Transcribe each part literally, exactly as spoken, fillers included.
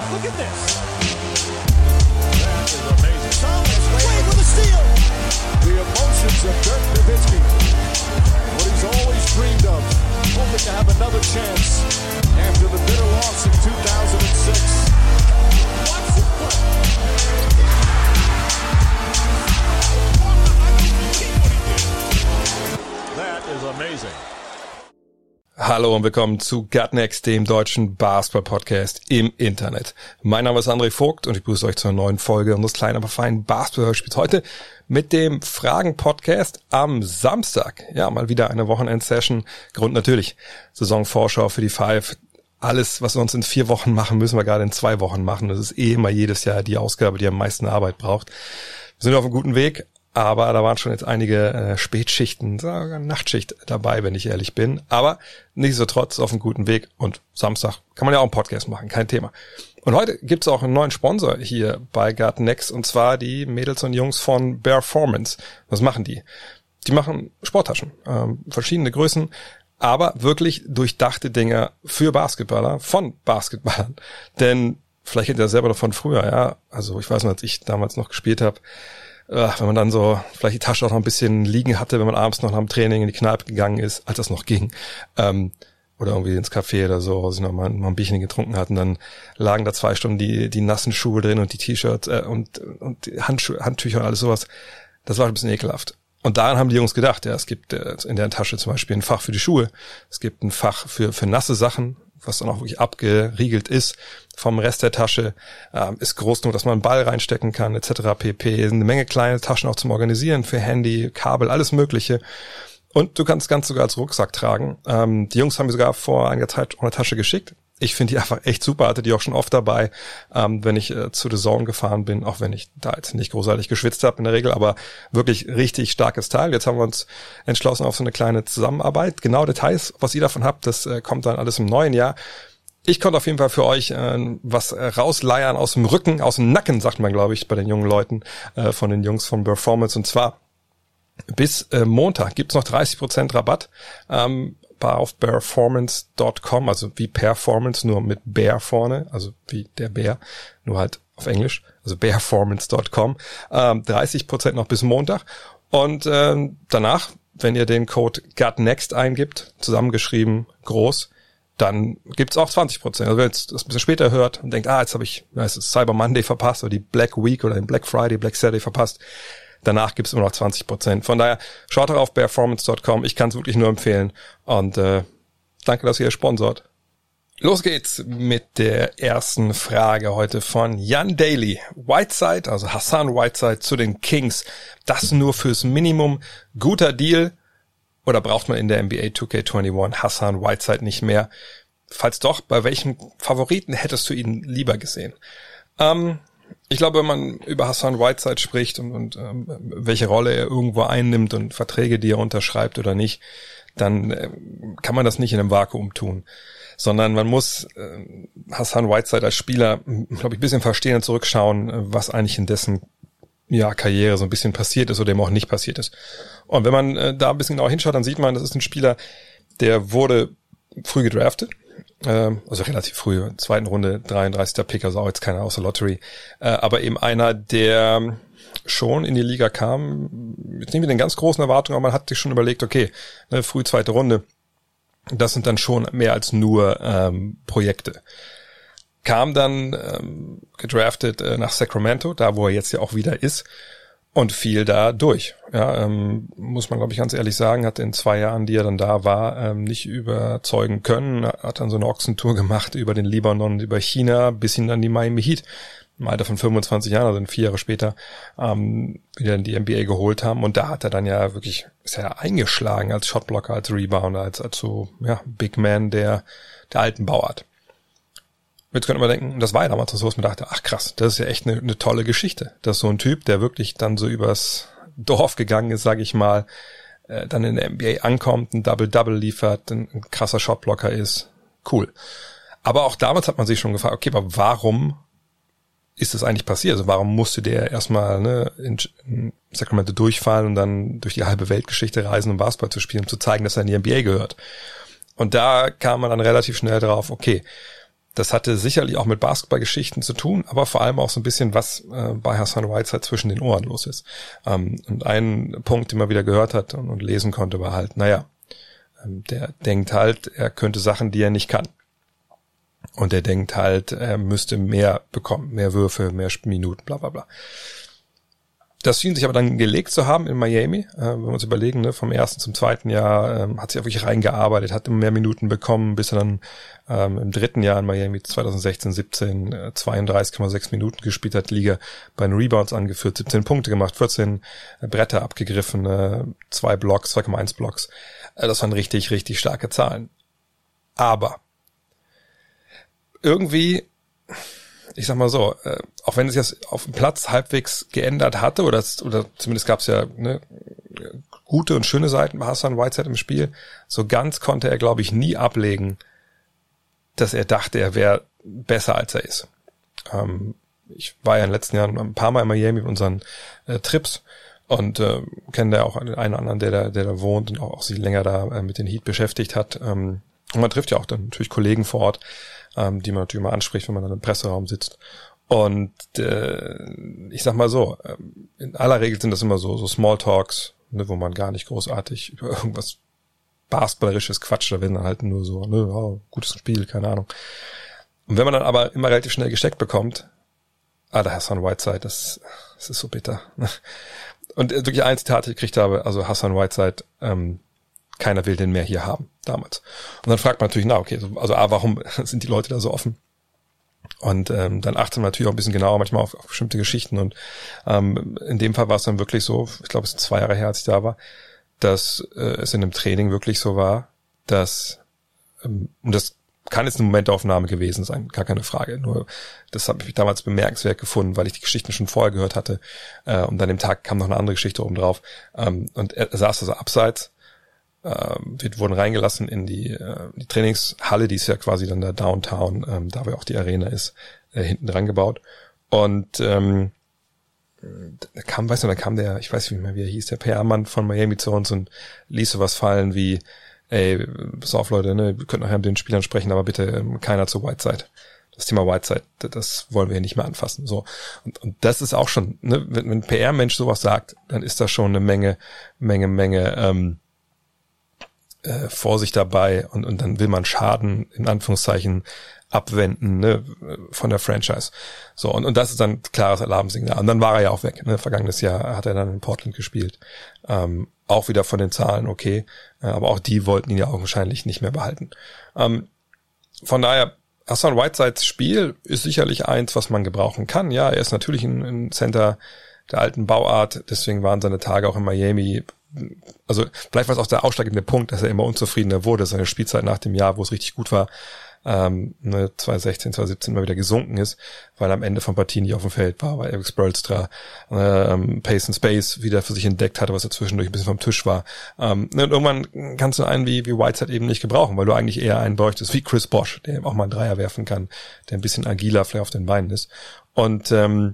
Look at this. That is amazing. Thomas Wade with a steal. The emotions of Dirk Nowitzki. What he's always dreamed of. Hoping to have another chance after the bitter loss in two thousand six. Watch this play. That is amazing. Hallo und willkommen zu Gut Next, dem deutschen Basketball-Podcast im Internet. Mein Name ist André Vogt und ich begrüße euch zu einer neuen Folge unseres kleinen, aber feinen Basketball-Hörspiels. Heute mit dem Fragen-Podcast am Samstag. Ja, mal wieder eine Wochenend-Session. Grund natürlich, Saisonvorschau für die Five. Alles, was wir uns in vier Wochen machen, müssen wir gerade in zwei Wochen machen. Das ist eh immer jedes Jahr die Ausgabe, die am meisten Arbeit braucht. Wir sind auf einem guten Weg. Aber da waren schon jetzt einige äh, Spätschichten, sogar Nachtschicht dabei, wenn ich ehrlich bin. Aber nichtsdestotrotz auf einem guten Weg. Und Samstag kann man ja auch einen Podcast machen, kein Thema. Und heute gibt's auch einen neuen Sponsor hier bei Gut Next. Und zwar die Mädels und Jungs von Bearformance. Was machen die? Die machen Sporttaschen, ähm, verschiedene Größen, aber wirklich durchdachte Dinge für Basketballer, von Basketballern. Denn vielleicht kennt ihr das selber noch von früher, ja. Also ich weiß noch, als ich damals noch gespielt habe, wenn man dann so vielleicht die Tasche auch noch ein bisschen liegen hatte, wenn man abends noch nach dem Training in die Kneipe gegangen ist, als das noch ging, ähm, oder irgendwie ins Café oder so, sich noch mal, mal ein Bierchen getrunken hatten, dann lagen da zwei Stunden die die nassen Schuhe drin und die T-Shirts äh, und und die Handschuhe, Handtücher und alles sowas. Das war ein bisschen ekelhaft. Und daran haben die Jungs gedacht, ja, es gibt äh, in der Tasche zum Beispiel ein Fach für die Schuhe, es gibt ein Fach für für nasse Sachen, was dann auch wirklich abgeriegelt ist vom Rest der Tasche, ähm, ist groß genug, dass man einen Ball reinstecken kann, et cetera pp. Eine Menge kleine Taschen auch zum Organisieren für Handy, Kabel, alles Mögliche. Und du kannst das Ganze sogar als Rucksack tragen. Ähm, die Jungs haben mir sogar vor einiger Zeit auch eine Tasche geschickt. Ich finde die einfach echt super, hatte die auch schon oft dabei, ähm, wenn ich äh, zu The Zone gefahren bin, auch wenn ich da jetzt nicht großartig geschwitzt habe in der Regel, aber wirklich richtig starkes Teil. Jetzt haben wir uns entschlossen auf so eine kleine Zusammenarbeit. Genau Details, was ihr davon habt, das äh, kommt dann alles im neuen Jahr. Ich konnte auf jeden Fall für euch äh, was äh, rausleiern aus dem Rücken, aus dem Nacken, sagt man, glaube ich, bei den jungen Leuten, äh, von den Jungs von Bearformance. Und zwar bis äh, Montag gibt's noch dreißig Prozent Rabatt. Ähm, auf bearformance dot com, also wie Performance, nur mit Bear vorne, also wie der Bär, nur halt auf Englisch, also bearformance dot com, ähm, dreißig Prozent noch bis Montag und ähm, danach, wenn ihr den Code GUTNEXT eingibt, zusammengeschrieben, groß, dann gibt's auch zwanzig Prozent. Also wenn ihr das ein bisschen später hört und denkt, ah, jetzt habe ich, ja, es ist Cyber Monday verpasst oder die Black Week oder den Black Friday, Black Saturday verpasst, danach gibt's immer noch zwanzig Prozent. Von daher, schaut doch auf bearformance dot com. Ich kann es wirklich nur empfehlen. Und äh, danke, dass ihr sponsort. Los geht's mit der ersten Frage heute von Jan Daly. Whiteside, also Hassan Whiteside zu den Kings. Das nur fürs Minimum. Guter Deal. Oder braucht man in der N B A zwei K einundzwanzig Hassan Whiteside nicht mehr? Falls doch, bei welchem Favoriten hättest du ihn lieber gesehen? Ähm... Ich glaube, wenn man über Hassan Whiteside spricht und, und ähm, welche Rolle er irgendwo einnimmt und Verträge, die er unterschreibt oder nicht, dann äh, kann man das nicht in einem Vakuum tun, sondern man muss äh, Hassan Whiteside als Spieler, glaube ich, ein bisschen verstehen und zurückschauen, was eigentlich in dessen ja, Karriere so ein bisschen passiert ist oder eben auch nicht passiert ist. Und wenn man äh, da ein bisschen genauer hinschaut, dann sieht man, das ist ein Spieler, der wurde früh gedraftet. Also relativ früh, zweiten Runde, dreiunddreißigster Pick, also auch jetzt keiner außer Lottery, aber eben einer, der schon in die Liga kam, jetzt nicht mit den ganz großen Erwartungen, aber man hat sich schon überlegt, okay, ne, früh zweite Runde, das sind dann schon mehr als nur ähm, Projekte. Kam dann ähm, gedraftet äh, nach Sacramento, da wo er jetzt ja auch wieder ist, und fiel da durch. Ja, ähm, muss man, glaube ich, ganz ehrlich sagen, hat in zwei Jahren, die er dann da war, ähm, nicht überzeugen können. Hat dann so eine Ochsentour gemacht über den Libanon, über China, bis hin dann die Miami Heat im Alter von fünfundzwanzig Jahren, also vier Jahre später, ähm, wieder in die N B A geholt haben. Und da hat er dann ja wirklich, ist er ja eingeschlagen als Shotblocker, als Rebounder, als, als so, ja, Big Man der, der alten Bauart. Jetzt könnte man denken, das war ja damals so, dass man dachte, ach krass, das ist ja echt eine, eine tolle Geschichte. Dass so ein Typ, der wirklich dann so übers Dorf gegangen ist, sage ich mal, äh, dann in der N B A ankommt, ein Double-Double liefert, ein, ein krasser Shotblocker ist. Cool. Aber auch damals hat man sich schon gefragt, okay, aber warum ist das eigentlich passiert? Also warum musste der erstmal ne, in, in Sacramento durchfallen und dann durch die halbe Weltgeschichte reisen, um Basketball zu spielen, um zu zeigen, dass er in die N B A gehört? Und da kam man dann relativ schnell drauf, okay, Das hatte sicherlich auch mit Basketballgeschichten zu tun, aber vor allem auch so ein bisschen, was äh, bei Hassan Whiteside zwischen den Ohren los ist. Ähm, und ein Punkt, den man wieder gehört hat und, und lesen konnte, war halt, naja, ähm, der denkt halt, er könnte Sachen, die er nicht kann. Und er denkt halt, er müsste mehr bekommen, mehr Würfe, mehr Minuten, bla bla bla. Das schien sich aber dann gelegt zu haben in Miami, äh, wenn wir uns überlegen, ne, vom ersten zum zweiten Jahr ähm, hat sich auch wirklich reingearbeitet, hat immer mehr Minuten bekommen, bis er dann ähm, im dritten Jahr in Miami zwanzig sechzehn siebzehn äh, zweiunddreißig Komma sechs Minuten gespielt hat, Liga bei den Rebounds angeführt, siebzehn Punkte gemacht, vierzehn äh, Bretter abgegriffen, äh, zwei Blocks, zwei Komma eins Blocks. Äh, das waren richtig, richtig starke Zahlen. Aber irgendwie, ich sag mal so, äh, auch wenn es jetzt auf dem Platz halbwegs geändert hatte, oder, oder zumindest gab es ja ne, gute und schöne Seiten bei Hassan Whiteside im Spiel, so ganz konnte er, glaube ich, nie ablegen, dass er dachte, er wäre besser, als er ist. Ähm, ich war ja in den letzten Jahren ein paar Mal in Miami mit unseren äh, Trips und äh, kenne da auch einen oder anderen, der da, der da wohnt und auch, auch sich länger da äh, mit den Heat beschäftigt hat. Ähm, und man trifft ja auch dann natürlich Kollegen vor Ort, ähm, die man natürlich mal anspricht, wenn man dann im Presseraum sitzt. Und äh, ich sag mal so, äh, in aller Regel sind das immer so so Smalltalks, ne, wo man gar nicht großartig über irgendwas Basketballerisches quatscht, da werden dann halt nur so, ne, oh, gutes Spiel, keine Ahnung. Und wenn man dann aber immer relativ schnell gesteckt bekommt, ah, der Hassan Whiteside, das, das ist so bitter. Und wirklich ein Zitat, das ich gekriegt habe, also Hassan Whiteside, ähm, keiner will den mehr hier haben, damals. Und dann fragt man natürlich, na okay, also ah, warum sind die Leute da so offen? Und ähm, dann achtet man natürlich auch ein bisschen genauer manchmal auf, auf bestimmte Geschichten. Und ähm, in dem Fall war es dann wirklich so, ich glaube, es ist zwei Jahre her, als ich da war, dass äh, es in einem Training wirklich so war, dass, ähm, und das kann jetzt eine Momentaufnahme gewesen sein, gar keine Frage. Nur das habe ich damals bemerkenswert gefunden, weil ich die Geschichten schon vorher gehört hatte. Äh, und an dem Tag kam noch eine andere Geschichte oben drauf. Ähm, und er saß also abseits. Ähm, wir wurden reingelassen in die, äh, die Trainingshalle, die ist ja quasi dann da Downtown, ähm, da wo auch die Arena ist, äh, hinten dran gebaut. Und ähm, da kam, weißt du, da kam der, ich weiß nicht mehr, wie er hieß, der P R-Mann von Miami zu uns und ließ sowas fallen wie, ey, pass auf Leute, ne, wir können nachher mit den Spielern sprechen, aber bitte ähm, keiner zu Whiteside. Das Thema Whiteside, das wollen wir hier nicht mehr anfassen. So. Und, und das ist auch schon, ne, wenn, wenn ein P R-Mensch sowas sagt, dann ist da schon eine Menge, Menge, Menge, ähm, Äh, Vorsicht dabei und, und dann will man Schaden in Anführungszeichen abwenden, ne, von der Franchise. So, und, und das ist dann klares Alarmsignal. Und dann war er ja auch weg. Ne? Vergangenes Jahr hat er dann in Portland gespielt. Ähm, auch wieder von den Zahlen okay. Äh, aber auch die wollten ihn ja augenscheinlich nicht mehr behalten. Ähm, von daher, Hassan Whitesides Spiel ist sicherlich eins, was man gebrauchen kann. Ja, er ist natürlich ein, ein Center der alten Bauart. Deswegen waren seine Tage auch in Miami. Also vielleicht war es auch der ausschlaggebende Punkt, dass er immer unzufriedener wurde, seine Spielzeit nach dem Jahr, wo es richtig gut war, ähm, ne, zwanzig sechzehn, zwanzig siebzehn mal wieder gesunken ist, weil er am Ende von Partien nicht auf dem Feld war, weil Eric Spoelstra ähm, Pace and Space wieder für sich entdeckt hatte, was er zwischendurch ein bisschen vom Tisch war. Ähm, ne, und irgendwann kannst du einen wie, wie Whiteside eben nicht gebrauchen, weil du eigentlich eher einen bräuchtest wie Chris Bosh, der eben auch mal einen Dreier werfen kann, der ein bisschen agiler vielleicht auf den Beinen ist. Und ähm,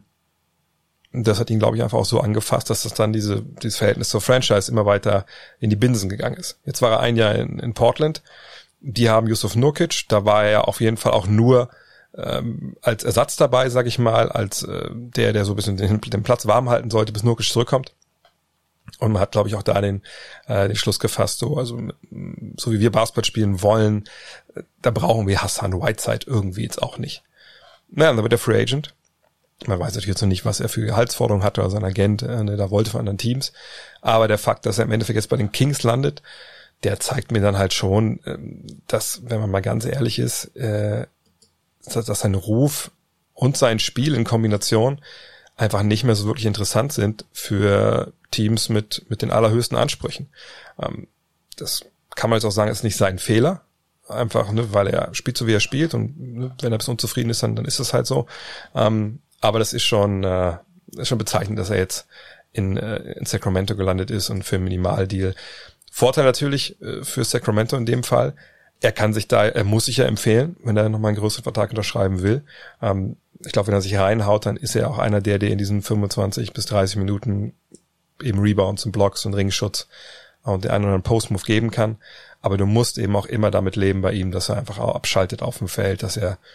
das hat ihn, glaube ich, einfach auch so angefasst, dass das dann diese dieses Verhältnis zur Franchise immer weiter in die Binsen gegangen ist. Jetzt war er ein Jahr in, in Portland. Die haben Jusuf Nurkic. Da war er ja auf jeden Fall auch nur ähm, als Ersatz dabei, sag ich mal, als äh, der, der so ein bisschen den, den Platz warm halten sollte, bis Nurkic zurückkommt. Und man hat, glaube ich, auch da den äh, den Schluss gefasst, so also so wie wir Basketball spielen wollen, äh, da brauchen wir Hassan Whiteside irgendwie jetzt auch nicht. Naja, dann wird er Free Agent. Man weiß natürlich jetzt noch nicht, was er für Gehaltsforderungen hatte oder sein Agent äh, ne, da wollte von anderen Teams. Aber der Fakt, dass er im Endeffekt jetzt bei den Kings landet, der zeigt mir dann halt schon, äh, dass, wenn man mal ganz ehrlich ist, äh, dass, dass sein Ruf und sein Spiel in Kombination einfach nicht mehr so wirklich interessant sind für Teams mit mit den allerhöchsten Ansprüchen. Ähm, das kann man jetzt auch sagen, ist nicht sein Fehler. Einfach, ne, weil er spielt so, wie er spielt und ne, wenn er ein bisschen unzufrieden ist, dann, dann ist es halt so. Ähm, Aber das ist schon, äh, ist schon bezeichnend, dass er jetzt in, äh, in Sacramento gelandet ist und für einen Minimaldeal. Vorteil natürlich äh, für Sacramento in dem Fall. Er kann sich da, er muss sich ja empfehlen, wenn er nochmal einen größeren Vertrag unterschreiben will. Ähm, ich glaube, wenn er sich reinhaut, dann ist er auch einer der, der in diesen fünfundzwanzig bis dreißig Minuten eben Rebounds und Blocks und Ringschutz und den einen oder anderen Post-Move geben kann. Aber du musst eben auch immer damit leben bei ihm, dass er einfach auch abschaltet auf dem Feld, dass er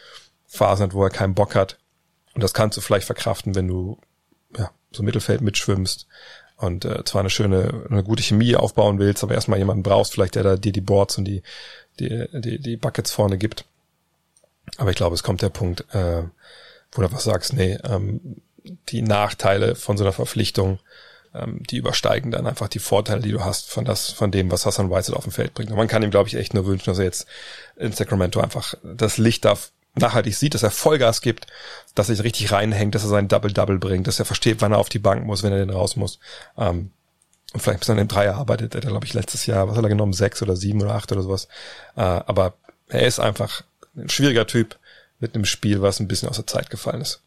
Phasen hat, wo er keinen Bock hat. Und das kannst du vielleicht verkraften, wenn du ja so Mittelfeld mitschwimmst und äh, zwar eine schöne, eine gute Chemie aufbauen willst, aber erstmal jemanden brauchst, vielleicht der da dir die Boards und die die die, die Buckets vorne gibt. Aber ich glaube, es kommt der Punkt, äh, wo du einfach sagst, nee, ähm, die Nachteile von so einer Verpflichtung, ähm, die übersteigen dann einfach die Vorteile, die du hast von das, von dem, was Hassan Whiteside auf dem Feld bringt. Und man kann ihm, glaube ich, echt nur wünschen, dass er jetzt in Sacramento einfach das Licht da nachhaltig sieht, dass er Vollgas gibt, dass er sich richtig reinhängt, dass er seinen Double-Double bringt, dass er versteht, wann er auf die Bank muss, wenn er denn raus muss. Ähm, und vielleicht bis an den Dreier arbeitet er, glaube ich, letztes Jahr, was hat er genommen, sechs oder sieben oder acht oder sowas. Äh, aber er ist einfach ein schwieriger Typ mit einem Spiel, was ein bisschen aus der Zeit gefallen ist.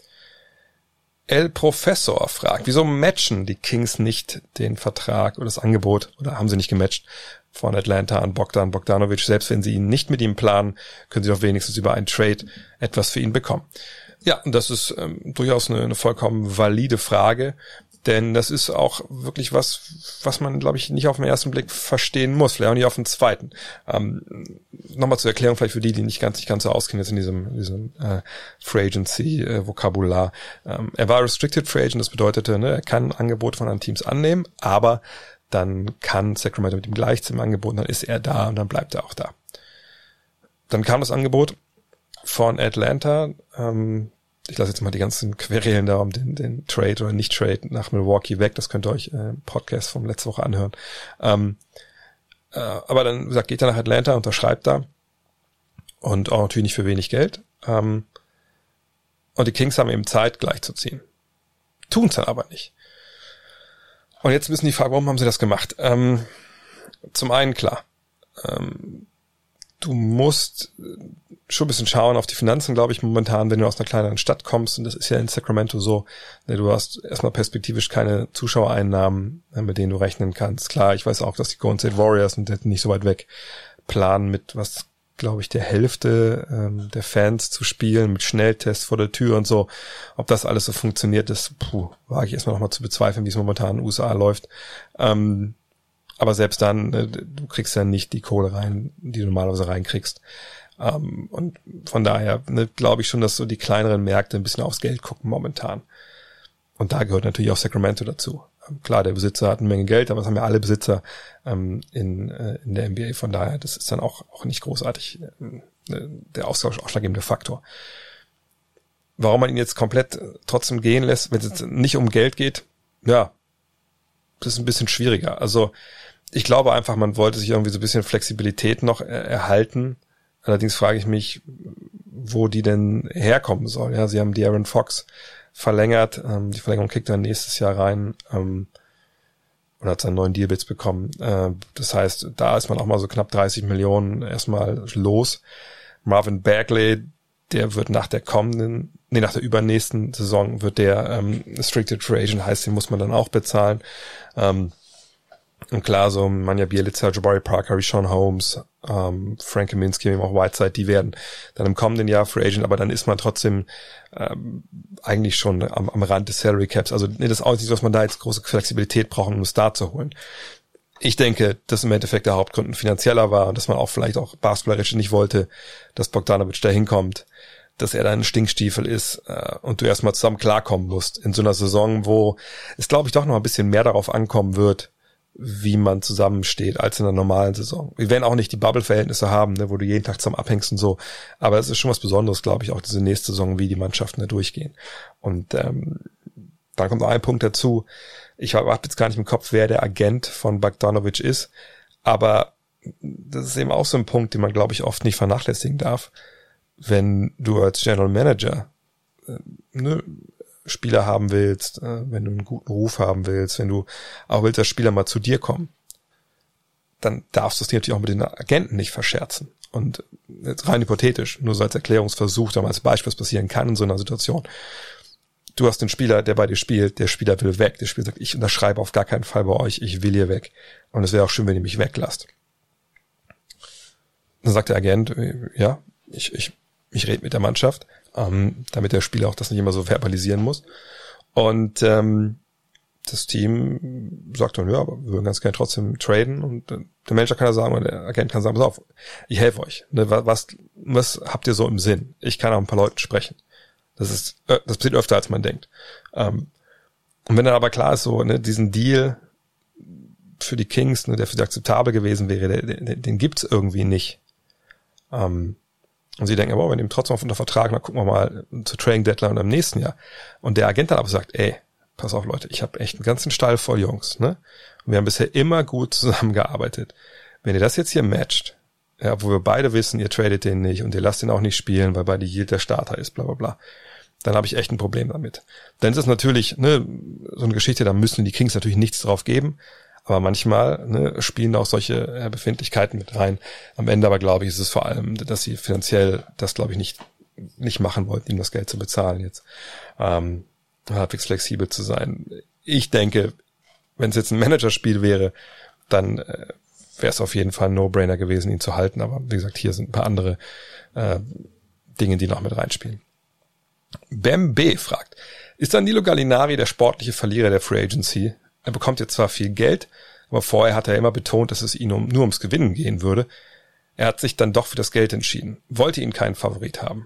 El Professor fragt, wieso matchen die Kings nicht den Vertrag oder das Angebot, oder haben sie nicht gematcht, von Atlanta an Bogdan Bogdanovic? Selbst wenn sie ihn nicht mit ihm planen, können sie doch wenigstens über einen Trade etwas für ihn bekommen. Ja, und das ist ähm, durchaus eine, eine vollkommen valide Frage, denn das ist auch wirklich was, was man, glaube ich, nicht auf den ersten Blick verstehen muss, vielleicht auch nicht auf den zweiten. Ähm, Nochmal zur Erklärung vielleicht für die, die nicht ganz, nicht ganz so auskennen jetzt in diesem, in diesem äh, Free Agency äh, Vokabular. Ähm, er war Restricted Free Agent, das bedeutete, ne, er kann Angebote von anderen Teams annehmen, aber dann kann Sacramento mit ihm gleichziehen im Angebot, dann ist er da und dann bleibt er auch da. Dann kam das Angebot von Atlanta, ähm, ich lasse jetzt mal die ganzen Querelen da um den, den Trade oder Nicht-Trade nach Milwaukee weg. Das könnt ihr euch äh, im Podcast von letzter Woche anhören. Ähm, äh, aber dann, wie gesagt, geht er nach Atlanta, unterschreibt da. Und auch natürlich nicht für wenig Geld. Ähm, und die Kings haben eben Zeit, gleich zu ziehen. Tun es dann aber nicht. Und jetzt müssen die Frage, warum haben sie das gemacht? Ähm, zum einen, klar, ähm, du musst schon ein bisschen schauen auf die Finanzen, glaube ich, momentan, wenn du aus einer kleineren Stadt kommst, und das ist ja in Sacramento so, du hast erstmal perspektivisch keine Zuschauereinnahmen, mit denen du rechnen kannst. Klar, ich weiß auch, dass die Golden State Warriors und nicht so weit weg planen mit, was glaube ich, der Hälfte ähm, der Fans zu spielen, mit Schnelltests vor der Tür und so. Ob das alles so funktioniert, das puh, wage ich erstmal nochmal zu bezweifeln, wie es momentan in den U S A läuft. Ähm, aber selbst dann, äh, du kriegst ja nicht die Kohle rein, die du normalerweise reinkriegst. Um, und von daher ne, glaube ich schon, dass so die kleineren Märkte ein bisschen aufs Geld gucken momentan. Und da gehört natürlich auch Sacramento dazu. Um, klar, der Besitzer hat eine Menge Geld, aber das haben ja alle Besitzer um, in, uh, in der N B A. Von daher, das ist dann auch, auch nicht großartig uh, der ausschlaggebende Faktor. Warum man ihn jetzt komplett uh, trotzdem gehen lässt, wenn es jetzt nicht um Geld geht, ja, das ist ein bisschen schwieriger. Also ich glaube einfach, man wollte sich irgendwie so ein bisschen Flexibilität noch er- erhalten. Allerdings frage ich mich, wo die denn herkommen soll. Ja, sie haben De'Aaron Fox verlängert. Ähm, die Verlängerung kickt dann nächstes Jahr rein. Ähm, oder hat seinen neuen Dealbits bekommen. Äh, das heißt, da ist man auch mal so knapp dreißig Millionen erstmal los. Marvin Bagley, der wird nach der kommenden, nee, nach der übernächsten Saison wird der ähm, Restricted Free Agent, heißt, den muss man dann auch bezahlen. Ähm, Und klar, so Manja Bjelica, Jabari Parker, Richaun Holmes, ähm, Frank Kaminsky, eben auch Whiteside, die werden dann im kommenden Jahr Free Agent, aber dann ist man trotzdem ähm, eigentlich schon am, am Rand des Salary Caps. Also nee, das ist auch nicht so, dass man da jetzt große Flexibilität braucht, um einen Star zu holen. Ich denke, dass im Endeffekt der Hauptgrund ein finanzieller war und dass man auch vielleicht auch basketballerisch nicht wollte, dass Bogdanovic da hinkommt, dass er da ein Stinkstiefel ist äh, und du erstmal zusammen klarkommen musst in so einer Saison, wo es, glaube ich, doch noch ein bisschen mehr darauf ankommen wird, wie man zusammensteht, als in einer normalen Saison. Wir werden auch nicht die Bubble-Verhältnisse haben, ne, wo du jeden Tag zusammen abhängst und so, aber es ist schon was Besonderes, glaube ich, auch diese nächste Saison, wie die Mannschaften da durchgehen. Und ähm, dann kommt noch ein Punkt dazu, ich habe jetzt gar nicht im Kopf, wer der Agent von Bogdanovic ist, aber das ist eben auch so ein Punkt, den man, glaube ich, oft nicht vernachlässigen darf, wenn du als General Manager äh, ne, Spieler haben willst, äh, wenn du einen guten Ruf haben willst, wenn du auch willst, dass Spieler mal zu dir kommen, dann darfst du es dir natürlich auch mit den Agenten nicht verscherzen. Und jetzt rein hypothetisch, nur so als Erklärungsversuch, da mal als Beispiel, was passieren kann in so einer Situation. Du hast einen Spieler, der bei dir spielt, der Spieler will weg, der Spieler sagt, ich unterschreibe auf gar keinen Fall bei euch, ich will hier weg. Und es wäre auch schön, wenn ihr mich weglasst. Dann sagt der Agent, ja, ich, ich, ich rede mit der Mannschaft, ähm, damit der Spieler auch das nicht immer so verbalisieren muss. Und ähm, das Team sagt dann, ja, aber wir würden ganz gerne trotzdem traden und der Manager kann ja sagen, oder der Agent kann sagen, pass auf, ich helfe euch. Ne, was, was habt ihr so im Sinn? Ich kann auch ein paar Leuten sprechen. Das ist, das passiert öfter, als man denkt. Ähm, und wenn dann aber klar ist, so, ne, diesen Deal für die Kings, ne, der für sie akzeptabel gewesen wäre, der, der, den gibt's irgendwie nicht. Ähm, und sie denken, aber wir nehmen trotzdem auf unter Vertrag, dann gucken wir mal zur Trading Deadline im nächsten Jahr. Und der Agent dann aber sagt, ey, pass auf Leute, ich habe echt einen ganzen Stall voll Jungs, ne? Und wir haben bisher immer gut zusammengearbeitet. Wenn ihr das jetzt hier matcht, ja, wo wir beide wissen, ihr tradet den nicht und ihr lasst ihn auch nicht spielen, weil bei die Yield der Starter ist, bla bla bla, dann habe ich echt ein Problem damit. Dann ist es natürlich, ne, so eine Geschichte, da müssen die Kings natürlich nichts drauf geben, aber manchmal, ne, spielen auch solche äh, Befindlichkeiten mit rein. Am Ende aber, glaube ich, ist es vor allem, dass sie finanziell das, glaube ich, nicht nicht machen wollten, ihm das Geld zu bezahlen jetzt. Ähm, halbwegs flexibel zu sein. Ich denke, wenn es jetzt ein Managerspiel wäre, dann äh, wäre es auf jeden Fall ein No-Brainer gewesen, ihn zu halten. Aber wie gesagt, hier sind ein paar andere äh, Dinge, die noch mit reinspielen. Bam B fragt, ist Danilo Gallinari der sportliche Verlierer der Free Agency? Er bekommt jetzt zwar viel Geld, aber vorher hat er immer betont, dass es ihm um, nur ums Gewinnen gehen würde. Er hat sich dann doch für das Geld entschieden, wollte ihn keinen Favorit haben.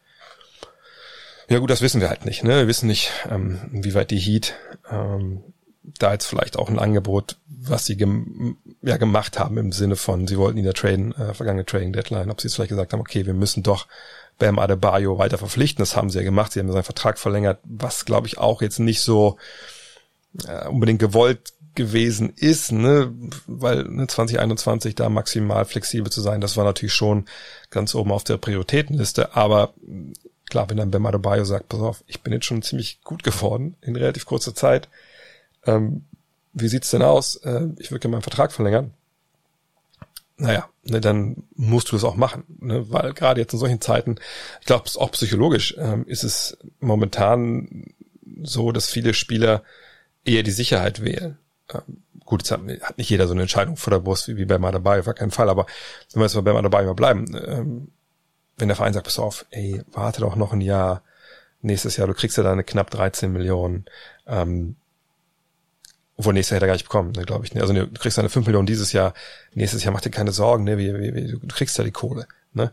Ja gut, das wissen wir halt nicht. Ne? Wir wissen nicht, ähm, wie weit die Heat ähm, da jetzt vielleicht auch ein Angebot, was sie gem- ja gemacht haben im Sinne von, sie wollten ihn ja traden, äh, vergangene Trading Deadline, ob sie jetzt vielleicht gesagt haben, okay, wir müssen doch Bam Adebayo weiter verpflichten. Das haben sie ja gemacht. Sie haben seinen Vertrag verlängert, was glaube ich auch jetzt nicht so äh, unbedingt gewollt gewesen ist, ne, weil ne, zwanzig einundzwanzig da maximal flexibel zu sein, das war natürlich schon ganz oben auf der Prioritätenliste, aber klar, wenn dann Bam Adebayo sagt, pass auf, ich bin jetzt schon ziemlich gut geworden in relativ kurzer Zeit, ähm, wie sieht's denn aus? Äh, ich würde gerne meinen Vertrag verlängern. Naja, ne, dann musst du das auch machen, ne, weil gerade jetzt in solchen Zeiten, ich glaube, auch psychologisch ähm, ist es momentan so, dass viele Spieler eher die Sicherheit wählen. Ähm, gut, jetzt hat, hat nicht jeder so eine Entscheidung vor der Brust wie, wie Bam Adebayo, war kein Fall, aber wenn wir jetzt bei Bam Adebayo mal bleiben, ähm, wenn der Verein sagt, pass auf, ey, warte doch noch ein Jahr, nächstes Jahr, du kriegst ja deine knapp dreizehn Millionen, ähm, obwohl nächstes Jahr hätte er gar nicht bekommen, ne, glaube ich. Ne? Also du kriegst deine fünf Millionen dieses Jahr, nächstes Jahr mach dir keine Sorgen, ne, wie, wie, wie, du kriegst ja die Kohle. Ne?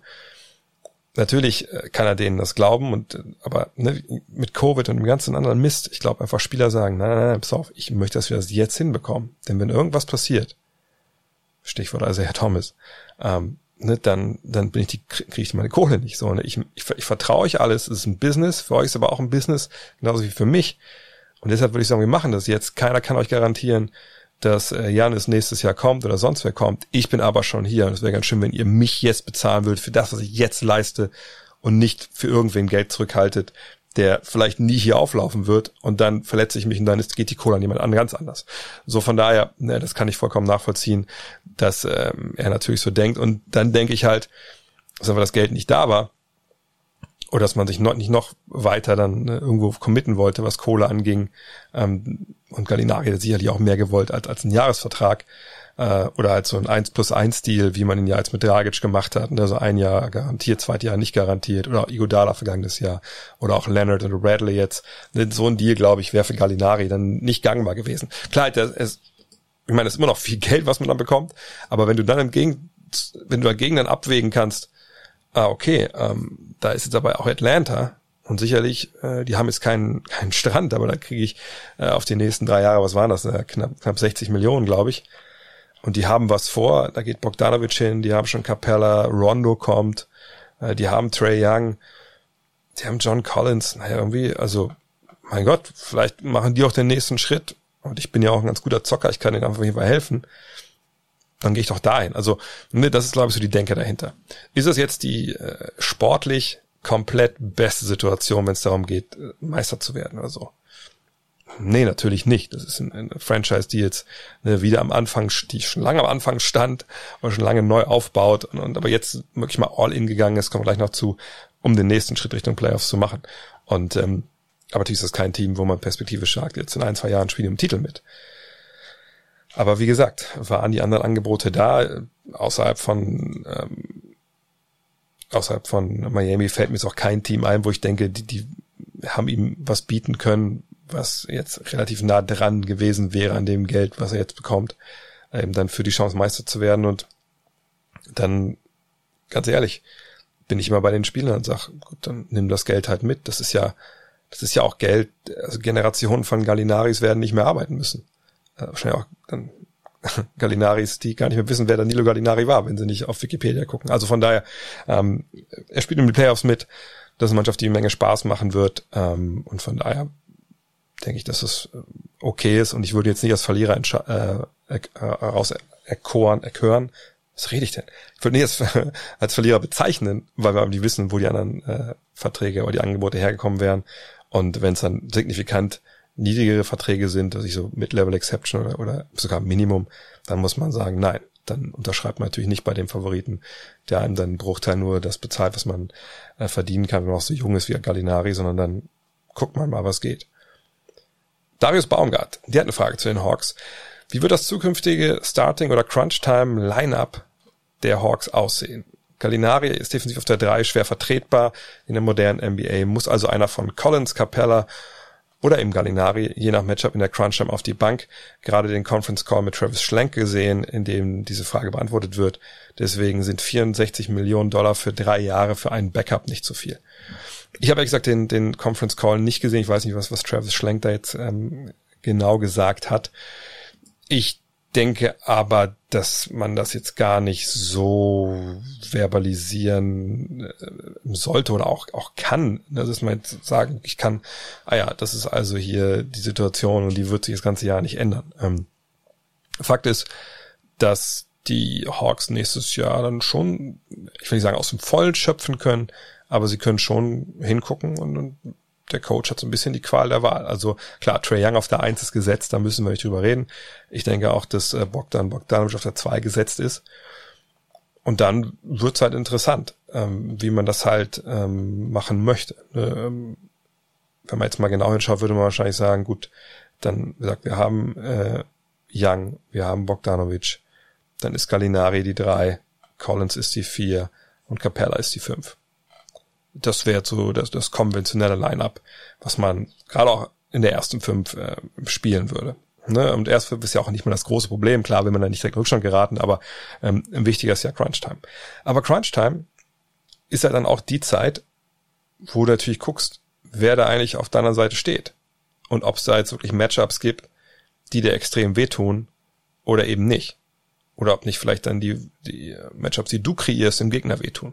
Natürlich kann er denen das glauben, und aber ne, mit Covid und dem ganzen anderen Mist, ich glaube einfach Spieler sagen, nein, nein, nein, pass auf, ich möchte, dass wir das jetzt hinbekommen. Denn wenn irgendwas passiert, Stichwort also Herr Thomas, ähm, ne, dann dann bin ich die kriege ich meine Kohle nicht so. Ne? Ich, ich, ich vertraue euch alles, es ist ein Business, für euch ist aber auch ein Business, genauso wie für mich. Und deshalb würde ich sagen, wir machen das jetzt. Keiner kann euch garantieren, dass äh, Giannis nächstes Jahr kommt oder sonst wer kommt. Ich bin aber schon hier und es wäre ganz schön, wenn ihr mich jetzt bezahlen würdet für das, was ich jetzt leiste und nicht für irgendwen Geld zurückhaltet, der vielleicht nie hier auflaufen wird und dann verletze ich mich und dann ist, geht die Kohle an jemand an, ganz anders. So von daher, ne, das kann ich vollkommen nachvollziehen, dass ähm, er natürlich so denkt, und dann denke ich halt, dass einfach das Geld nicht da war oder dass man sich noch, nicht noch weiter dann ne, irgendwo committen wollte, was Kohle anging, ähm, und Gallinari hat sicherlich auch mehr gewollt als, als ein Jahresvertrag äh, oder als so ein eins plus eins Deal, wie man ihn ja jetzt mit Dragic gemacht hat, also ein Jahr garantiert, zweites Jahr nicht garantiert, oder auch Iguodala vergangenes Jahr oder auch Leonard und Bradley jetzt. So ein Deal, glaube ich, wäre für Gallinari dann nicht gangbar gewesen. Klar, das, es, ich meine, es ist immer noch viel Geld, was man dann bekommt, aber wenn du dann im Gegen, wenn du dagegen dann abwägen kannst, ah, okay, ähm, da ist jetzt aber auch Atlanta und sicherlich, äh, die haben jetzt keinen keinen Strand, aber da kriege ich äh, auf die nächsten drei Jahre, was waren das, äh, knapp knapp sechzig Millionen, glaube ich. Und die haben was vor, da geht Bogdanovic hin, die haben schon Capella, Rondo kommt, äh, die haben Trae Young, die haben John Collins, naja, irgendwie, also, mein Gott, vielleicht machen die auch den nächsten Schritt, und ich bin ja auch ein ganz guter Zocker, ich kann denen einfach auf jeden Fall helfen. Dann gehe ich doch dahin. Also, ne, das ist, glaube ich, so die Denke dahinter. Ist das jetzt die äh, sportlich komplett beste Situation, wenn es darum geht, äh, Meister zu werden oder so? Nee, natürlich nicht. Das ist ein, eine Franchise, die jetzt ne, wieder am Anfang, die schon lange am Anfang stand oder schon lange neu aufbaut und, und aber jetzt wirklich mal all in gegangen ist, kommen wir gleich noch zu, um den nächsten Schritt Richtung Playoffs zu machen. Und ähm, aber natürlich ist das kein Team, wo man perspektivisch sagt, jetzt in ein, zwei Jahren spielen wir im Titel mit. Aber wie gesagt, waren die anderen Angebote da, außerhalb von ähm, außerhalb von Miami fällt mir jetzt auch kein Team ein, wo ich denke, die, die haben ihm was bieten können, was jetzt relativ nah dran gewesen wäre an dem Geld, was er jetzt bekommt, eben dann für die Chance Meister zu werden. Und dann, ganz ehrlich, bin ich immer bei den Spielern und sag, gut, dann nimm das Geld halt mit. Das ist ja, das ist ja auch Geld, also Generationen von Gallinaris werden nicht mehr arbeiten müssen. Äh, wahrscheinlich auch dann Gallinaris, die gar nicht mehr wissen, wer Danilo Gallinari war, wenn sie nicht auf Wikipedia gucken. Also von daher, ähm, er spielt in den Playoffs mit, das ist eine Mannschaft, die eine Menge Spaß machen wird, ähm, und von daher denke ich, dass es okay ist und ich würde jetzt nicht als Verlierer entscha- äh, heraus erkoren, erkören. Was rede ich denn? Ich würde nicht als, als Verlierer bezeichnen, weil wir nicht wissen, wo die anderen äh, Verträge oder die Angebote hergekommen wären. Und wenn es dann signifikant niedrigere Verträge sind, also ich so Mid-Level Exception oder, oder sogar Minimum, dann muss man sagen, nein, dann unterschreibt man natürlich nicht bei dem Favoriten, der einem dann einen Bruchteil nur das bezahlt, was man äh, verdienen kann, wenn man auch so jung ist wie Gallinari, sondern dann guckt man mal, was geht. Darius Baumgart, der hat eine Frage zu den Hawks. Wie wird das zukünftige Starting- oder Crunch-Time-Line-Up der Hawks aussehen? Gallinari ist defensiv auf der drei schwer vertretbar in der modernen N B A, muss also einer von Collins, Capella oder eben Gallinari, je nach Matchup in der Crunch-Time auf die Bank. Gerade den Conference-Call mit Travis Schlenk gesehen, in dem diese Frage beantwortet wird. Deswegen sind vierundsechzig Millionen Dollar für drei Jahre für einen Backup nicht zu viel. Ich habe ja gesagt den, den Conference-Call nicht gesehen. Ich weiß nicht, was, was Travis Schlenk da jetzt ähm, genau gesagt hat. Ich denke aber, dass man das jetzt gar nicht so verbalisieren sollte oder auch auch kann. Das ist man jetzt sagen, ich kann, ah ja, das ist also hier die Situation und die wird sich das ganze Jahr nicht ändern. Ähm, Fakt ist, dass die Hawks nächstes Jahr dann schon, ich will nicht sagen aus dem Vollen schöpfen können, aber sie können schon hingucken und, und der Coach hat so ein bisschen die Qual der Wahl. Also klar, Trae Young auf der eins ist gesetzt, da müssen wir nicht drüber reden. Ich denke auch, dass äh, Bogdan Bogdanovic auf der zwei gesetzt ist. Und dann wird's halt interessant, ähm, wie man das halt ähm, machen möchte. Ähm, wenn man jetzt mal genau hinschaut, würde man wahrscheinlich sagen, gut, dann wie gesagt, wir haben äh, Young, wir haben Bogdanovic, dann ist Gallinari die drei, Collins ist die vier und Capella ist die fünf. Das wäre so das, das konventionelle Line-Up, was man gerade auch in der ersten fünf äh, spielen würde. Ne? Und erst ist ja auch nicht mal das große Problem. Klar, will man dann nicht direkt in Rückstand geraten, aber ähm, wichtiger ist ja Crunch-Time. Aber Crunch-Time ist ja dann auch die Zeit, wo du natürlich guckst, wer da eigentlich auf deiner Seite steht. Und ob es da jetzt wirklich Matchups gibt, die dir extrem wehtun oder eben nicht. Oder ob nicht vielleicht dann die, die Matchups, die du kreierst, dem Gegner wehtun.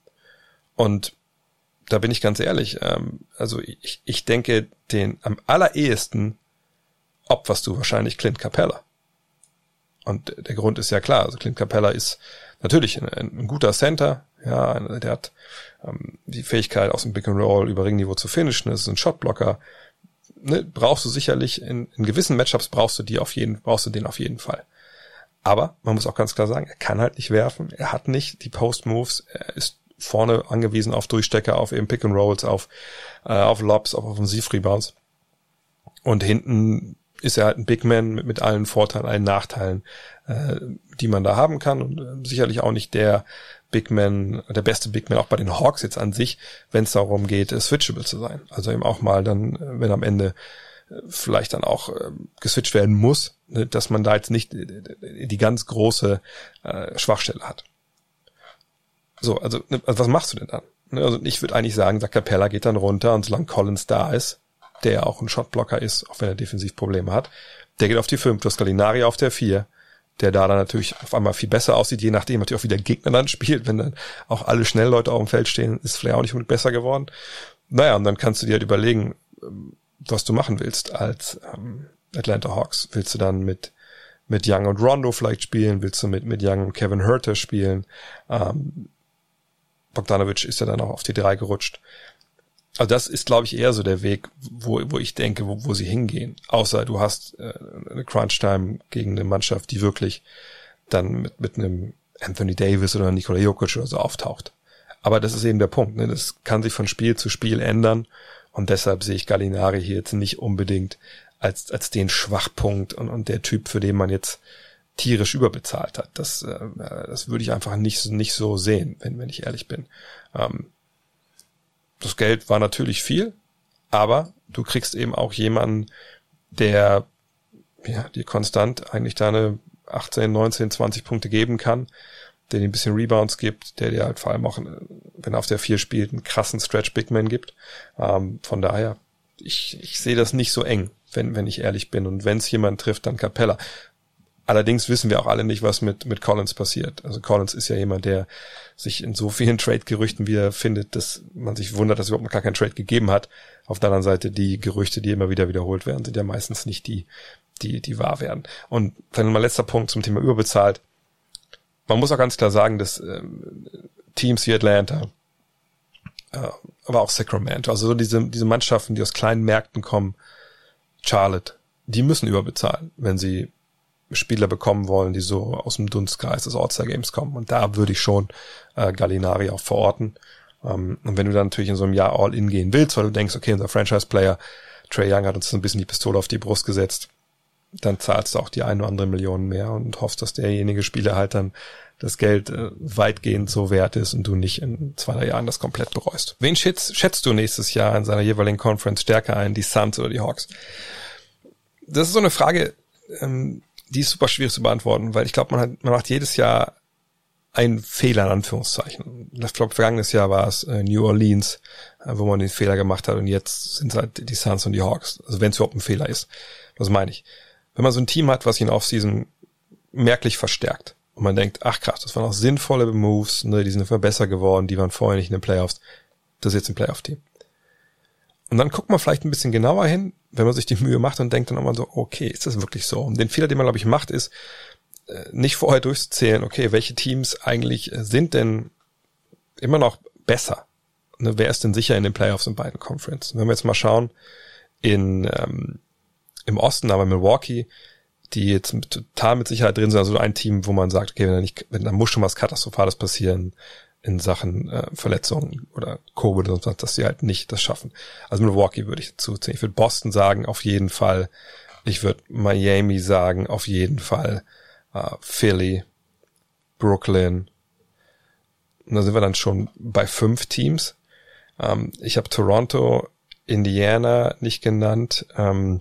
Und da bin ich ganz ehrlich, ähm, also ich, ich denke, den am allerehesten opferst du wahrscheinlich Clint Capella. Und der Grund ist ja klar, also Clint Capella ist natürlich ein, ein guter Center, ja, der hat ähm, die Fähigkeit aus dem Pick and Roll über Ringniveau zu finishen, das ist ein Shotblocker, ne, brauchst du sicherlich, in, in gewissen Matchups brauchst du die auf jeden, brauchst du den auf jeden Fall. Aber man muss auch ganz klar sagen, er kann halt nicht werfen, er hat nicht die Post-Moves, er ist vorne angewiesen auf Durchstecker, auf eben Pick and Rolls, auf äh, auf Lobs, auf Offensiv-Rebounds. Und hinten ist er halt ein Big Man mit, mit allen Vorteilen, allen Nachteilen, äh, die man da haben kann. Und äh, sicherlich auch nicht der Big Man, der beste Big Man auch bei den Hawks jetzt an sich, wenn es darum geht, switchable zu sein. Also eben auch mal dann, wenn am Ende vielleicht dann auch äh, geswitcht werden muss, ne, dass man da jetzt nicht die, die ganz große äh, Schwachstelle hat. So, also, also was machst du denn dann? Also ich würde eigentlich sagen, der Capella geht dann runter und solange Collins da ist, der auch ein Shotblocker ist, auch wenn er defensiv Probleme hat, der geht auf die fünf, du hast Gallinari auf der vier, der da dann natürlich auf einmal viel besser aussieht, je nachdem natürlich auch wie der Gegner dann spielt, wenn dann auch alle Schnellleute auf dem Feld stehen, ist vielleicht auch nicht unbedingt besser geworden. Naja, und dann kannst du dir halt überlegen, was du machen willst als ähm, Atlanta Hawks. Willst du dann mit mit Young und Rondo vielleicht spielen? Willst du mit mit Young und Kevin Huerter spielen? Ähm, Bogdanovic ist ja dann auch auf die drei gerutscht. Also das ist, glaube ich, eher so der Weg, wo wo ich denke, wo, wo sie hingehen. Außer du hast äh, eine Crunch-Time gegen eine Mannschaft, die wirklich dann mit mit einem Anthony Davis oder Nikola Jokic oder so auftaucht. Aber das ist eben der Punkt, ne? Das kann sich von Spiel zu Spiel ändern und deshalb sehe ich Gallinari hier jetzt nicht unbedingt als als den Schwachpunkt und, und der Typ, für den man jetzt tierisch überbezahlt hat. Das, äh, das würde ich einfach nicht, nicht so sehen, wenn, wenn ich ehrlich bin. Ähm, das Geld war natürlich viel, Aber du kriegst eben auch jemanden, der ja, dir konstant eigentlich deine achtzehn, neunzehn, zwanzig Punkte geben kann, der dir ein bisschen Rebounds gibt, der dir halt vor allem auch, wenn er auf der vier spielt, einen krassen Stretch-Big-Man gibt. Ähm, von daher, ich, ich sehe das nicht so eng, wenn, wenn ich ehrlich bin. Und wenn es jemand trifft, dann Capella. Allerdings wissen wir auch alle nicht, was mit, mit Collins passiert. Also Collins ist ja jemand, der sich in so vielen Trade-Gerüchten wieder findet, dass man sich wundert, dass es überhaupt noch gar keinen Trade gegeben hat. Auf der anderen Seite, die Gerüchte, die immer wieder wiederholt werden, sind ja meistens nicht die, die, die wahr werden. Und dann mal letzter Punkt zum Thema überbezahlt. Man muss auch ganz klar sagen, dass ähm, Teams wie Atlanta, äh, aber auch Sacramento, also so diese, diese Mannschaften, die aus kleinen Märkten kommen, Charlotte, die müssen überbezahlen, wenn sie Spieler bekommen wollen, die so aus dem Dunstkreis des All-Star Games kommen. Und da würde ich schon äh, Gallinari auch verorten. Ähm, und wenn du dann natürlich in so einem Jahr All-In gehen willst, weil du denkst, okay, unser Franchise-Player Trae Young hat uns so ein bisschen die Pistole auf die Brust gesetzt, dann zahlst du auch die eine oder andere Million mehr und hoffst, dass derjenige Spieler halt dann das Geld äh, weitgehend so wert ist und du nicht in zwei, drei Jahren das komplett bereust. Wen schätzt, schätzt du nächstes Jahr in seiner jeweiligen Conference stärker ein, die Suns oder die Hawks? Das ist so eine Frage, ähm, die ist super schwierig zu beantworten, weil ich glaube, man hat, man macht jedes Jahr einen Fehler in Anführungszeichen. Ich glaube, vergangenes Jahr war es äh, New Orleans, äh, wo man den Fehler gemacht hat und jetzt sind es halt die Suns und die Hawks. Also wenn es überhaupt ein Fehler ist. Was meine ich? Wenn man so ein Team hat, was ihn Offseason merklich verstärkt und man denkt, ach krass, das waren auch sinnvolle Moves, ne, die sind einfach besser geworden, die waren vorher nicht in den Playoffs, das ist jetzt ein Playoff-Team. Und dann guckt man vielleicht ein bisschen genauer hin, wenn man sich die Mühe macht und denkt dann auch mal so, okay, ist das wirklich so? Und den Fehler, den man, glaube ich, macht, ist, nicht vorher durchzuzählen, okay, welche Teams eigentlich sind denn immer noch besser? Ne, wer ist denn sicher in den Playoffs in beiden Conferences? Wenn wir jetzt mal schauen, in ähm, im Osten aber Milwaukee, die jetzt total mit Sicherheit drin sind, also ein Team, wo man sagt, okay, wenn da nicht, wenn da muss schon was Katastrophales passieren in Sachen äh, Verletzungen oder Covid oder sonst, dass sie halt nicht das schaffen. Also Milwaukee würde ich dazu zählen. Ich würde Boston sagen, auf jeden Fall. Ich würde Miami sagen, auf jeden Fall. Uh, Philly, Brooklyn. Und da sind wir dann schon bei fünf Teams. Um, ich habe Toronto, Indiana nicht genannt. Um,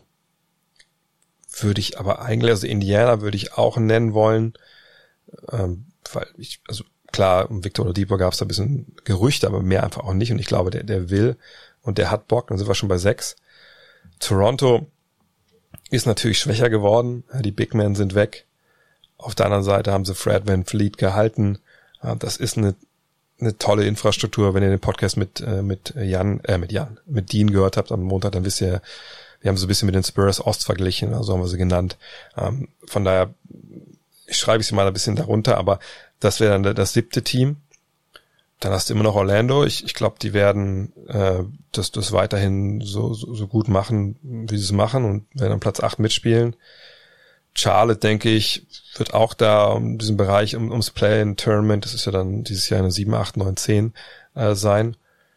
würde ich aber eigentlich, also Indiana würde ich auch nennen wollen, um, weil ich, also klar, um Victor Oladipo gab es da ein bisschen Gerüchte, aber mehr einfach auch nicht. Und ich glaube, der, der will und der hat Bock. Dann sind wir schon bei sechs. Toronto ist natürlich schwächer geworden. Die Big Men sind weg. Auf der anderen Seite haben sie Fred VanVleet gehalten. Das ist eine, eine tolle Infrastruktur. Wenn ihr den Podcast mit, mit Jan, äh, mit Jan, mit Dean gehört habt am Montag, dann wisst ihr, wir haben so ein bisschen mit den Spurs Ost verglichen, also haben wir sie genannt. Von daher schreibe ich sie mal ein bisschen darunter, aber das wäre dann das siebte Team. Dann hast du immer noch Orlando. Ich, ich glaube, die werden äh, das, das weiterhin so, so, so gut machen, wie sie es machen und werden am Platz acht mitspielen. Charlotte, denke ich, wird auch da um diesen Bereich, um, ums Play-in-Tournament, das ist ja dann dieses Jahr eine sieben, acht, neun, zehn äh, sein.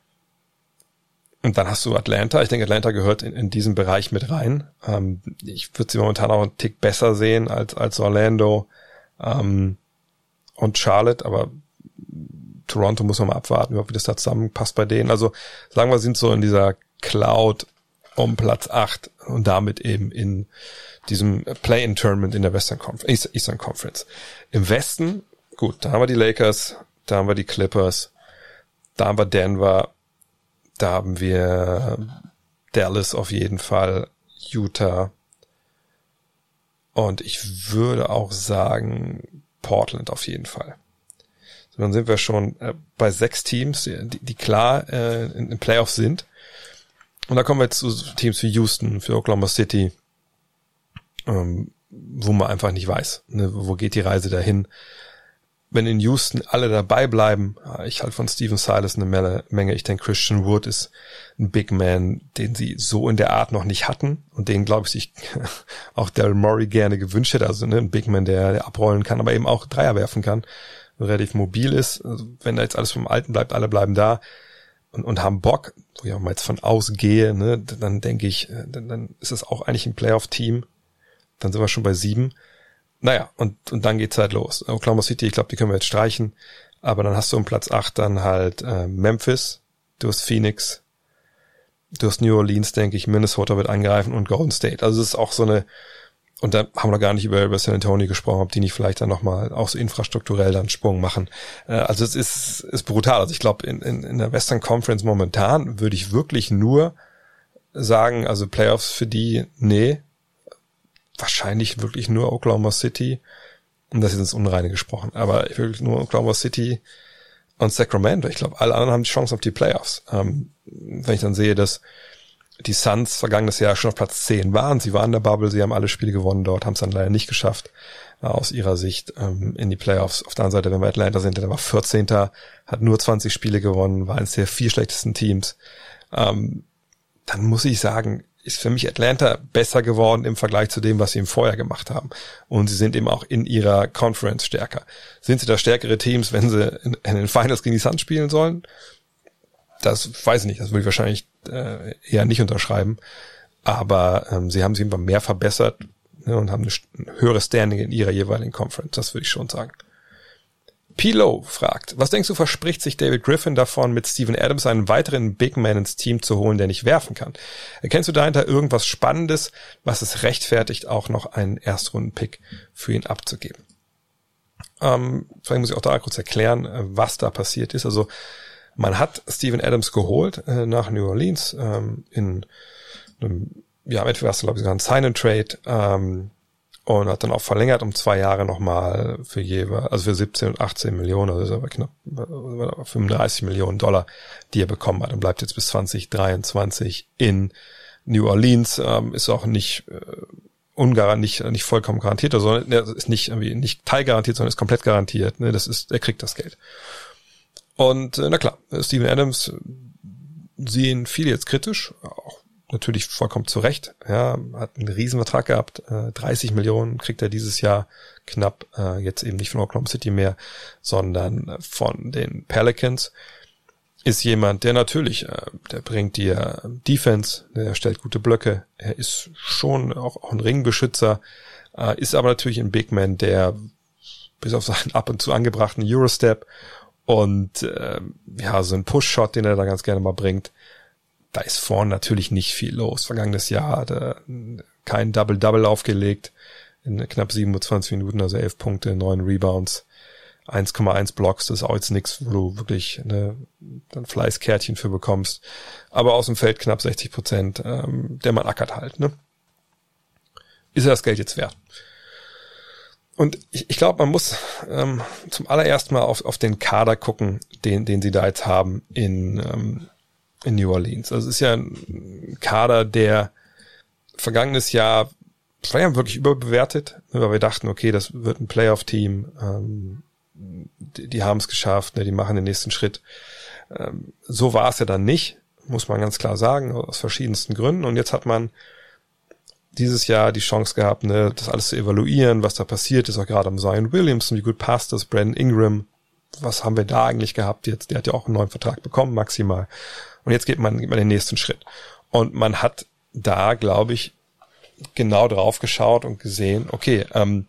Und dann hast du Atlanta. Ich denke, Atlanta gehört in, in diesen Bereich mit rein. Ähm, ich würde sie momentan auch einen Tick besser sehen als als Orlando ähm, und Charlotte, aber Toronto muss man mal abwarten, wie das da zusammenpasst bei denen. Also sagen wir, sind so in dieser Cloud um Platz acht und damit eben in diesem Play-in-Tournament in der Western Conference, Eastern Conference. Im Westen, gut, da haben wir die Lakers, da haben wir die Clippers, da haben wir Denver, da haben wir Dallas auf jeden Fall, Utah und ich würde auch sagen Portland auf jeden Fall. So, dann sind wir schon äh, bei sechs Teams, die, die klar äh, in, in Playoffs sind. Und da kommen wir jetzt zu Teams wie Houston, für Oklahoma City, ähm, wo man einfach nicht weiß, ne, wo geht die Reise dahin. Wenn in Houston alle dabei bleiben, ich halte von Stephen Silas eine Menge, ich denke Christian Wood ist ein Big Man, den sie so in der Art noch nicht hatten und den, glaube ich, sich auch Daryl Morey gerne gewünscht hätte, also ne, ein Big Man, der, der abrollen kann, aber eben auch Dreier werfen kann, relativ mobil ist. Also, wenn da jetzt alles vom Alten bleibt, alle bleiben da und, und haben Bock, wo ich auch mal jetzt von ausgehe, ne, dann denke ich, dann, dann ist es auch eigentlich ein Playoff-Team. Dann sind wir schon bei sieben. Naja, und, und dann geht's halt los. Oklahoma City, ich glaube, die können wir jetzt streichen. Aber dann hast du um Platz acht dann halt äh, Memphis, du hast Phoenix, du hast New Orleans, denke ich, Minnesota wird eingreifen und Golden State. Also es ist auch so eine, und da haben wir gar nicht über, über San Antonio gesprochen, ob die nicht vielleicht dann nochmal auch so infrastrukturell dann einen Sprung machen. Äh, also es ist, ist brutal. Also ich glaube, in, in, in der Western Conference momentan würde ich wirklich nur sagen, also Playoffs für die, nee, wahrscheinlich wirklich nur Oklahoma City, und das ist ins Unreine gesprochen, aber wirklich nur Oklahoma City und Sacramento. Ich glaube, alle anderen haben die Chance auf die Playoffs. Ähm, wenn ich dann sehe, dass die Suns vergangenes Jahr schon auf Platz zehn waren, sie waren in der Bubble, sie haben alle Spiele gewonnen dort, haben es dann leider nicht geschafft, äh, aus ihrer Sicht ähm, in die Playoffs. Auf der anderen Seite, wenn wir Atlanta sind, der war vierzehnter, hat nur zwanzig Spiele gewonnen, war eines der vier schlechtesten Teams. Ähm, dann muss ich sagen, ist für mich Atlanta besser geworden im Vergleich zu dem, was sie im Vorjahr gemacht haben. Und sie sind eben auch in ihrer Conference stärker. Sind sie da stärkere Teams, wenn sie in, in den Finals gegen die Suns spielen sollen? Das weiß ich nicht, das würde ich wahrscheinlich äh, eher nicht unterschreiben. Aber ähm, sie haben sich immer mehr verbessert, ne, und haben ein höheres Standing in ihrer jeweiligen Conference. Das würde ich schon sagen. Pilo fragt, was denkst du, verspricht sich David Griffin davon, mit Steven Adams einen weiteren Big Man ins Team zu holen, der nicht werfen kann? Erkennst du dahinter irgendwas Spannendes, was es rechtfertigt, auch noch einen Erstrunden-Pick für ihn abzugeben? Ähm, vielleicht muss ich auch da kurz erklären, was da passiert ist. Also man hat Steven Adams geholt äh, nach New Orleans ähm, in einem, ja, im Endeffekt war es, glaube ich, sogar ein Sign-and-Trade, ähm, und hat dann auch verlängert um zwei Jahre nochmal für jeweils, also für siebzehn und achtzehn Millionen, also aber knapp fünfunddreißig Millionen Dollar, die er bekommen hat, und bleibt jetzt bis zwanzig dreiundzwanzig in New Orleans. Ähm, ist auch nicht äh, ungarantiert, nicht, nicht vollkommen garantiert, sondern er ist nicht irgendwie nicht teilgarantiert, sondern ist komplett garantiert. Ne? Das ist, er kriegt das Geld. Und äh, na klar, Steven Adams sehen viele jetzt kritisch, auch natürlich vollkommen zu Recht. Ja, hat einen Riesenvertrag gehabt, äh, dreißig Millionen kriegt er dieses Jahr knapp, äh, jetzt eben nicht von Oklahoma City mehr, sondern von den Pelicans. Ist jemand, der natürlich, äh, der bringt dir Defense, der stellt gute Blöcke, er ist schon auch, auch ein Ringbeschützer, äh, ist aber natürlich ein Big Man, der bis auf seinen ab und zu angebrachten Eurostep und äh, ja, so ein Push-Shot, den er da ganz gerne mal bringt, da ist vorne natürlich nicht viel los. Vergangenes Jahr hat er kein Double-Double aufgelegt in knapp siebenundzwanzig Minuten, also elf Punkte, neun Rebounds, eins Komma eins Blocks. Das ist auch jetzt nichts, wo du wirklich eine, ein Fleißkärtchen für bekommst. Aber aus dem Feld knapp sechzig Prozent, ähm, der man ackert halt. Ne? Ist er das Geld jetzt wert? Und ich, ich glaube, man muss ähm, zum allerersten Mal auf, auf den Kader gucken, den, den sie da jetzt haben in ähm, in New Orleans. Also es ist ja ein Kader, der vergangenes Jahr vielleicht wirklich überbewertet, weil wir dachten, okay, das wird ein Playoff-Team, ähm, die, die haben es geschafft, ne, die machen den nächsten Schritt. Ähm, so war es ja dann nicht, muss man ganz klar sagen, aus verschiedensten Gründen. Und jetzt hat man dieses Jahr die Chance gehabt, ne, das alles zu evaluieren, was da passiert ist, auch gerade am Zion Williamson, wie gut passt das, Brandon Ingram, was haben wir da eigentlich gehabt jetzt? Der hat ja auch einen neuen Vertrag bekommen, maximal. Und jetzt geht man, geht man den nächsten Schritt. Und man hat da, glaube ich, genau drauf geschaut und gesehen, okay, ähm,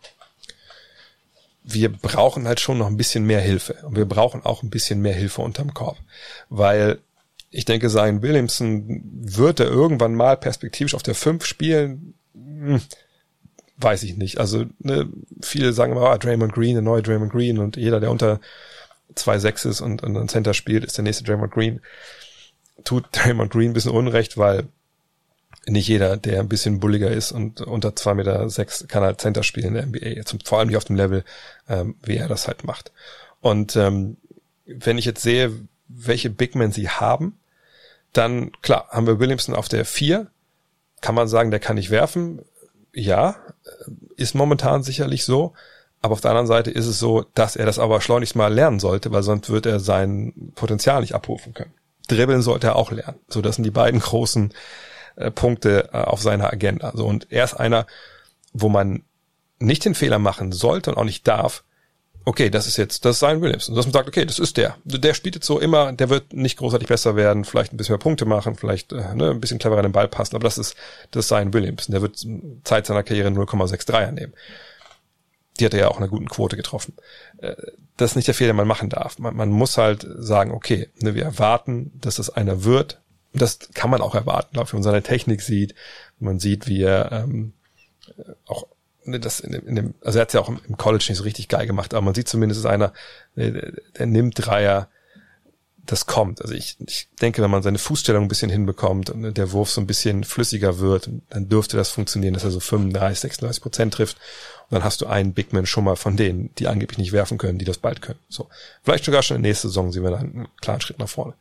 wir brauchen halt schon noch ein bisschen mehr Hilfe. Und wir brauchen auch ein bisschen mehr Hilfe unterm Korb. Weil ich denke, Zion Williamson wird er irgendwann mal perspektivisch auf der fünf spielen? Hm, weiß ich nicht. Also ne, viele sagen immer, ah, Draymond Green, der neue Draymond Green, und jeder, der unter zwei Komma sechs ist und ein Center spielt, ist der nächste Draymond Green. Tut Draymond Green ein bisschen Unrecht, weil nicht jeder, der ein bisschen bulliger ist und unter zwei Komma sechs Meter kann halt Center spielen in der N B A. Jetzt vor allem nicht auf dem Level, ähm, wie er das halt macht. Und ähm, wenn ich jetzt sehe, welche Big Men sie haben, dann, klar, haben wir Williamson auf der vier. Kann man sagen, der kann nicht werfen? Ja, ist momentan sicherlich so. Aber auf der anderen Seite ist es so, dass er das aber schleunigst mal lernen sollte, weil sonst wird er sein Potenzial nicht abrufen können. Dribbeln sollte er auch lernen. So, das sind die beiden großen äh, Punkte äh, auf seiner Agenda. So, und er ist einer, wo man nicht den Fehler machen sollte und auch nicht darf. Okay, das ist jetzt, das ist Zion Williamson. Dass man sagt, okay, das ist der. Der spielt jetzt so immer, der wird nicht großartig besser werden, vielleicht ein bisschen mehr Punkte machen, vielleicht äh, ne, ein bisschen cleverer an den Ball passen, aber das ist, das ist Zion Williamson. Der wird Zeit seiner Karriere null Komma sechsundsechzig nehmen. Die hat er ja auch in einer guten Quote getroffen. Das ist nicht der Fehler, den man machen darf. Man, man muss halt sagen, okay, ne, wir erwarten, dass das einer wird, das kann man auch erwarten, glaube ich, wenn man seine Technik sieht, wenn man sieht, wie er ähm, auch das in dem, in dem, also er hat es ja auch im College nicht so richtig geil gemacht, aber man sieht zumindest, ist einer, der, der nimmt Dreier, das kommt. Also ich, ich denke, wenn man seine Fußstellung ein bisschen hinbekommt und der Wurf so ein bisschen flüssiger wird, dann dürfte das funktionieren, dass er so fünfunddreißig, sechsunddreißig Prozent trifft. Und dann hast du einen Big Man schon mal von denen, die angeblich nicht werfen können, die das bald können. So, vielleicht sogar schon in der nächsten Saison sehen wir dann einen klaren Schritt nach vorne.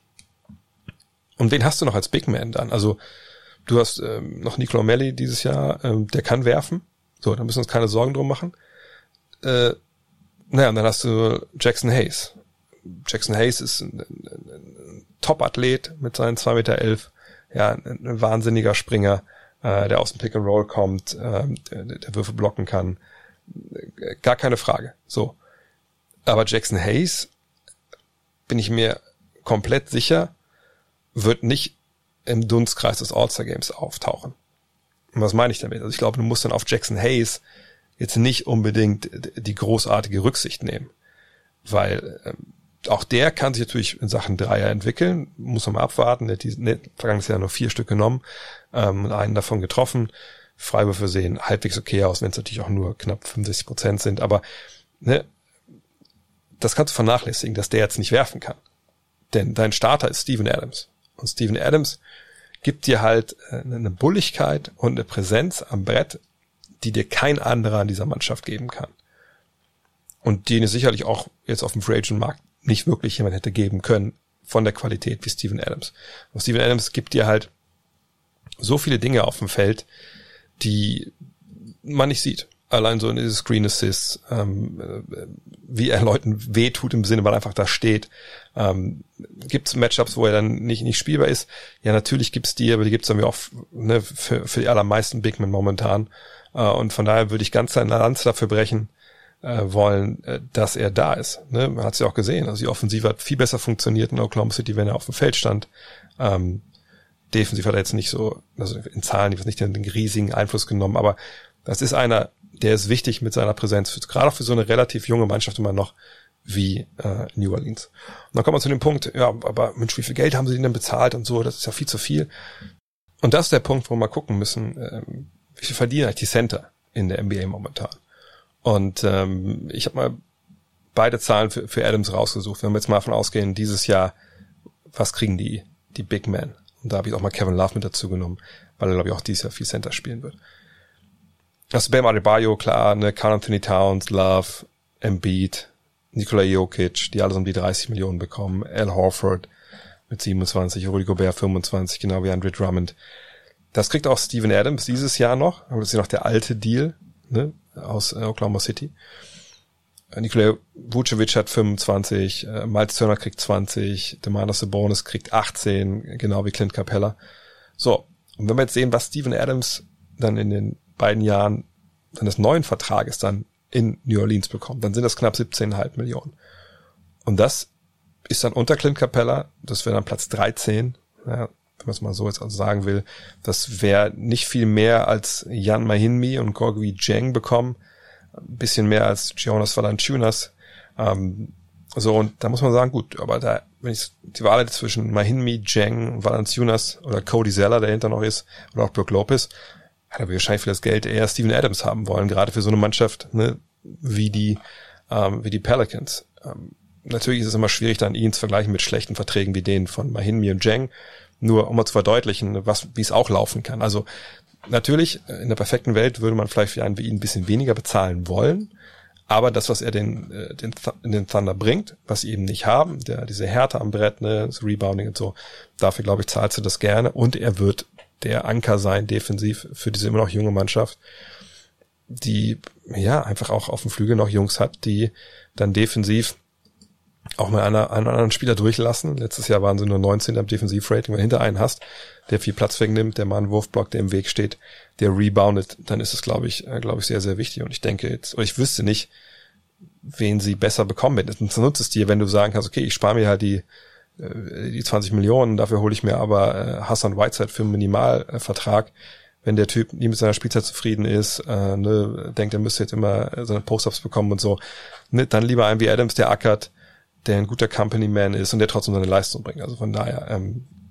Und wen hast du noch als Big Man dann? Also du hast ähm, noch Nicolo Melli dieses Jahr, ähm, der kann werfen. So, da müssen wir uns keine Sorgen drum machen. Äh, naja, und dann hast du Jackson Hayes. Jackson Hayes ist ein, ein, ein Top-Athlet mit seinen zwei Meter elf, ja, ein, ein wahnsinniger Springer, äh, der aus dem Pick and Roll kommt, äh, der, der Würfe blocken kann. Gar keine Frage. So. Aber Jackson Hayes, bin ich mir komplett sicher, wird nicht im Dunstkreis des All-Star Games auftauchen. Und was meine ich damit? Also ich glaube, du musst dann auf Jackson Hayes jetzt nicht unbedingt die großartige Rücksicht nehmen, weil ähm, auch der kann sich natürlich in Sachen Dreier entwickeln, muss man mal abwarten. Der hat diesen, ne, vergangenes Jahr nur vier Stück genommen ähm, und einen davon getroffen. Freiwürfe sehen halbwegs okay aus, wenn es natürlich auch nur knapp fünfundsechzig Prozent sind, aber ne, das kannst du vernachlässigen, dass der jetzt nicht werfen kann. Denn dein Starter ist Steven Adams. Und Steven Adams gibt dir halt eine Bulligkeit und eine Präsenz am Brett, die dir kein anderer an dieser Mannschaft geben kann. Und den es sicherlich auch jetzt auf dem Free Agent Markt nicht wirklich jemand hätte geben können von der Qualität wie Steven Adams. Und Steven Adams gibt dir halt so viele Dinge auf dem Feld, die man nicht sieht. Allein so in diese Screen Assists, ähm, wie er Leuten wehtut im Sinne, weil er einfach da steht. Ähm, gibt es Matchups, wo er dann nicht nicht spielbar ist? Ja, natürlich gibt's die, aber die gibt's dann auch ne, für, für die allermeisten Big Men momentan. Äh, und von daher würde ich ganz eine Lanze dafür brechen äh, wollen, äh, dass er da ist. Ne? Man hat es ja auch gesehen. Also die Offensive hat viel besser funktioniert in Oklahoma City, wenn er auf dem Feld stand. Ähm, defensiv hat er jetzt nicht so, also in Zahlen, nicht den, den riesigen Einfluss genommen, aber das ist einer, der ist wichtig mit seiner Präsenz, für, gerade auch für so eine relativ junge Mannschaft immer noch wie äh, New Orleans. Und dann kommt man zu dem Punkt, ja, aber Mensch, wie viel Geld haben sie denn bezahlt und so, das ist ja viel zu viel. Und das ist der Punkt, wo wir mal gucken müssen, ähm, wie viel verdienen eigentlich die Center in der N B A momentan. Und ähm, ich habe mal beide Zahlen für, für Adams rausgesucht. Wenn wir jetzt mal davon ausgehen, dieses Jahr, was kriegen die die Big Men? Und da habe ich auch mal Kevin Love mit dazu genommen, weil er, glaube ich, auch dieses Jahr viel Center spielen wird. Das ist Bam Adebayo, klar, ne, Karl Anthony Towns, Love, Embiid, Nikola Jokic, die alles um die dreißig Millionen bekommen, Al Horford mit siebenundzwanzig, Rudy Gobert fünfundzwanzig, genau wie Andre Drummond. Das kriegt auch Steven Adams dieses Jahr noch, aber das ist ja noch der alte Deal, ne, aus äh, Oklahoma City. Nikola Vucevic hat fünfundzwanzig, äh, Miles Turner kriegt zwanzig, Domantas Sabonis kriegt achtzehn, genau wie Clint Capella. So, und wenn wir jetzt sehen, was Steven Adams dann in den beiden Jahren seines neuen Vertrages dann in New Orleans bekommt, dann sind das knapp siebzehn Komma fünf Millionen. Und das ist dann unter Clint Capella, das wäre dann Platz dreizehn, ja, wenn man es mal so jetzt also sagen will, das wäre nicht viel mehr als Jan Mahinmi und Gorgui Dieng bekommen, ein bisschen mehr als Jonas Valanciunas. Ähm, so, und da muss man sagen, gut, aber da, wenn ich die Wahl hätte zwischen Mahinmi, Dieng, Valanciunas oder Cody Zeller, der hinter noch ist, oder auch Brook Lopez, hat er wahrscheinlich für das Geld eher Steven Adams haben wollen, gerade für so eine Mannschaft, ne, wie die, ähm, wie die Pelicans. Ähm, natürlich ist es immer schwierig, dann ihn zu vergleichen mit schlechten Verträgen wie denen von Mahinmi und Dieng, nur um mal zu verdeutlichen, was, wie es auch laufen kann. Also, natürlich, in der perfekten Welt würde man vielleicht für einen wie ihn ein bisschen weniger bezahlen wollen, aber das, was er den, den, in den Thunder bringt, was sie eben nicht haben, der, diese Härte am Brett, ne, das Rebounding und so, dafür, glaube ich, zahlst du das gerne und er wird der Anker sein, defensiv, für diese immer noch junge Mannschaft, die, ja, einfach auch auf dem Flügel noch Jungs hat, die dann defensiv auch mal einen, einen anderen Spieler durchlassen. Letztes Jahr waren sie nur neunzehn am Defensivrating. Wenn du hinter einen hast, der viel Platz wegnimmt, der mal einen Wurfblock, der im Weg steht, der reboundet, dann ist es, glaube ich, glaube ich, sehr, sehr wichtig. Und ich denke jetzt, oder ich wüsste nicht, wen sie besser bekommen werden. Das nutzt es dir, wenn du sagen kannst, okay, ich spare mir halt die, die zwanzig Millionen, dafür hole ich mir aber Hassan Whiteside für einen Minimalvertrag. Wenn der Typ nie mit seiner Spielzeit zufrieden ist, äh, ne, denkt, er müsste jetzt immer seine Post-Ups bekommen und so, ne, dann lieber einen wie Adams, der ackert, der ein guter Company-Man ist und der trotzdem seine Leistung bringt. Also von daher, ähm,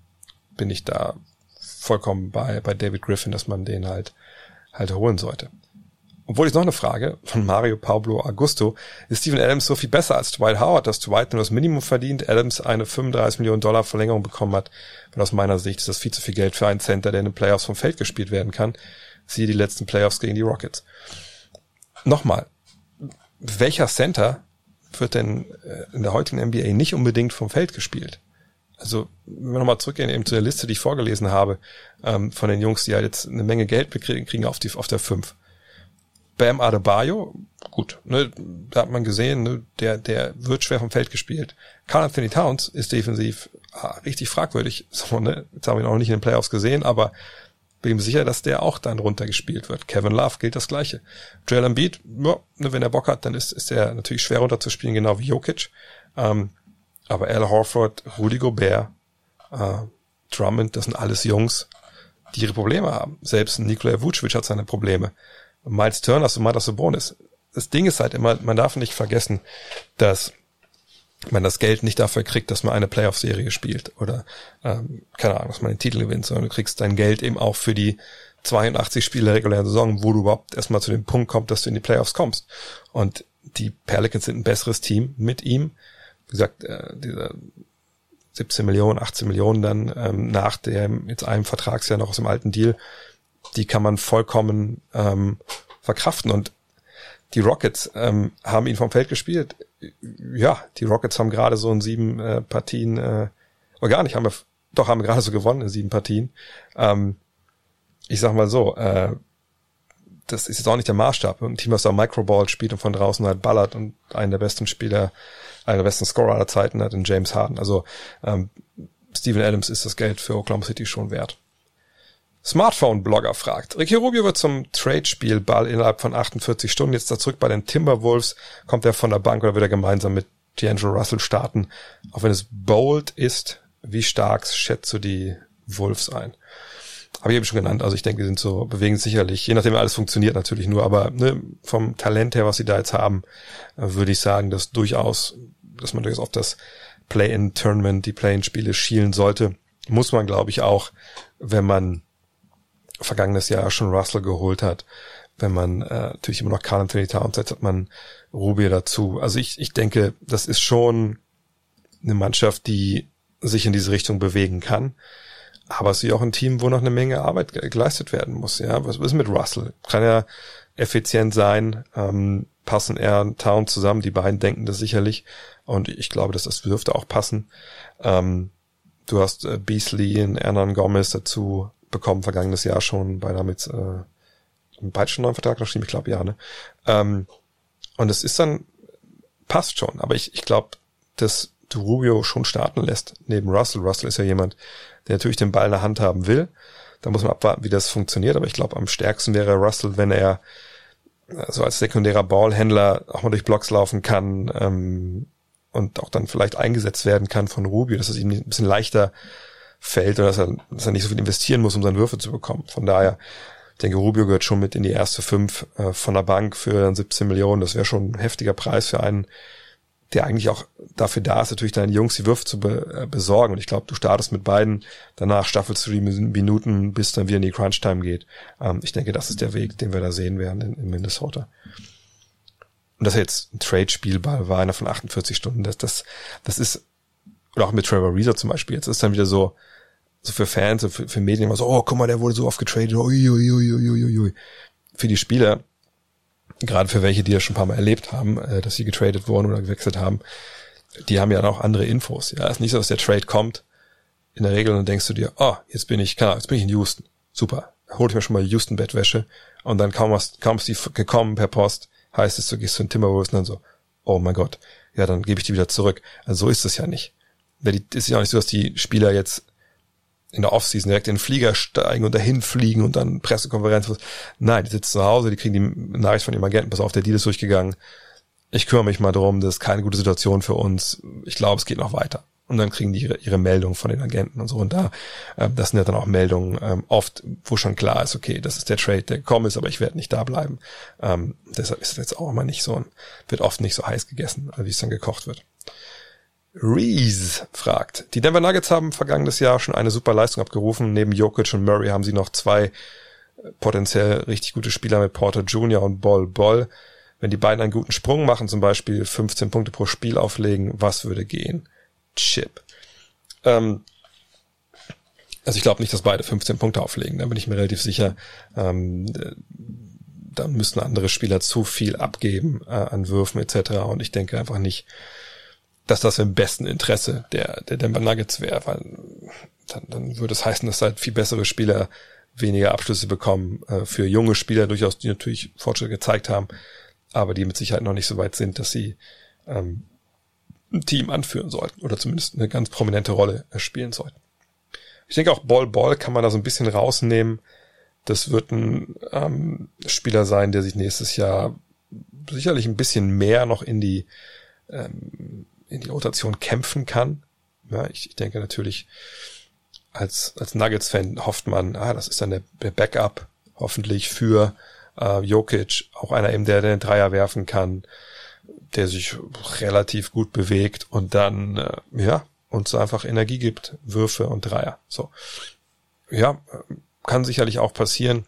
bin ich da vollkommen bei, bei David Griffin, dass man den halt, halt holen sollte. Obwohl ich noch eine Frage von Mario Pablo Augusto. Ist Steven Adams so viel besser als Dwight Howard, dass Dwight nur das Minimum verdient, Adams eine fünfunddreißig Millionen Dollar Verlängerung bekommen hat? Und aus meiner Sicht ist das viel zu viel Geld für einen Center, der in den Playoffs vom Feld gespielt werden kann. Siehe die letzten Playoffs gegen die Rockets. Nochmal, welcher Center wird denn in der heutigen N B A nicht unbedingt vom Feld gespielt? Also, wenn wir nochmal zurückgehen eben zu der Liste, die ich vorgelesen habe, ähm, von den Jungs, die halt jetzt eine Menge Geld bekriegen, kriegen auf die, auf der fünf. Bam Adebayo, gut, ne, da hat man gesehen, ne, der, der wird schwer vom Feld gespielt. Karl Anthony Towns ist defensiv ah, richtig fragwürdig. So, ne, jetzt haben wir ihn auch nicht in den Playoffs gesehen, aber bin mir sicher, dass der auch dann runtergespielt wird. Kevin Love gilt das Gleiche. Joel Embiid, ja, ne, wenn er Bock hat, dann ist, ist er natürlich schwer runterzuspielen, genau wie Jokic. Ähm, aber Al Horford, Rudy Gobert, äh, Drummond, das sind alles Jungs, die ihre Probleme haben. Selbst Nikola Vucevic hat seine Probleme. Miles Turner, Domantas Sabonis. Das Ding ist halt immer, man darf nicht vergessen, dass man das Geld nicht dafür kriegt, dass man eine Playoff-Serie spielt oder, ähm, keine Ahnung, dass man den Titel gewinnt, sondern du kriegst dein Geld eben auch für die zweiundachtzig Spiele der regulären Saison, wo du überhaupt erstmal zu dem Punkt kommst, dass du in die Playoffs kommst. Und die Pelicans sind ein besseres Team mit ihm. Wie gesagt, äh, diese siebzehn Millionen, achtzehn Millionen dann ähm, nach dem jetzt einem Vertragsjahr noch aus dem alten Deal, die kann man vollkommen ähm, verkraften. Und die Rockets ähm, haben ihn vom Feld gespielt. Ja, die Rockets haben gerade so in sieben äh, Partien, äh, oder gar nicht, haben wir, doch haben wir gerade so gewonnen in sieben Partien. Ähm, ich sag mal so, äh, das ist jetzt auch nicht der Maßstab. Ein Team, das da Microball spielt und von draußen halt ballert und einen der besten Spieler, einer der besten Scorer aller Zeiten hat in James Harden. Also ähm, Steven Adams ist das Geld für Oklahoma City schon wert. Smartphone-Blogger fragt, Ricky Rubio wird zum Trade-Spielball innerhalb von achtundvierzig Stunden. Jetzt da zurück bei den Timberwolves. Kommt er von der Bank oder wird er gemeinsam mit D'Angelo Russell starten? Auch wenn es bold ist, wie stark schätzt du die Wolves ein? Habe ich eben schon genannt. Also ich denke, die sind so, bewegen sicherlich, je nachdem alles funktioniert natürlich nur, aber ne, vom Talent her, was sie da jetzt haben, würde ich sagen, dass durchaus, dass man durchaus auf das Play-in-Tournament, die Play-in-Spiele schielen sollte. Muss man, glaube ich, auch, wenn man vergangenes Jahr schon Russell geholt hat. Wenn man äh, natürlich immer noch Karl Anthony Towns hat, hat man Rubio dazu. Also ich ich denke, das ist schon eine Mannschaft, die sich in diese Richtung bewegen kann. Aber es ist auch ein Team, wo noch eine Menge Arbeit ge- geleistet werden muss. Ja, was ist mit Russell? Kann er effizient sein? Ähm, passen er und Towns zusammen? Die beiden denken das sicherlich. Und ich glaube, dass das dürfte auch passen. Ähm, du hast äh, Beasley und Hernan Gomez dazu bekommen, vergangenes Jahr schon, beide haben jetzt äh, beide schon einen neuen Vertrag geschrieben, ich glaube ja, ne? Ähm, und es ist dann, passt schon, aber ich ich glaube, dass du Rubio schon starten lässt, neben Russell. Russell ist ja jemand, der natürlich den Ball in der Hand haben will. Da muss man abwarten, wie das funktioniert, aber ich glaube, am stärksten wäre Russell, wenn er so als sekundärer Ballhändler auch mal durch Blocks laufen kann ähm, und auch dann vielleicht eingesetzt werden kann von Rubio, dass es ihm ein bisschen leichter fällt oder dass er, dass er nicht so viel investieren muss, um seine Würfe zu bekommen. Von daher, ich denke, Rubio gehört schon mit in die erste fünf äh, von der Bank für siebzehn Millionen. Das wäre schon ein heftiger Preis für einen, der eigentlich auch dafür da ist, natürlich deinen Jungs die Würfe zu be- äh, besorgen. Und ich glaube, du startest mit beiden, danach staffelst du die Minuten, bis dann wieder in die Crunch-Time geht. Ähm, ich denke, das ist der Weg, den wir da sehen werden in, in Minnesota. Und dass jetzt ein Trade-Spielball war, einer von achtundvierzig Stunden, das, das, das ist, oder auch mit Trevor Ariza zum Beispiel, jetzt ist dann wieder so, so für Fans, so für, für Medien immer so, oh, guck mal, der wurde so oft getradet, ui, ui, ui, ui, ui, ui. Für die Spieler, gerade für welche, die das schon ein paar Mal erlebt haben, äh, dass sie getradet wurden oder gewechselt haben, die haben ja auch andere Infos. Ja, es ist nicht so, dass der Trade kommt, in der Regel, und dann denkst du dir, oh, jetzt bin ich, keine Ahnung, jetzt bin ich in Houston. Super. Hol ich mir schon mal Houston-Bettwäsche. Und dann kaum, was, kaum ist die gekommen per Post, heißt es, du gehst zu den Timberwolves und dann so, oh mein Gott, ja, dann gebe ich die wieder zurück. Also so ist es ja nicht. Es ist ja auch nicht so, dass die Spieler jetzt in der Offseason direkt in den Flieger steigen und dahin fliegen und dann Pressekonferenz. Nein, die sitzen zu Hause, die kriegen die Nachricht von ihrem Agenten, pass auf, der Deal ist durchgegangen. Ich kümmere mich mal drum, das ist keine gute Situation für uns. Ich glaube, es geht noch weiter. Und dann kriegen die ihre, ihre Meldungen von den Agenten und so. Und da, äh, das sind ja dann auch Meldungen ähm, oft, wo schon klar ist, okay, das ist der Trade, der gekommen ist, aber ich werde nicht da bleiben. Ähm, deshalb ist es jetzt auch immer nicht so, wird oft nicht so heiß gegessen, wie es dann gekocht wird. Reese fragt, die Denver Nuggets haben vergangenes Jahr schon eine super Leistung abgerufen. Neben Jokic und Murray haben sie noch zwei potenziell richtig gute Spieler mit Porter Junior und Bol Bol. Wenn die beiden einen guten Sprung machen, zum Beispiel fünfzehn Punkte pro Spiel auflegen, was würde gehen? Chip. Ähm, also ich glaube nicht, dass beide fünfzehn Punkte auflegen, da bin ich mir relativ sicher. Ähm, da müssten andere Spieler zu viel abgeben äh, an Würfen et cetera. Und ich denke einfach nicht, dass das im besten Interesse der, der Denver Nuggets wäre, weil dann, dann würde es heißen, dass halt viel bessere Spieler weniger Abschlüsse bekommen, äh, für junge Spieler durchaus, die natürlich Fortschritte gezeigt haben, aber die mit Sicherheit noch nicht so weit sind, dass sie ähm, ein Team anführen sollten oder zumindest eine ganz prominente Rolle spielen sollten. Ich denke auch Bol Bol kann man da so ein bisschen rausnehmen. Das wird ein ähm, Spieler sein, der sich nächstes Jahr sicherlich ein bisschen mehr noch in die ähm, in die Rotation kämpfen kann. Ja, ich, ich denke natürlich, als als Nuggets-Fan hofft man, ah, das ist dann der, der Backup hoffentlich für äh, Jokic, auch einer eben, der, der den Dreier werfen kann, der sich relativ gut bewegt und dann äh, ja uns einfach Energie gibt, Würfe und Dreier. So, ja, kann sicherlich auch passieren.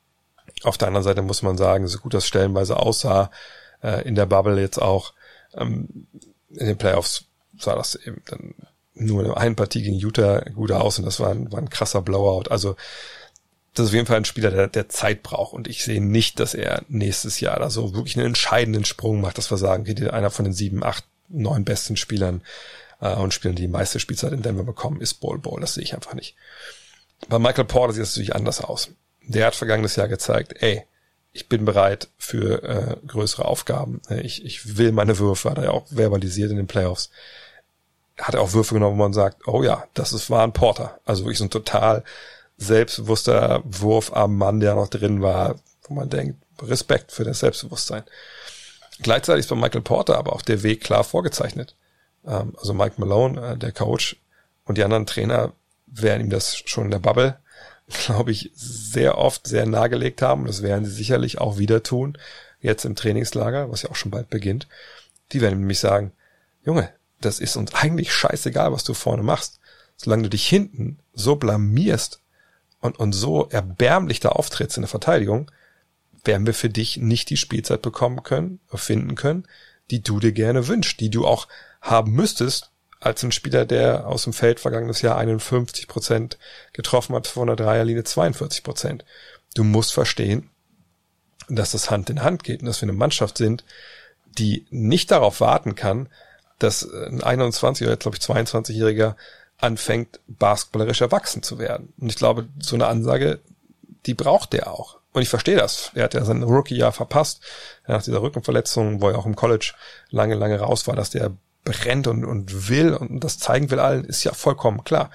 Auf der anderen Seite muss man sagen, so gut das stellenweise aussah, äh, in der Bubble jetzt auch, ähm, in den Playoffs sah das eben dann nur in einer Partie gegen Utah gut aus und das war ein, war ein krasser Blowout. Also das ist auf jeden Fall ein Spieler, der, der Zeit braucht und ich sehe nicht, dass er nächstes Jahr da so wirklich einen entscheidenden Sprung macht, dass wir sagen, okay, einer von den sieben, acht, neun besten Spielern äh, und Spielern, die die meiste Spielzeit in Denver bekommen, ist Bol Bol. Das sehe ich einfach nicht. Bei Michael Porter sieht es natürlich anders aus. Der hat vergangenes Jahr gezeigt, ey, ich bin bereit für äh, größere Aufgaben. Ich, ich will meine Würfe, hat er ja auch verbalisiert in den Playoffs. Hat er auch Würfe genommen, wo man sagt, oh ja, das ist, war ein Porter. Also wirklich so ein total selbstbewusster Wurf am Mann, der noch drin war, wo man denkt, Respekt für das Selbstbewusstsein. Gleichzeitig ist bei Michael Porter aber auch der Weg klar vorgezeichnet. Ähm, also Mike Malone, äh, der Coach, und die anderen Trainer werden ihm das schon in der Bubble, glaube ich, sehr oft sehr nahegelegt haben. Das werden sie sicherlich auch wieder tun, jetzt im Trainingslager, was ja auch schon bald beginnt. Die werden ihm nämlich sagen, Junge, das ist uns eigentlich scheißegal, was du vorne machst. Solange du dich hinten so blamierst und, und so erbärmlich da auftrittst in der Verteidigung, werden wir für dich nicht die Spielzeit bekommen können, finden können, die du dir gerne wünschst, die du auch haben müsstest, als ein Spieler, der aus dem Feld vergangenes Jahr einundfünfzig Prozent getroffen hat, von der Dreierlinie zweiundvierzig Prozent. Du musst verstehen, dass das Hand in Hand geht und dass wir eine Mannschaft sind, die nicht darauf warten kann, dass ein einundzwanzig- oder jetzt glaube ich zweiundzwanzigjähriger anfängt, basketballerisch erwachsen zu werden. Und ich glaube, so eine Ansage, die braucht der auch. Und ich verstehe das. Er hat ja sein Rookie-Jahr verpasst, nach dieser Rückenverletzung, wo er auch im College lange, lange raus war, dass der brennt und, und will und das zeigen will allen, ist ja vollkommen klar.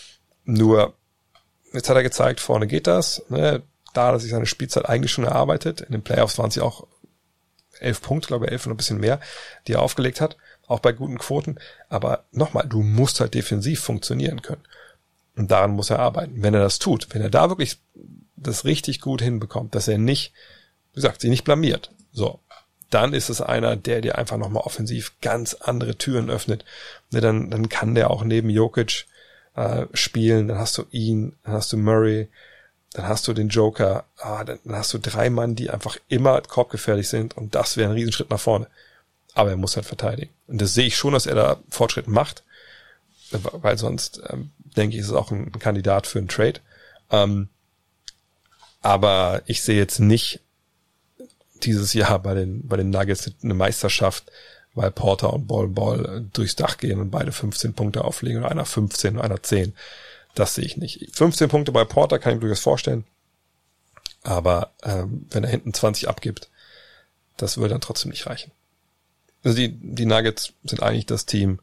Nur, jetzt hat er gezeigt, vorne geht das, ne? Da hat er sich seine Spielzeit eigentlich schon erarbeitet. In den Playoffs waren es ja auch elf Punkte, glaube ich, elf und ein bisschen mehr, die er aufgelegt hat, auch bei guten Quoten. Aber nochmal, du musst halt defensiv funktionieren können. Und daran muss er arbeiten. Wenn er das tut, wenn er da wirklich das richtig gut hinbekommt, dass er nicht, wie gesagt, sich nicht blamiert, so, dann ist es einer, der dir einfach nochmal offensiv ganz andere Türen öffnet. Ne, dann, dann kann der auch neben Jokic äh, spielen, dann hast du ihn, dann hast du Murray, dann hast du den Joker, ah, dann, dann hast du drei Mann, die einfach immer korbgefährlich sind und das wäre ein Riesenschritt nach vorne. Aber er muss halt verteidigen. Und das sehe ich schon, dass er da Fortschritt macht, weil sonst, ähm, denke ich, ist es auch ein, ein Kandidat für einen Trade. Ähm, aber ich sehe jetzt nicht dieses Jahr bei den bei den Nuggets eine Meisterschaft, weil Porter und Bol Bol durchs Dach gehen und beide fünfzehn Punkte auflegen oder einer fünfzehn und einer zehn. Das sehe ich nicht. fünfzehn Punkte bei Porter kann ich mir durchaus vorstellen, aber ähm, wenn er hinten zwanzig abgibt, das würde dann trotzdem nicht reichen. Also die die Nuggets sind eigentlich das Team,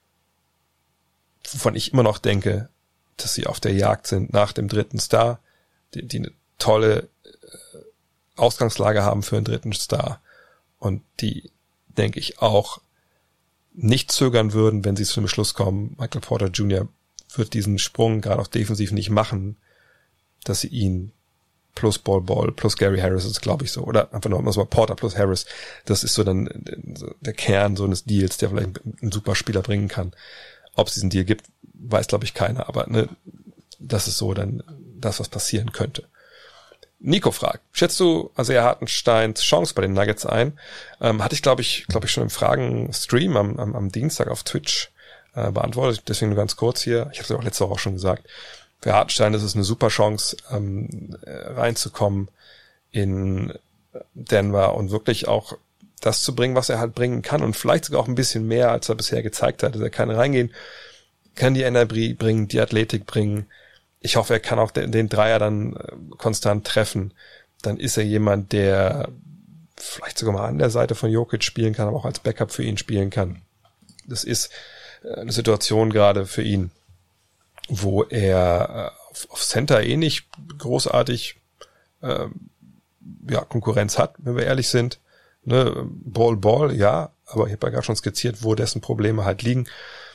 wovon ich immer noch denke, dass sie auf der Jagd sind nach dem dritten Star, die, die eine tolle Ausgangslage haben für einen dritten Star und die, denke ich, auch nicht zögern würden, wenn sie zu dem Schluss kommen, Michael Porter Junior wird diesen Sprung gerade auch defensiv nicht machen, dass sie ihn plus Ball Ball plus Gary Harris ist, glaube ich, so. Oder einfach nur mal Porter plus Harris. Das ist so dann der Kern so eines Deals, der vielleicht einen super Spieler bringen kann. Ob es diesen Deal gibt, weiß, glaube ich, keiner. Aber ne, das ist so dann das, was passieren könnte. Nico fragt, schätzt du Isaiah Hartensteins Chance bei den Nuggets ein? Ähm, hatte ich, glaube ich, glaube ich, schon im Fragen-Stream am, am, am Dienstag auf Twitch äh, beantwortet. Deswegen nur ganz kurz hier. Ich habe es ja auch letzte Woche auch schon gesagt. Für Hartenstein ist es eine super Chance, ähm, reinzukommen in Denver und wirklich auch das zu bringen, was er halt bringen kann und vielleicht sogar auch ein bisschen mehr, als er bisher gezeigt hat. Also er kann reingehen, kann die Energie bringen, die Athletik bringen. Ich hoffe, er kann auch den, den Dreier dann äh, konstant treffen. Dann ist er jemand, der vielleicht sogar mal an der Seite von Jokic spielen kann, aber auch als Backup für ihn spielen kann. Das ist äh, eine Situation gerade für ihn, wo er äh, auf, auf Center eh nicht großartig äh, ja, Konkurrenz hat, wenn wir ehrlich sind. Ne, Ball, Ball, ja, aber ich habe ja gerade schon skizziert, wo dessen Probleme halt liegen.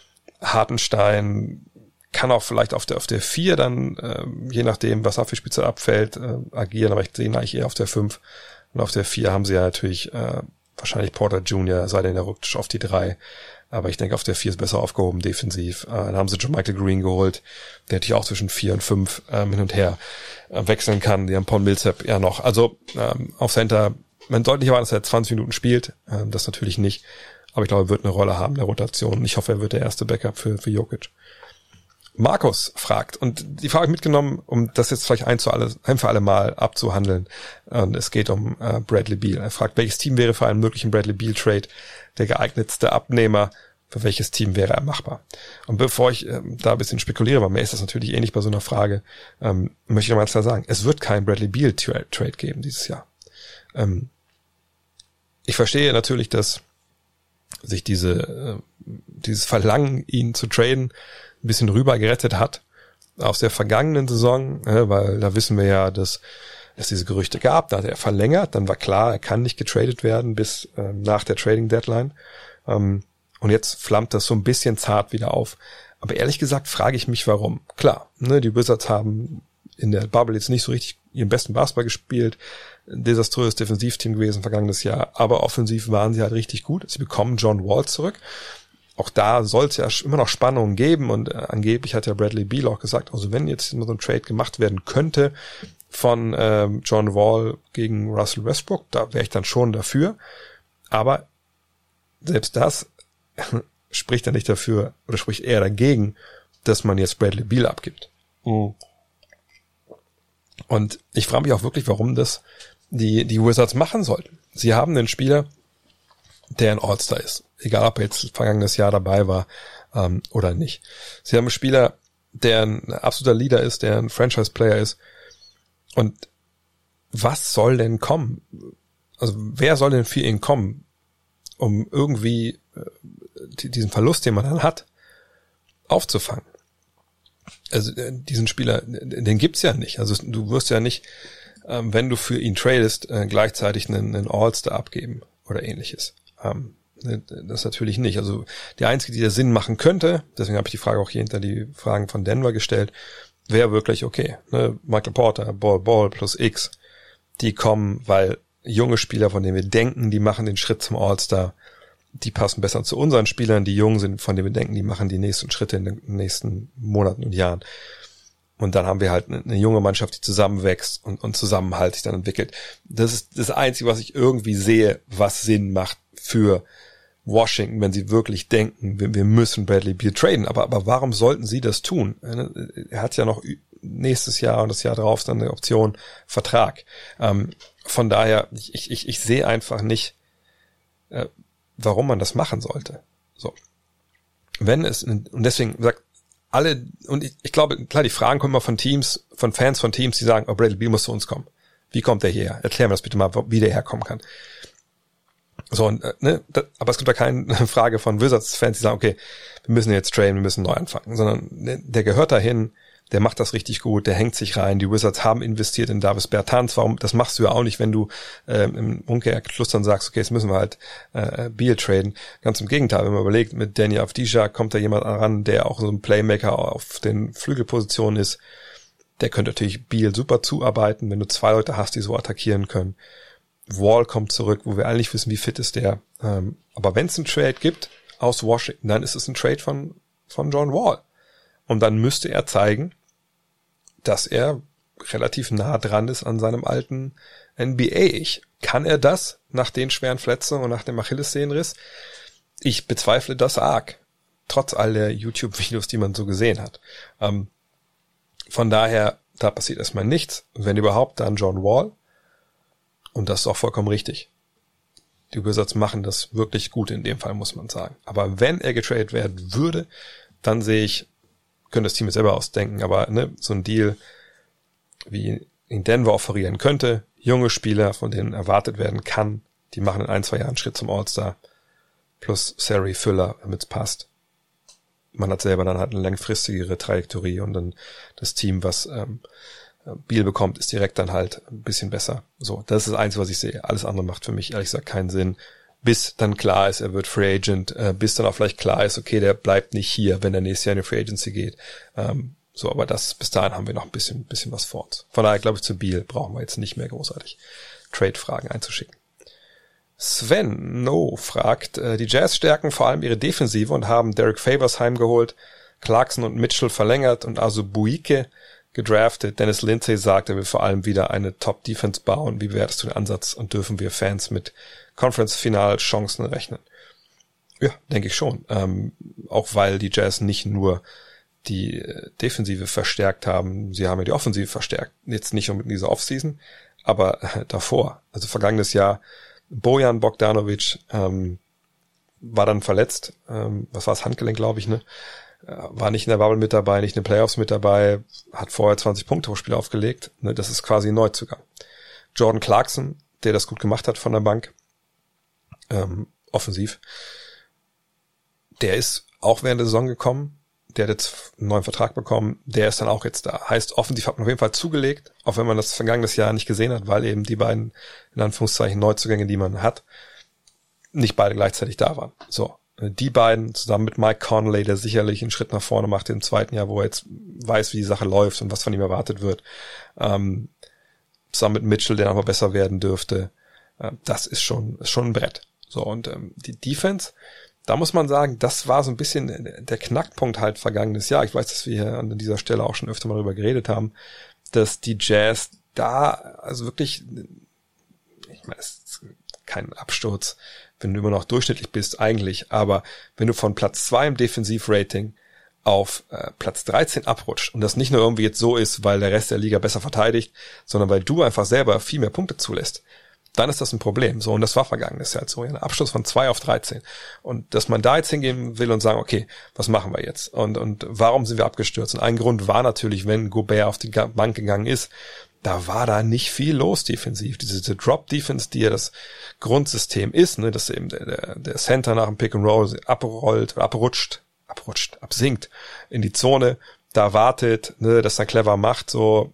Hartenstein kann auch vielleicht auf der auf der vier dann, äh, je nachdem, was auf die Spitze abfällt, äh, agieren, aber ich sehe ihn eigentlich eher auf der fünf. Und auf der vier haben sie ja natürlich äh, wahrscheinlich Porter Junior, sei denn der rückt auf die drei. Aber ich denke, auf der vier ist besser aufgehoben defensiv. Äh, dann haben sie John Michael Green geholt, der natürlich auch zwischen vier und fünf ähm, hin und her äh, wechseln kann. Die haben Paul Millsap ja noch. Also ähm, auf Center, man sollte nicht erwarten, dass er zwanzig Minuten spielt. Ähm, das natürlich nicht. Aber ich glaube, er wird eine Rolle haben in der Rotation. Ich hoffe, er wird der erste Backup für, für Jokic. Markus fragt, und die Frage mitgenommen, um das jetzt vielleicht ein, zu alle, ein für alle Mal abzuhandeln. Und es geht um äh, Bradley Beal. Er fragt, welches Team wäre für einen möglichen Bradley Beal Trade der geeignetste Abnehmer? Für welches Team wäre er machbar? Und bevor ich ähm, da ein bisschen spekuliere, weil mir ist das natürlich ähnlich bei so einer Frage, ähm, möchte ich nochmal klar sagen, es wird keinen Bradley Beal Tra- Trade geben dieses Jahr. Ähm, ich verstehe natürlich, dass sich diese äh, dieses Verlangen, ihn zu traden, ein bisschen rüber gerettet hat aus der vergangenen Saison, äh, weil da wissen wir ja, dass es diese Gerüchte gab, da hat er verlängert, dann war klar, er kann nicht getradet werden bis äh, nach der Trading Deadline. Ähm, und jetzt flammt das so ein bisschen zart wieder auf. Aber ehrlich gesagt frage ich mich, warum. Klar, ne, die Wizards haben in der Bubble jetzt nicht so richtig ihren besten Basketball gespielt, ein desaströses Defensivteam gewesen vergangenes Jahr, aber offensiv waren sie halt richtig gut. Sie bekommen John Wall zurück. Auch da soll es ja immer noch Spannungen geben und äh, angeblich hat ja Bradley Beal auch gesagt, also wenn jetzt immer so ein Trade gemacht werden könnte von ähm, John Wall gegen Russell Westbrook, da wäre ich dann schon dafür. Aber selbst das spricht ja nicht dafür oder spricht eher dagegen, dass man jetzt Bradley Beal abgibt. Mhm. Und ich frage mich auch wirklich, warum das die die Wizards machen sollten. Sie haben einen Spieler, der ein All-Star ist. Egal, ob er jetzt vergangenes Jahr dabei war ähm, oder nicht. Sie haben einen Spieler, der ein absoluter Leader ist, der ein Franchise-Player ist. Und was soll denn kommen? Also wer soll denn für ihn kommen, um irgendwie äh, diesen Verlust, den man dann hat, aufzufangen? Also äh, diesen Spieler, den gibt's ja nicht. Also du wirst ja nicht, ähm, wenn du für ihn tradest, äh, gleichzeitig einen, einen All-Star abgeben oder ähnliches. Ähm, das natürlich nicht. Also die einzige, die da Sinn machen könnte, deswegen habe ich die Frage auch hier hinter die Fragen von Denver gestellt, wäre wirklich okay. Ne? Michael Porter, Ball, Ball plus X, die kommen, weil junge Spieler, von denen wir denken, die machen den Schritt zum All-Star, die passen besser zu unseren Spielern, die jung sind, von denen wir denken, die machen die nächsten Schritte in den nächsten Monaten und Jahren. Und dann haben wir halt eine, eine junge Mannschaft, die zusammenwächst und, und Zusammenhalt sich dann entwickelt. Das ist das Einzige, was ich irgendwie sehe, was Sinn macht für Washington, wenn sie wirklich denken, wir, wir müssen Bradley Beal traden. Aber, aber warum sollten sie das tun? Er hat ja noch nächstes Jahr und das Jahr drauf dann eine Option Vertrag. Ähm, von daher, ich, ich, ich sehe einfach nicht, äh, warum man das machen sollte. So. Wenn es, und deswegen sagt alle, und ich, ich glaube, klar, die Fragen kommen immer von Teams, von Fans von Teams, die sagen, oh, Bradley Beal muss zu uns kommen. Wie kommt der hierher? Erklär mir das bitte mal, wie der herkommen kann. So, und, ne, das, aber es gibt da keine Frage von Wizards-Fans, die sagen, okay, wir müssen jetzt traden, wir müssen neu anfangen, sondern der, der gehört dahin, der macht das richtig gut, der hängt sich rein. Die Wizards haben investiert in Davis Bertans. Warum? Das machst du ja auch nicht, wenn du äh, im Umkehrschluss dann sagst, okay, jetzt müssen wir halt äh, Beal traden. Ganz im Gegenteil, wenn man überlegt, mit Danny Avdija kommt da jemand ran, der auch so ein Playmaker auf den Flügelpositionen ist, Der könnte natürlich Beal super zuarbeiten, wenn du zwei Leute hast, die so attackieren können. Wall kommt zurück, wo wir eigentlich wissen, wie fit ist der. Ähm, aber wenn es einen Trade gibt aus Washington, dann ist es ein Trade von von John Wall. Und dann müsste er zeigen, dass er relativ nah dran ist an seinem alten N B A-Ich. Kann er das nach den schweren Verletzungen und nach dem Achillessehnenriss? Ich bezweifle das arg. Trotz all der YouTube-Videos, die man so gesehen hat. Ähm, von daher, da passiert erstmal nichts. Wenn überhaupt, dann John Wall. Und das ist auch vollkommen richtig. Die Wizards machen das wirklich gut in dem Fall, muss man sagen. Aber wenn er getradet werden würde, dann sehe ich, könnte das Team jetzt selber ausdenken, aber ne, so ein Deal, wie in Denver offerieren könnte, junge Spieler, von denen erwartet werden kann, die machen in ein, zwei Jahren einen Schritt zum All-Star, plus Sari Füller, damit es passt. Man hat selber dann halt eine langfristigere Trajektorie und dann das Team, was ähm, Beal bekommt, ist direkt dann halt ein bisschen besser. So, das ist das Einzige, was ich sehe. Alles andere macht für mich ehrlich gesagt keinen Sinn. Bis dann klar ist, er wird Free Agent, äh, bis dann auch vielleicht klar ist, okay, der bleibt nicht hier, wenn er nächstes Jahr in die Free Agency geht. Ähm, so, aber das, bis dahin haben wir noch ein bisschen, bisschen was vor uns. Von daher glaube ich, zu Beal brauchen wir jetzt nicht mehr großartig Trade-Fragen einzuschicken. Sven No fragt, äh, die Jazz stärken vor allem ihre Defensive und haben Derek Favors heimgeholt, Clarkson und Mitchell verlängert und also Buike gedraftet. Dennis Lindsay sagt, er will vor allem wieder eine Top-Defense bauen. Wie bewertest du den Ansatz und dürfen wir Fans mit Conference-Final-Chancen rechnen? Ja, denke ich schon. Ähm, auch weil die Jazz nicht nur die äh, Defensive verstärkt haben, sie haben ja die Offensive verstärkt. Jetzt nicht unbedingt in dieser Offseason, aber äh, davor. Also vergangenes Jahr Bojan Bogdanovic ähm, war dann verletzt. Ähm, was war das? Handgelenk, glaube ich, ne? War nicht in der Bubble mit dabei, nicht in den Playoffs mit dabei, hat vorher zwanzig Punkte pro Spiel aufgelegt. Ne, das ist quasi ein Neuzugang. Jordan Clarkson, der das gut gemacht hat von der Bank, ähm, offensiv, der ist auch während der Saison gekommen, der hat jetzt einen neuen Vertrag bekommen, der ist dann auch jetzt da. Heißt, offensiv hat man auf jeden Fall zugelegt, auch wenn man das vergangenes Jahr nicht gesehen hat, weil eben die beiden, in Anführungszeichen, Neuzugänge, die man hat, nicht beide gleichzeitig da waren. So. Die beiden zusammen mit Mike Conley, der sicherlich einen Schritt nach vorne macht im zweiten Jahr, wo er jetzt weiß, wie die Sache läuft und was von ihm erwartet wird. Ähm, zusammen mit Mitchell, der aber besser werden dürfte. Äh, das ist schon, ist schon ein Brett. So, und ähm, die Defense, da muss man sagen, das war so ein bisschen der Knackpunkt halt vergangenes Jahr. Ich weiß, dass wir hier an dieser Stelle auch schon öfter mal darüber geredet haben, dass die Jazz da, also wirklich, ich meine, es ist kein Absturz, wenn du immer noch durchschnittlich bist eigentlich, aber wenn du von Platz zwei im Defensivrating auf äh, Platz dreizehn abrutscht und das nicht nur irgendwie jetzt so ist, weil der Rest der Liga besser verteidigt, sondern weil du einfach selber viel mehr Punkte zulässt, dann ist das ein Problem. So, und das war vergangenes Jahr so. Ein Abschluss von zwei auf dreizehn. Und dass man da jetzt hingehen will und sagen, okay, was machen wir jetzt? Und, und warum sind wir abgestürzt? Und ein Grund war natürlich, wenn Gobert auf die Bank gegangen ist, da war da nicht viel los defensiv. Diese, diese Drop-Defense, die ja das Grundsystem ist, ne, dass eben der, der, der Center nach dem Pick-and-Roll abrollt, abrutscht, abrutscht, absinkt in die Zone, da wartet, ne, das dann clever macht, so,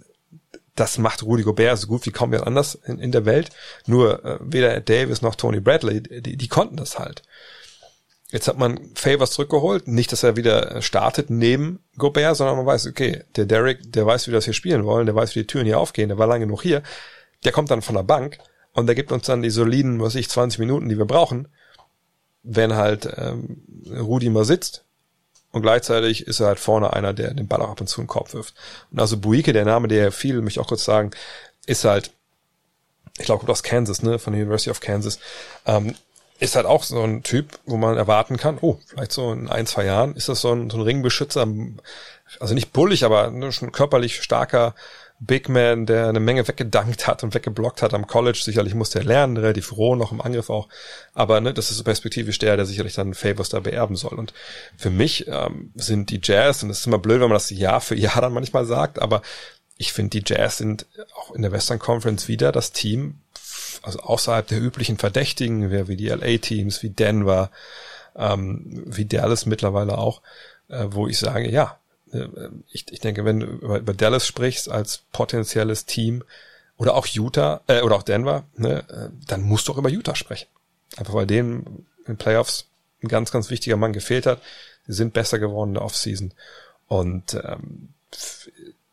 das macht Rudy Gobert so gut wie kaum wer anders in, in der Welt. Nur äh, weder Ed Davis noch Tony Bradley, die, die konnten das halt. Jetzt hat man Favors zurückgeholt. Nicht, dass er wieder startet neben Gobert, sondern man weiß, okay, der Derek, der weiß, wie wir das hier spielen wollen, der weiß, wie die Türen hier aufgehen, der war lange genug hier. Der kommt dann von der Bank und der gibt uns dann die soliden, was weiß ich, zwanzig Minuten, die wir brauchen, wenn halt ähm, Rudy mal sitzt. Und gleichzeitig ist er halt vorne einer, der den Ball auch ab und zu in den Korb wirft. Und also Buike, der Name, der viel, möchte ich auch kurz sagen, ist halt, ich glaube, kommt aus Kansas, ne, von der University of Kansas, ähm, ist halt auch so ein Typ, wo man erwarten kann, oh, vielleicht so in ein, zwei Jahren ist das so ein, so ein Ringbeschützer, also nicht bullig, aber ne, schon körperlich starker Big Man, der eine Menge weggedankt hat und weggeblockt hat am College. Sicherlich musste er lernen, relativ roh noch im Angriff auch. Aber ne, das ist so perspektivisch der, der sicherlich dann Favors da beerben soll. Und für mich ähm, sind die Jazz, und das ist immer blöd, wenn man das Jahr für Jahr dann manchmal sagt, aber ich finde, die Jazz sind auch in der Western Conference wieder das Team, also außerhalb der üblichen Verdächtigen, wie die L A-Teams, wie Denver, ähm, wie Dallas mittlerweile auch, äh, wo ich sage, ja, Ich, ich denke, wenn du über, über Dallas sprichst als potenzielles Team oder auch Utah äh, oder auch Denver, ne, dann musst du auch über Utah sprechen. Einfach weil denen in den Playoffs ein ganz, ganz wichtiger Mann gefehlt hat. Sie sind besser geworden in der Offseason. Und ähm,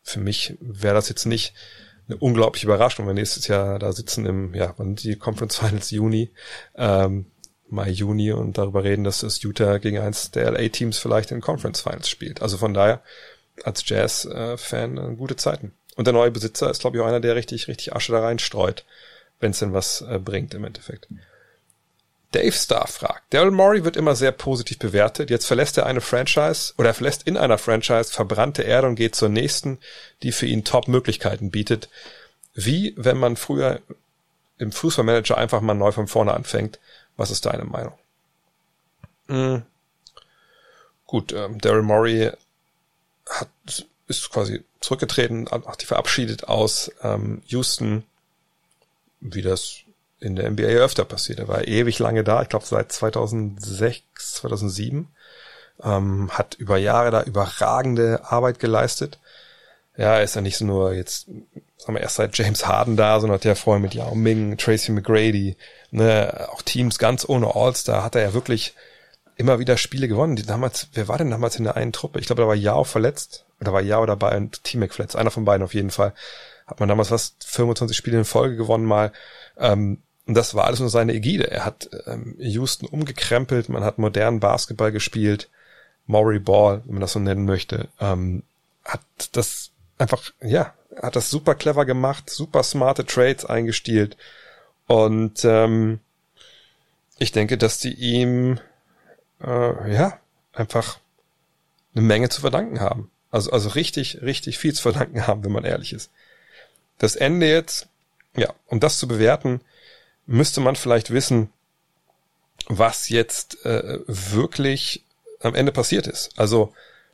für mich wäre das jetzt nicht eine unglaubliche Überraschung, wenn nächstes Jahr da sitzen im, ja, wann sind die Conference Finals? Juni, ähm, Mai, Juni und darüber reden, dass das Utah gegen eins der L A-Teams vielleicht in Conference Finals spielt. Also von daher, als Jazz-Fan, äh, gute Zeiten. Und der neue Besitzer ist, glaube ich, auch einer, der richtig, richtig Asche da reinstreut, wenn es denn was äh, bringt im Endeffekt. Dave Starr fragt, Daryl Morey wird immer sehr positiv bewertet. Jetzt verlässt er eine Franchise oder er verlässt in einer Franchise verbrannte Erde und geht zur nächsten, die für ihn Top-Möglichkeiten bietet. Wie, wenn man früher im Fußballmanager einfach mal neu von vorne anfängt? Was ist deine Meinung? Mhm. Gut, ähm, Daryl Morey hat, ist quasi zurückgetreten, hat die verabschiedet aus ähm, Houston, wie das in der N B A öfter passiert. Er war ewig lange da, ich glaube seit zweitausendsechs, zweitausendsieben, ähm, hat über Jahre da überragende Arbeit geleistet. Ja, er ist ja nicht so nur jetzt, sagen wir, erst seit James Harden da, sondern hat ja vorher mit Yao Ming, Tracy McGrady, ne, auch Teams ganz ohne All-Star, hat er ja wirklich immer wieder Spiele gewonnen. Die damals, wer war denn damals in der einen Truppe? Ich glaube, da war Yao verletzt, oder war Yao dabei und T-Mac verletzt, einer von beiden auf jeden Fall. Hat man damals fast fünfundzwanzig Spiele in Folge gewonnen mal. Ähm, und das war alles nur seine Ägide. Er hat ähm, Houston umgekrempelt, man hat modernen Basketball gespielt, Morey Ball, wenn man das so nennen möchte, ähm, hat das einfach, ja, hat das super clever gemacht, super smarte Trades eingestielt und ähm, ich denke, dass die ihm äh, ja, einfach eine Menge zu verdanken haben. Also, also richtig, richtig viel zu verdanken haben, wenn man ehrlich ist. Das Ende jetzt, ja, um das zu bewerten, müsste man vielleicht wissen, was jetzt äh, wirklich am Ende passiert ist. Also,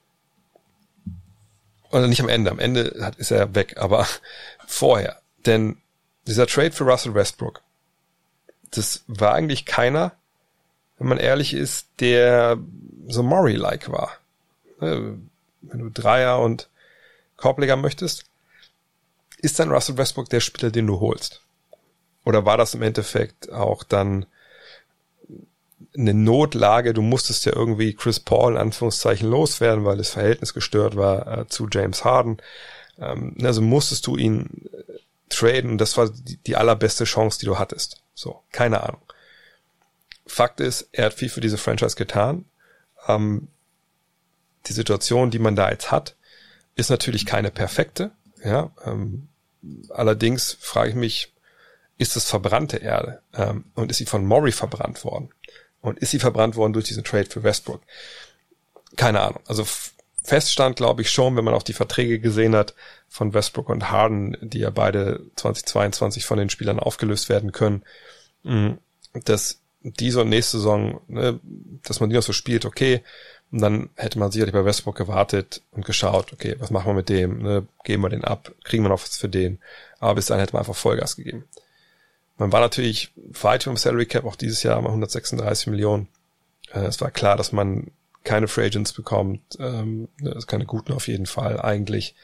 oder nicht am Ende, am Ende hat, ist er weg, aber vorher. Denn dieser Trade für Russell Westbrook, das war eigentlich keiner, wenn man ehrlich ist, der so Morey-like war. Wenn du Dreier und Korbleger möchtest, ist dann Russell Westbrook der Spieler, den du holst? Oder war das im Endeffekt auch dann eine Notlage, du musstest ja irgendwie Chris Paul in Anführungszeichen loswerden, weil das Verhältnis gestört war äh, zu James Harden. Ähm, also musstest du ihn äh, traden und das war die, die allerbeste Chance, die du hattest. So, keine Ahnung. Fakt ist, er hat viel für diese Franchise getan. Ähm, die Situation, die man da jetzt hat, ist natürlich keine perfekte. Ja, ähm, allerdings frage ich mich, ist es verbrannte Erde? Ähm, und ist sie von Morey verbrannt worden? Und ist sie verbrannt worden durch diesen Trade für Westbrook? Keine Ahnung. Also feststand, glaube ich, schon, wenn man auch die Verträge gesehen hat von Westbrook und Harden, die ja beide zweitausendzweiundzwanzig von den Spielern aufgelöst werden können, dass diese und nächste Saison, ne, dass man die noch so spielt, okay, und dann hätte man sicherlich bei Westbrook gewartet und geschaut, okay, was machen wir mit dem, ne, geben wir den ab, kriegen wir noch was für den, aber bis dahin hätte man einfach Vollgas gegeben. Man war natürlich weit vom Salary Cap, auch dieses Jahr mal hundertsechsunddreißig Millionen. Äh, es war klar, dass man keine Free Agents bekommt, ähm, also keine guten auf jeden Fall eigentlich.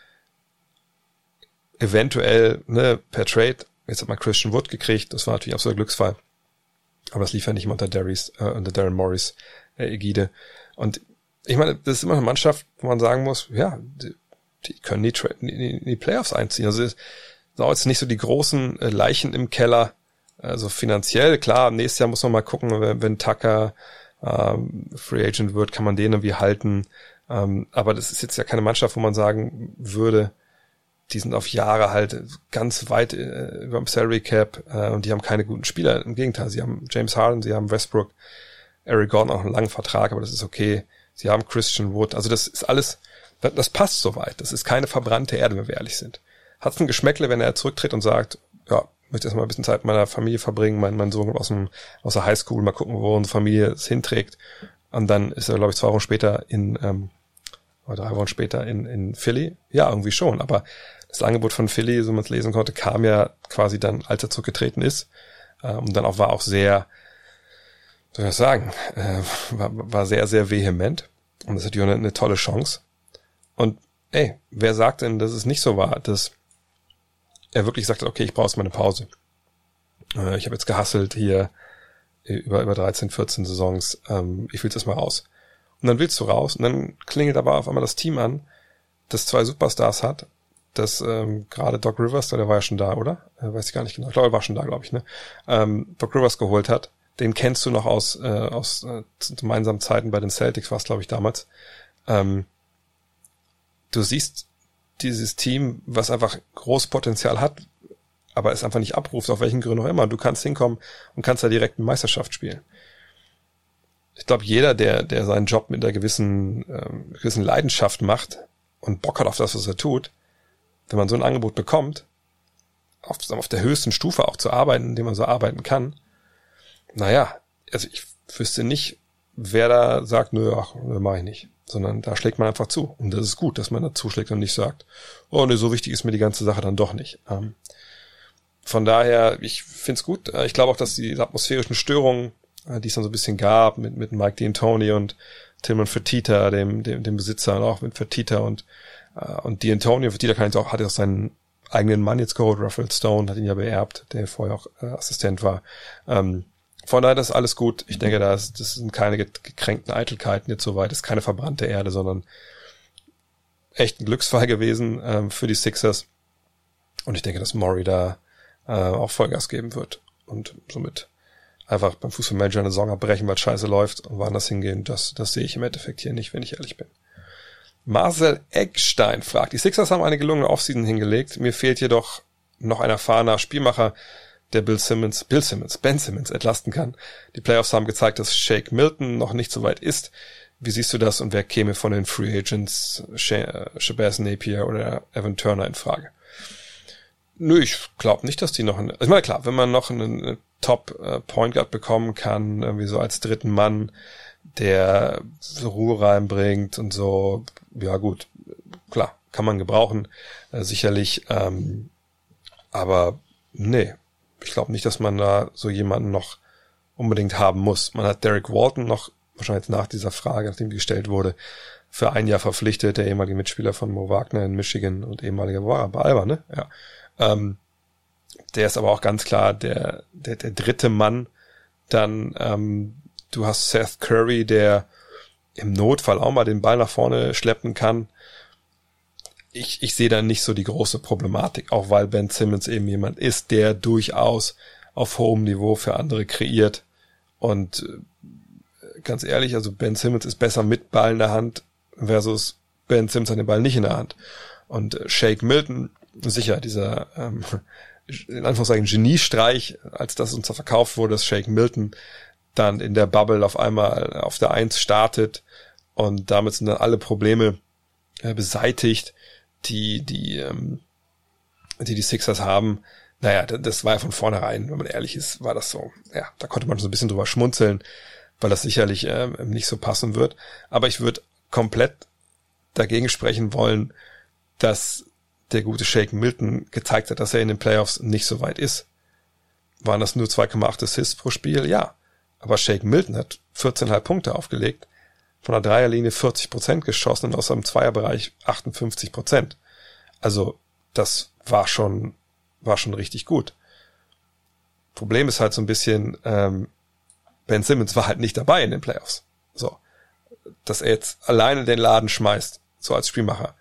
Eventuell ne, per Trade, jetzt hat man Christian Wood gekriegt, das war natürlich absoluter Glücksfall. Aber das lief ja nicht immer unter, Darry's, äh, unter Daryl Morris äh, Ägide. Und ich meine, das ist immer eine Mannschaft, wo man sagen muss, ja, die, die können die, Tra- die, die Playoffs einziehen. Also es sind jetzt nicht so die großen äh, Leichen im Keller, also finanziell, klar, nächstes Jahr muss man mal gucken, wenn, wenn Tucker ähm, Free Agent wird, kann man den irgendwie halten. Ähm, aber das ist jetzt ja keine Mannschaft, wo man sagen würde, die sind auf Jahre halt ganz weit äh, über dem Salary Cap äh, und die haben keine guten Spieler. Im Gegenteil, sie haben James Harden, sie haben Westbrook, Eric Gordon auch einen langen Vertrag, aber das ist okay. Sie haben Christian Wood, also das ist alles, das passt soweit. Das ist keine verbrannte Erde, wenn wir ehrlich sind. Hat's ein Geschmäckle, wenn er zurücktritt und sagt, ja, ich möchte erstmal ein bisschen Zeit mit meiner Familie verbringen, mein, mein Sohn aus dem, aus der Highschool, mal gucken, wo unsere Familie es hinträgt. Und dann ist er, glaube ich, zwei Wochen später in, ähm, oder drei Wochen später in, in Philly. Ja, irgendwie schon, aber das Angebot von Philly, so man es lesen konnte, kam ja quasi dann, als er zurückgetreten ist. Ähm, und dann auch war auch sehr, soll ich das sagen, äh, war, war sehr, sehr vehement. Und das ist natürlich eine, eine tolle Chance. Und ey, wer sagt denn, dass es nicht so war, dass er wirklich sagt, okay, ich brauche jetzt mal eine Pause. Äh, ich habe jetzt gehustelt hier über über dreizehn, vierzehn Saisons. Ähm, ich will jetzt mal raus. Und dann willst du raus und dann klingelt aber auf einmal das Team an, das zwei Superstars hat, dass ähm, gerade Doc Rivers, der war ja schon da, oder? Äh, weiß ich gar nicht genau. Ich glaube, er war schon da, glaube ich, ne? Ähm, Doc Rivers geholt hat. Den kennst du noch aus äh, aus äh, gemeinsamen Zeiten bei den Celtics, war es, glaube ich, damals. Ähm, du siehst dieses Team, was einfach großes Potenzial hat, aber es einfach nicht abruft, auf welchen Gründen auch immer. Du kannst hinkommen und kannst da direkt eine Meisterschaft spielen. Ich glaube, jeder, der der seinen Job mit einer gewissen ähm, gewissen Leidenschaft macht und Bock hat auf das, was er tut, wenn man so ein Angebot bekommt, auf, auf der höchsten Stufe auch zu arbeiten, in dem man so arbeiten kann, naja, also ich wüsste nicht, wer da sagt, nö, ach, nö, mach ich nicht. Sondern da schlägt man einfach zu. Und das ist gut, dass man da zuschlägt und nicht sagt, oh ne, so wichtig ist mir die ganze Sache dann doch nicht. Ähm, von daher, ich find's gut. Ich glaube auch, dass die atmosphärischen Störungen, die es dann so ein bisschen gab, mit mit Mike D'Antoni und Tillman Fertitta, dem, dem dem Besitzer, und auch mit Fertitta und äh, und D'Antoni, Fertitta kann jetzt auch, hat ja auch seinen eigenen Mann jetzt geholt, Raphael Stone, hat ihn ja beerbt, der vorher auch äh, Assistent war. Ähm, Von daher, das ist alles gut. Ich denke, das, das sind keine gekränkten Eitelkeiten jetzt soweit. Das ist keine verbrannte Erde, sondern echt ein Glücksfall gewesen ähm, für die Sixers. Und ich denke, dass Morey da äh, auch Vollgas geben wird. Und somit einfach beim Fußballmanager eine Saison abbrechen, weil es scheiße läuft und woanders hingehen. Das, das sehe ich im Endeffekt hier nicht, wenn ich ehrlich bin. Marcel Eckstein fragt, die Sixers haben eine gelungene Offseason hingelegt. Mir fehlt jedoch noch ein erfahrener Spielmacher, der Bill Simmons, Bill Simmons, Ben Simmons entlasten kann. Die Playoffs haben gezeigt, dass Shake Milton noch nicht so weit ist. Wie siehst du das und wer käme von den Free Agents, Shabazz Napier oder Evan Turner in Frage? Nö, ich glaube nicht, dass die noch, eine, ich meine klar, wenn man noch einen Top Point Guard bekommen kann, irgendwie so als dritten Mann, der so Ruhe reinbringt und so, ja gut, klar, kann man gebrauchen, äh, sicherlich, ähm, aber nee. Ich glaube nicht, dass man da so jemanden noch unbedingt haben muss. Man hat Derek Walton noch, wahrscheinlich nach dieser Frage, nachdem die gestellt wurde, für ein Jahr verpflichtet, der ehemalige Mitspieler von Mo Wagner in Michigan und ehemaliger war bei Alba, ne? Ja. Ähm, der ist aber auch ganz klar der, der, der dritte Mann. Dann, ähm, du hast Seth Curry, der im Notfall auch mal den Ball nach vorne schleppen kann. Ich, ich sehe da nicht so die große Problematik, auch weil Ben Simmons eben jemand ist, der durchaus auf hohem Niveau für andere kreiert. Und ganz ehrlich, also Ben Simmons ist besser mit Ball in der Hand versus Ben Simmons hat den Ball nicht in der Hand. Und Shake Milton, sicher, dieser ähm, in Anführungszeichen Geniestreich, als das uns da verkauft wurde, dass Shake Milton dann in der Bubble auf einmal auf der Eins startet und damit sind dann alle Probleme äh, beseitigt, die die ähm, die die Sixers haben. Naja, das war ja von vornherein, wenn man ehrlich ist, war das so. Ja, da konnte man so ein bisschen drüber schmunzeln, weil das sicherlich äh, nicht so passen wird. Aber ich würde komplett dagegen sprechen wollen, dass der gute Shake Milton gezeigt hat, dass er in den Playoffs nicht so weit ist. Waren das nur zwei Komma acht Assists pro Spiel? Ja. Aber Shake Milton hat vierzehn Komma fünf Punkte aufgelegt, von der Dreierlinie vierzig Prozent geschossen und aus seinem Zweierbereich achtundfünfzig Prozent. Also das war schon war schon richtig gut. Problem ist halt so ein bisschen, ähm, Ben Simmons war halt nicht dabei in den Playoffs. So, dass er jetzt alleine den Laden schmeißt, so als Spielmacher.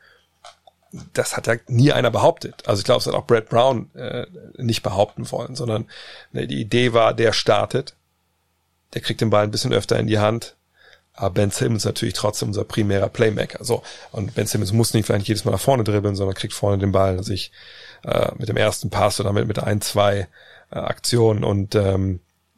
Das hat ja nie einer behauptet. Also ich glaube, es hat auch Brett Brown äh, nicht behaupten wollen, sondern ne, die Idee war, der startet, der kriegt den Ball ein bisschen öfter in die Hand, aber Ben Simmons natürlich trotzdem unser primärer Playmaker. So, und Ben Simmons muss nicht vielleicht jedes Mal nach vorne dribbeln, sondern kriegt vorne den Ball sich äh, mit dem ersten Pass oder mit, mit ein, zwei äh, Aktionen und, ähm,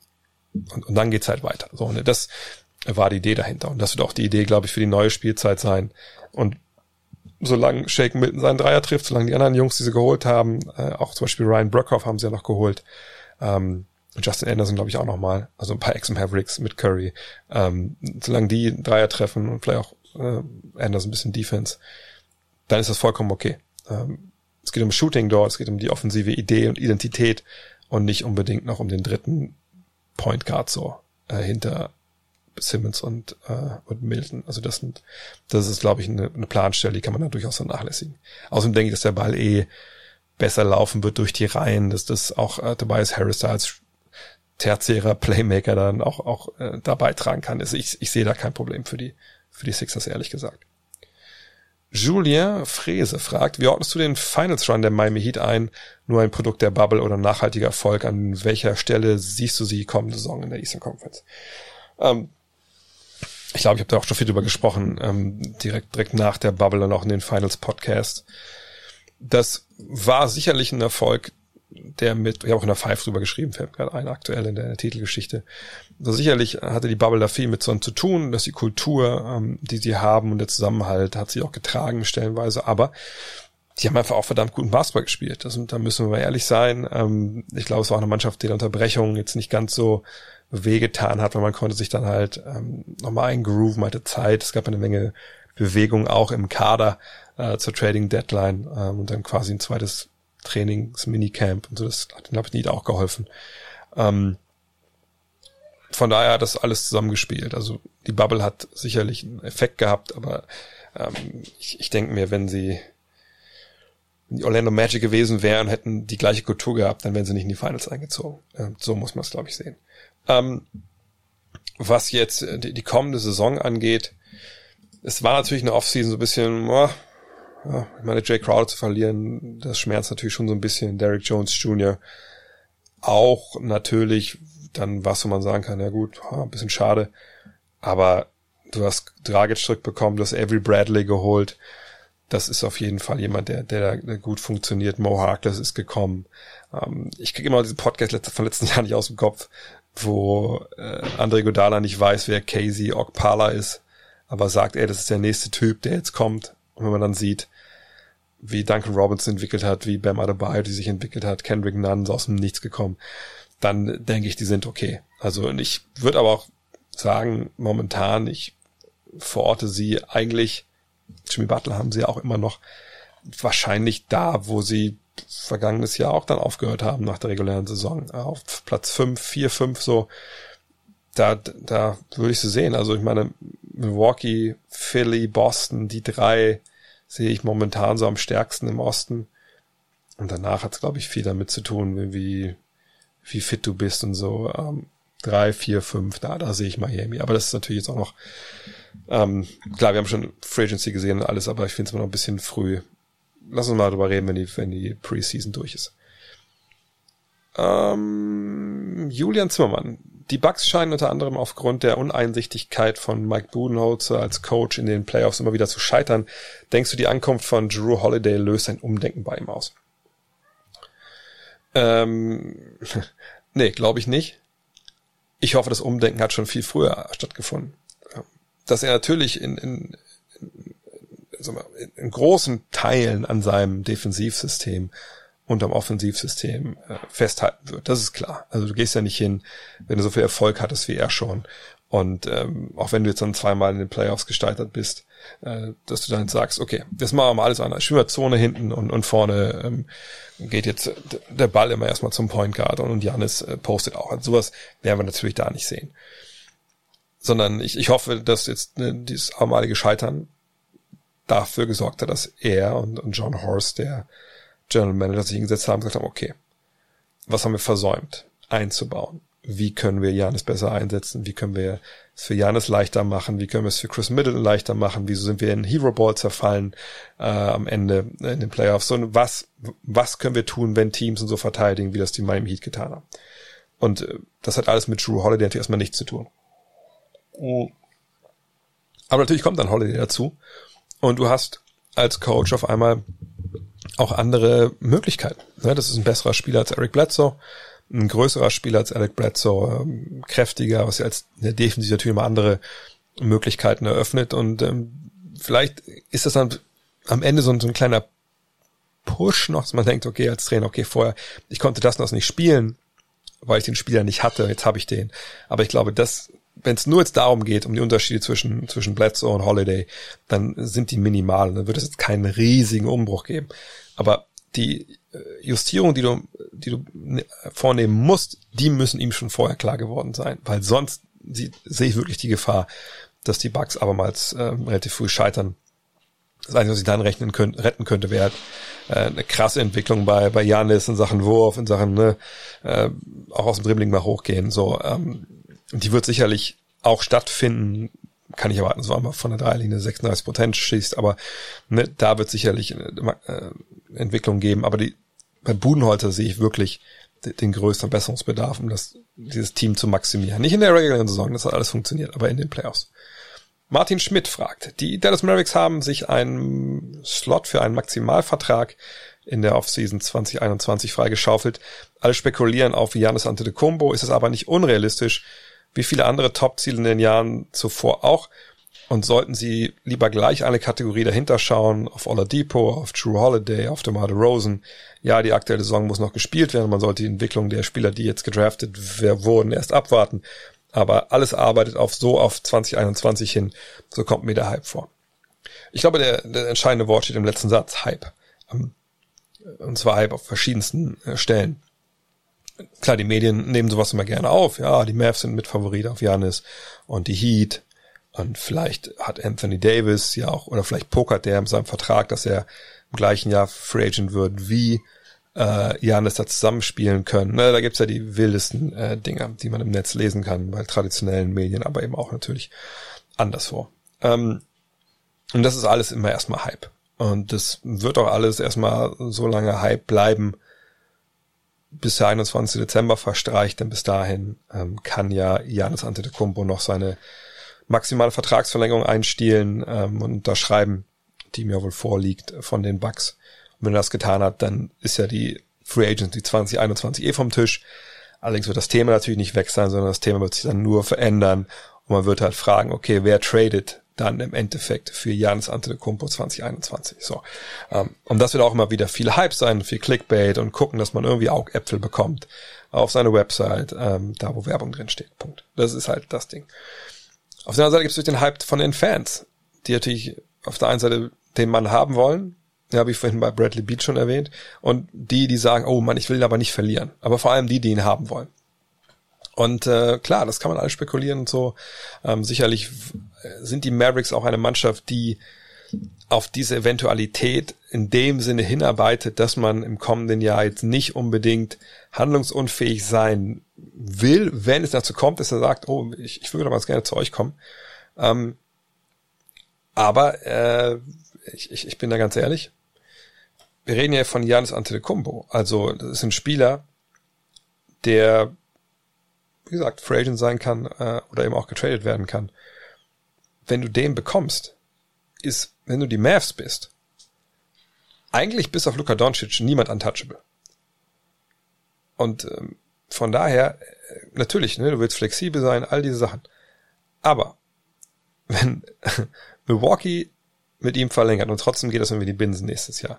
und und dann geht's halt weiter. So, und das war die Idee dahinter. Und das wird auch die Idee, glaube ich, für die neue Spielzeit sein. Und solange Shake Milton seinen Dreier trifft, solange die anderen Jungs, die sie geholt haben, äh, auch zum Beispiel Ryan Broekhoff haben sie ja noch geholt, ähm, Justin Anderson, glaube ich, auch nochmal, also ein paar Ex-Mavericks mit Curry, ähm, solange die Dreier treffen und vielleicht auch äh, Anderson ein bisschen Defense, dann ist das vollkommen okay. Ähm, es geht um Shooting dort, es geht um die offensive Idee und Identität und nicht unbedingt noch um den dritten Point Guard so äh, hinter Simmons und äh, und Milton. Also das sind, das ist, glaube ich, eine, eine Planstelle, die kann man da durchaus vernachlässigen. Außerdem denke ich, dass der Ball eh besser laufen wird durch die Reihen, dass das auch äh, Tobias Harris da als tertiärer Playmaker dann auch auch äh, da beitragen kann. Also ich, ich sehe da kein Problem für die für die Sixers, ehrlich gesagt. Julien Frese fragt, wie ordnest du den Finals Run der Miami Heat ein? Nur ein Produkt der Bubble oder nachhaltiger Erfolg? An welcher Stelle siehst du sie kommende Saison in der Eastern Conference? Ähm, ich glaube, ich habe da auch schon viel drüber gesprochen, ähm, direkt, direkt nach der Bubble und auch in den Finals Podcast. Das war sicherlich ein Erfolg, der mit, ich habe auch in der Five drüber geschrieben, fällt gerade ein, aktuell in der Titelgeschichte. Also sicherlich hatte die Bubble da viel mit so zu tun, dass die Kultur, ähm, die sie haben und der Zusammenhalt hat sie auch getragen stellenweise, aber die haben einfach auch verdammt guten Basketball gespielt. Das, da müssen wir mal ehrlich sein. Ähm, ich glaube, es war auch eine Mannschaft, die in der Unterbrechung jetzt nicht ganz so wehgetan hat, weil man konnte sich dann halt ähm, nochmal eingrooven, man hatte Zeit. Es gab eine Menge Bewegung auch im Kader äh, zur Trading Deadline ähm, und dann quasi ein zweites Trainings-Minicamp und so. Das hat, glaube ich, nicht auch geholfen. Ähm, von daher hat das alles zusammengespielt. Also die Bubble hat sicherlich einen Effekt gehabt, aber ähm, ich, ich denke mir, wenn sie die Orlando Magic gewesen wären, hätten die gleiche Kultur gehabt, dann wären sie nicht in die Finals eingezogen. Ähm, so muss man es, glaube ich, sehen. Ähm, was jetzt die, die kommende Saison angeht, es war natürlich eine Offseason so ein bisschen, oh, ja, ich meine, Jay Crowder zu verlieren, das schmerzt natürlich schon so ein bisschen. Derrick Jones Junior auch natürlich, dann was, wo man sagen kann, ja gut, ein bisschen schade, aber du hast Dragic zurückbekommen, du hast Avery Bradley geholt, das ist auf jeden Fall jemand, der, der da gut funktioniert. Mo Harkless ist gekommen. Ähm, ich kriege immer diesen Podcast von letzten Jahren nicht aus dem Kopf, wo äh, Andre Iguodala nicht weiß, wer Casey Okpala ist, aber sagt, ey, das ist der nächste Typ, der jetzt kommt. Und wenn man dann sieht, wie Duncan Robinson entwickelt hat, wie Bam Adebayo die sich entwickelt hat, Kendrick Nunn ist aus dem Nichts gekommen, dann denke ich, die sind okay. Also und ich würde aber auch sagen, momentan, ich verorte sie eigentlich, Jimmy Butler haben sie auch immer noch wahrscheinlich da, wo sie vergangenes Jahr auch dann aufgehört haben nach der regulären Saison, auf Platz fünf, vier, fünf so, da, da würde ich sie sehen. Also ich meine, Milwaukee, Philly, Boston, die drei sehe ich momentan so am stärksten im Osten. Und danach hat es, glaube ich, viel damit zu tun, wie, wie fit du bist und so. Ähm, drei, vier, fünf, da, da sehe ich Miami. Aber das ist natürlich jetzt auch noch, ähm, klar, wir haben schon Free Agency gesehen und alles, aber ich finde es immer noch ein bisschen früh. Lass uns mal drüber reden, wenn die, wenn die Preseason durch ist. Ähm, Julian Zimmermann. Die Bucks scheinen unter anderem aufgrund der Uneinsichtigkeit von Mike Budenholzer als Coach in den Playoffs immer wieder zu scheitern. Denkst du, die Ankunft von Jrue Holiday löst ein Umdenken bei ihm aus? Ähm, nee, glaube ich nicht. Ich hoffe, das Umdenken hat schon viel früher stattgefunden. Dass er natürlich in, in, in, in, in großen Teilen an seinem Defensivsystem und am Offensivsystem äh, festhalten wird. Das ist klar. Also du gehst ja nicht hin, wenn du so viel Erfolg hattest wie er schon. Und ähm, auch wenn du jetzt dann zweimal in den Playoffs gescheitert bist, äh, dass du dann sagst, okay, das machen wir mal alles anders. Schwimmerzone hinten und, und vorne ähm, geht jetzt der Ball immer erstmal zum Point Guard und Giannis äh, postet auch. Also sowas werden wir natürlich da nicht sehen. Sondern ich, ich hoffe, dass jetzt ne, dieses einmalige Scheitern dafür gesorgt hat, dass er und, und John Horst, der General Manager, sich hingesetzt haben und gesagt haben, okay, was haben wir versäumt einzubauen? Wie können wir Giannis besser einsetzen? Wie können wir es für Giannis leichter machen? Wie können wir es für Chris Middleton leichter machen? Wieso sind wir in Hero Ball zerfallen äh, am Ende in den Playoffs? Und was was können wir tun, wenn Teams und so verteidigen, wie das die Miami Heat getan haben? Und äh, das hat alles mit Jrue Holiday natürlich erstmal nichts zu tun. Aber natürlich kommt dann Holiday dazu und du hast als Coach auf einmal auch andere Möglichkeiten. Das ist ein besserer Spieler als Eric Bledsoe, ein größerer Spieler als Eric Bledsoe, kräftiger, was ja als in der Defensive natürlich immer andere Möglichkeiten eröffnet und ähm, vielleicht ist das dann am Ende so ein, so ein kleiner Push noch, dass man denkt, okay, als Trainer, okay, vorher, ich konnte das noch nicht spielen, weil ich den Spieler nicht hatte, jetzt habe ich den. Aber ich glaube, dass wenn es nur jetzt darum geht, um die Unterschiede zwischen zwischen Bledsoe und Holiday, dann sind die minimal. Dann wird es jetzt keinen riesigen Umbruch geben. Aber die Justierung, die du die du vornehmen musst, die müssen ihm schon vorher klar geworden sein. Weil sonst sie, sehe ich wirklich die Gefahr, dass die Bucks abermals äh, relativ früh scheitern. Das Einzige, was ich dann rechnen können, retten könnte, wäre äh, eine krasse Entwicklung bei bei Giannis in Sachen Wurf, in Sachen ne, äh, auch aus dem Dribbling mal hochgehen. So, ähm, die wird sicherlich auch stattfinden, kann ich erwarten, so einmal von der Dreierlinie sechsunddreißig Prozent schießt, aber ne, da wird sicherlich eine äh, Entwicklung geben, aber die bei Budenholzer sehe ich wirklich den, den größten Besserungsbedarf, um das dieses Team zu maximieren. Nicht in der regulären Saison, das hat alles funktioniert, aber in den Playoffs. Martin Schmidt fragt, die Dallas Mavericks haben sich einen Slot für einen Maximalvertrag in der Offseason zwanzig einundzwanzig freigeschaufelt. Alle spekulieren auf Giannis Antetokounmpo, ist es aber nicht unrealistisch, wie viele andere Top-Ziele in den Jahren zuvor auch. Und sollten sie lieber gleich eine Kategorie dahinter schauen, auf Oladipo, auf Jrue Holiday, auf DeMar DeRozan. Ja, die aktuelle Saison muss noch gespielt werden. Man sollte die Entwicklung der Spieler, die jetzt gedraftet wurden, erst abwarten. Aber alles arbeitet auf so auf zwanzig einundzwanzig hin. So kommt mir der Hype vor. Ich glaube, der, der entscheidende Wort steht im letzten Satz, Hype. Und zwar Hype auf verschiedensten Stellen. Klar, die Medien nehmen sowas immer gerne auf. Ja, die Mavs sind Mitfavorit auf Giannis und die Heat. Und vielleicht hat Anthony Davis ja auch, oder vielleicht pokert der in seinem Vertrag, dass er im gleichen Jahr Free Agent wird, wie äh, Giannis da zusammenspielen können. Ne, da gibt's ja die wildesten äh, Dinge, die man im Netz lesen kann, bei traditionellen Medien, aber eben auch natürlich anderswo. Ähm, und das ist alles immer erstmal Hype. Und das wird auch alles erstmal so lange Hype bleiben, bis der einundzwanzigsten Dezember verstreicht, denn bis dahin ähm, kann ja Giannis Antetokounmpo noch seine maximale Vertragsverlängerung einstielen ähm, und unterschreiben, die mir wohl vorliegt von den Bucks. Und wenn er das getan hat, dann ist ja die Free Agency zwanzig einundzwanzig eh vom Tisch. Allerdings wird das Thema natürlich nicht weg sein, sondern das Thema wird sich dann nur verändern und man wird halt fragen, okay, wer tradet dann im Endeffekt für Giannis Antetokounmpo zwanzig einundzwanzig. So. Ähm, und das wird auch immer wieder viel Hype sein, viel Clickbait und gucken, dass man irgendwie Augäpfel bekommt auf seine Website, ähm, da wo Werbung drin steht. Punkt. Das ist halt das Ding. Auf der anderen Seite gibt es den Hype von den Fans, die natürlich auf der einen Seite den Mann haben wollen, ja, habe ich vorhin bei Bradley Beal schon erwähnt, und die, die sagen, oh Mann, ich will ihn aber nicht verlieren. Aber vor allem die, die ihn haben wollen. Und äh, klar, das kann man alles spekulieren und so. Ähm, sicherlich sind die Mavericks auch eine Mannschaft, die auf diese Eventualität in dem Sinne hinarbeitet, dass man im kommenden Jahr jetzt nicht unbedingt handlungsunfähig sein will, wenn es dazu kommt, dass er sagt, oh, ich, ich würde aber ganz gerne zu euch kommen. Ähm, aber äh, ich, ich, ich bin da ganz ehrlich, wir reden ja von Giannis Antetokounmpo. Also das ist ein Spieler, der, wie gesagt, Free Agent sein kann äh, oder eben auch getradet werden kann. Wenn du den bekommst, ist, wenn du die Mavs bist, eigentlich bis auf Luka Doncic niemand untouchable. Und ähm, von daher, äh, natürlich, ne, du willst flexibel sein, all diese Sachen. Aber wenn Milwaukee mit ihm verlängert und trotzdem geht das irgendwie die Binsen nächstes Jahr,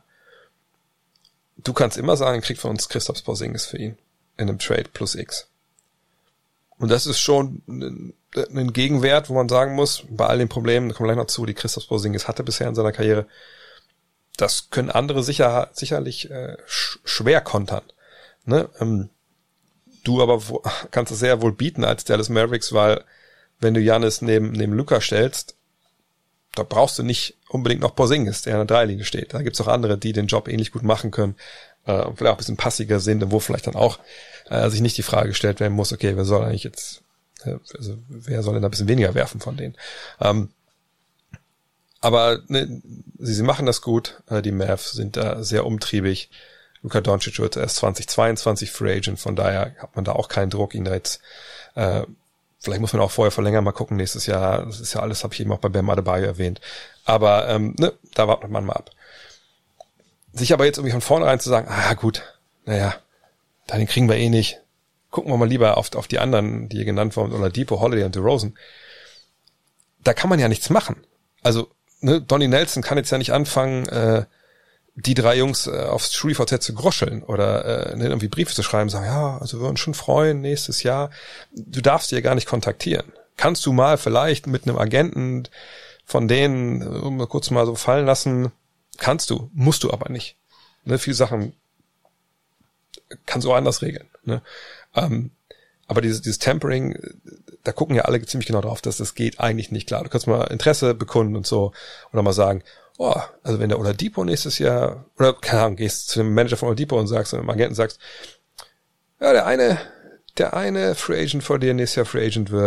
du kannst immer sagen, kriegt von uns Kristaps Porzingis für ihn in einem Trade plus X. Und das ist schon ein, ein Gegenwert, wo man sagen muss, bei all den Problemen, da kommen wir gleich noch zu, die Kristaps Porzingis hatte bisher in seiner Karriere, das können andere sicher sicherlich äh, sch- schwer kontern. Ne? Ähm, du aber wo, kannst es sehr wohl bieten als Dallas Mavericks, weil wenn du Giannis neben neben Luka stellst, da brauchst du nicht unbedingt noch Porzingis, der in der Dreilinie steht. Da gibt's auch andere, die den Job ähnlich gut machen können äh, und vielleicht auch ein bisschen passiger sind, wo vielleicht dann auch äh, sich nicht die Frage gestellt werden muss, okay, wer soll eigentlich jetzt, äh, also wer soll denn da ein bisschen weniger werfen von denen? Ähm, aber ne, sie, sie machen das gut, äh, die Mavs sind da sehr umtriebig. Luka Doncic wird erst zwanzig zweiundzwanzig Free Agent, von daher hat man da auch keinen Druck, ihn da jetzt äh, vielleicht muss man auch vorher verlängern, mal gucken nächstes Jahr. Das ist ja alles, habe ich eben auch bei Bam Adebayo erwähnt. Aber ähm, ne, da wartet man mal ab. Sich aber jetzt irgendwie von vornherein zu sagen, ah gut, naja, den kriegen wir eh nicht. Gucken wir mal lieber auf, auf die anderen, die hier genannt wurden, Oladipo, Holiday und DeRozan. Da kann man ja nichts machen. Also ne, Donnie Nelson kann jetzt ja nicht anfangen, äh, die drei Jungs äh, aufs StudiVZ zu groscheln oder äh, irgendwie Briefe zu schreiben, sagen, ja, also wir würden uns schon freuen nächstes Jahr. Du darfst die ja gar nicht kontaktieren. Kannst du mal vielleicht mit einem Agenten von denen äh, kurz mal so fallen lassen? Kannst du, musst du aber nicht. Ne, viele Sachen kannst du auch anders regeln. Ne? Ähm, aber dieses, dieses Tampering, da gucken ja alle ziemlich genau drauf, dass das geht eigentlich nicht klar. Du kannst mal Interesse bekunden und so oder mal sagen, oh, also wenn der Oladipo nächstes Jahr, oder keine Ahnung, gehst zu dem Manager von Oladipo und sagst, dem Agenten sagst, ja, der eine, der eine Free Agent vor dir nächstes Jahr Free Agent wird,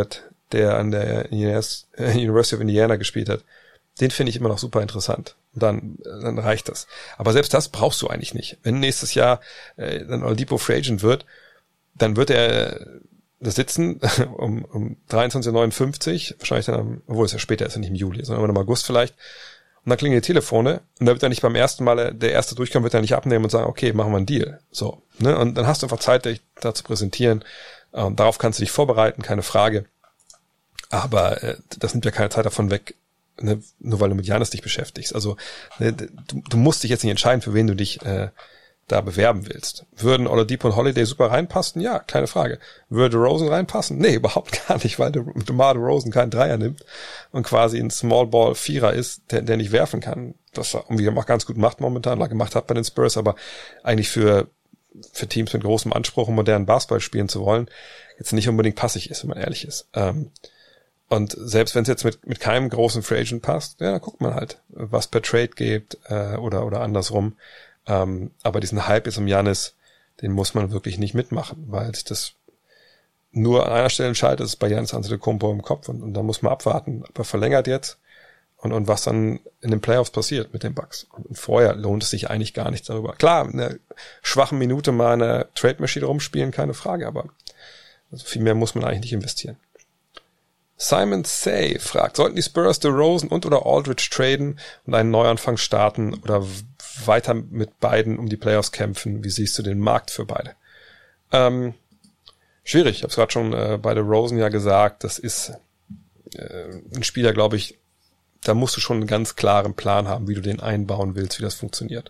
der an der University of Indiana gespielt hat, den finde ich immer noch super interessant. Und dann, dann reicht das. Aber selbst das brauchst du eigentlich nicht. Wenn nächstes Jahr äh, dann Oladipo Free Agent wird, dann wird er da sitzen um, um dreiundzwanzig Uhr neunundfünfzig, wahrscheinlich dann, obwohl es ja später ist, ja nicht im Juli, sondern im August vielleicht. Und dann klingeln die Telefone und da wird er nicht beim ersten Mal, der erste durchkommt, wird er nicht abnehmen und sagen, okay, machen wir einen Deal. So, ne? Und dann hast du einfach Zeit, dich da zu präsentieren. Und darauf kannst du dich vorbereiten, keine Frage. Aber äh, das nimmt ja keine Zeit davon weg, ne? Nur weil du mit Giannis dich beschäftigst. Also ne, du, du musst dich jetzt nicht entscheiden, für wen du dich äh, da bewerben willst. Würden Oladipo und Holiday super reinpassen? Ja, keine Frage. Würde DeRozan reinpassen? Nee, überhaupt gar nicht, weil DeMar DeRozan keinen Dreier nimmt und quasi ein Small-Ball-Vierer ist, der, der nicht werfen kann. Das er irgendwie auch ganz gut macht momentan, oder gemacht hat bei den Spurs, aber eigentlich für für Teams mit großem Anspruch, um modernen Basketball spielen zu wollen, jetzt nicht unbedingt passig ist, wenn man ehrlich ist. Ähm, und selbst wenn es jetzt mit mit keinem großen Free Agent passt, ja, dann guckt man halt, was per Trade geht äh, oder oder andersrum. Um, aber diesen Hype jetzt um Giannis, den muss man wirklich nicht mitmachen, weil sich das nur an einer Stelle entscheidet, das ist bei Giannis Antetokounmpo im Kopf und, und da muss man abwarten, ob er verlängert jetzt und, und was dann in den Playoffs passiert mit den Bucks. Und, und vorher lohnt es sich eigentlich gar nicht darüber. Klar, in einer schwachen Minute mal eine Trade Machine rumspielen, keine Frage, aber also viel mehr muss man eigentlich nicht investieren. Simon Say fragt, sollten die Spurs DeRozan und oder Aldridge traden und einen Neuanfang starten oder weiter mit beiden um die Playoffs kämpfen? Wie siehst du den Markt für beide? Ähm, schwierig, ich habe es gerade schon äh, bei DeRozan ja gesagt, das ist äh, ein Spieler, glaube ich, da musst du schon einen ganz klaren Plan haben, wie du den einbauen willst, wie das funktioniert.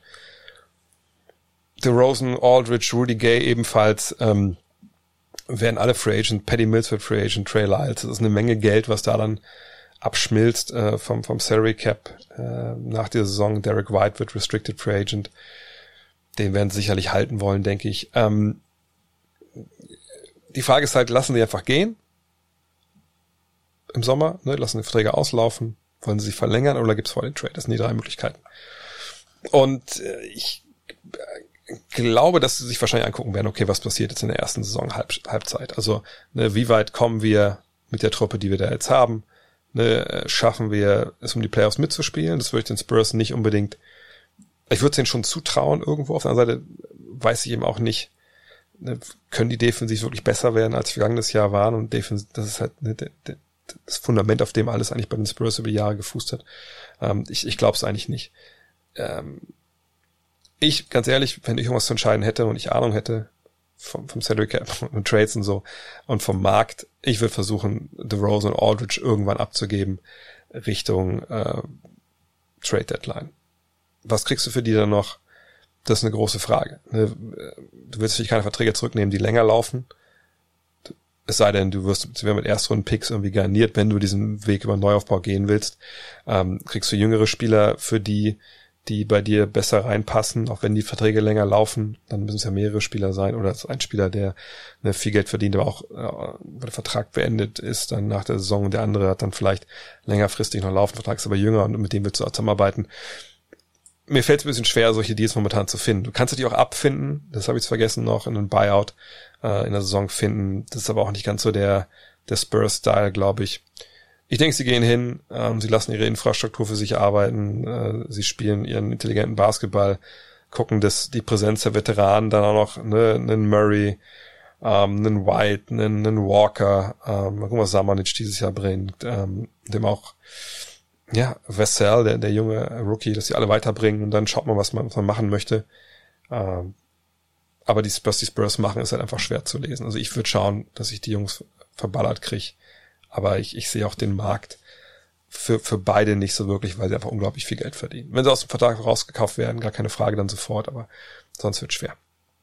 DeRozan, Aldridge, Rudy Gay ebenfalls, ähm, werden alle Free Agent, Patty Mills wird Free Agent, Trey Lyles, das ist eine Menge Geld, was da dann abschmilzt äh, vom vom Salary Cap äh, nach der Saison. Derek White wird Restricted Free Agent, den werden sie sicherlich halten wollen, denke ich. Ähm, die Frage ist halt, lassen sie einfach gehen im Sommer, ne, lassen die Verträge auslaufen, wollen sie sich verlängern oder gibt es vor den Trade? Das sind die drei Möglichkeiten. Und äh, ich glaube, dass sie sich wahrscheinlich angucken werden, okay, was passiert jetzt in der ersten Saison Halb, Halbzeit. Also, ne, wie weit kommen wir mit der Truppe, die wir da jetzt haben? Ne, schaffen wir es, um die Playoffs mitzuspielen? Das würde ich den Spurs nicht unbedingt, ich würde es denen schon zutrauen irgendwo. Auf der anderen Seite weiß ich eben auch nicht, ne, können die defensiv wirklich besser werden, als vergangenes Jahr waren? Und defensiv, das ist halt ne, de, de, das Fundament, auf dem alles eigentlich bei den Spurs über die Jahre gefußt hat. Ähm, ich ich glaube es eigentlich nicht. Ähm, Ich, ganz ehrlich, wenn ich irgendwas zu entscheiden hätte und ich Ahnung hätte vom, vom Salary Cap und Trades und so und vom Markt, ich würde versuchen, DeRozan und Aldridge irgendwann abzugeben Richtung äh, Trade Deadline. Was kriegst du für die dann noch? Das ist eine große Frage. Du willst natürlich keine Verträge zurücknehmen, die länger laufen. Es sei denn, du wirst, sie werden mit Erstrunden-Picks irgendwie garniert, wenn du diesen Weg über Neuaufbau gehen willst. Ähm, kriegst du jüngere Spieler, für die die bei dir besser reinpassen, auch wenn die Verträge länger laufen, dann müssen es ja mehrere Spieler sein oder ein Spieler, der ne, viel Geld verdient, aber auch äh, weil der Vertrag beendet ist, dann nach der Saison, der andere hat dann vielleicht längerfristig noch laufen, Vertrag ist aber jünger und mit dem willst du auch zusammenarbeiten. Mir fällt es ein bisschen schwer, solche Deals momentan zu finden. Du kannst dich auch abfinden, das habe ich jetzt vergessen noch, in einen Buyout äh, in der Saison finden. Das ist aber auch nicht ganz so der der Spurs-Style, glaube ich. Ich denke, sie gehen hin, ähm, sie lassen ihre Infrastruktur für sich arbeiten, äh, sie spielen ihren intelligenten Basketball, gucken, dass die Präsenz der Veteranen dann auch noch, ne, einen Murray, ähm, einen White, einen, einen Walker, ähm, mal gucken, was Samanic dieses Jahr bringt, ähm, dem auch, ja, Vassell, der, der junge Rookie, dass sie alle weiterbringen und dann schaut man, was man, was man machen möchte. Ähm, aber die, was die Spurs machen, ist halt einfach schwer zu lesen. Also ich würde schauen, dass ich die Jungs verballert kriege. Aber ich, ich sehe auch den Markt für, für beide nicht so wirklich, weil sie einfach unglaublich viel Geld verdienen. Wenn sie aus dem Vertrag rausgekauft werden, gar keine Frage, dann sofort, aber sonst wird schwer.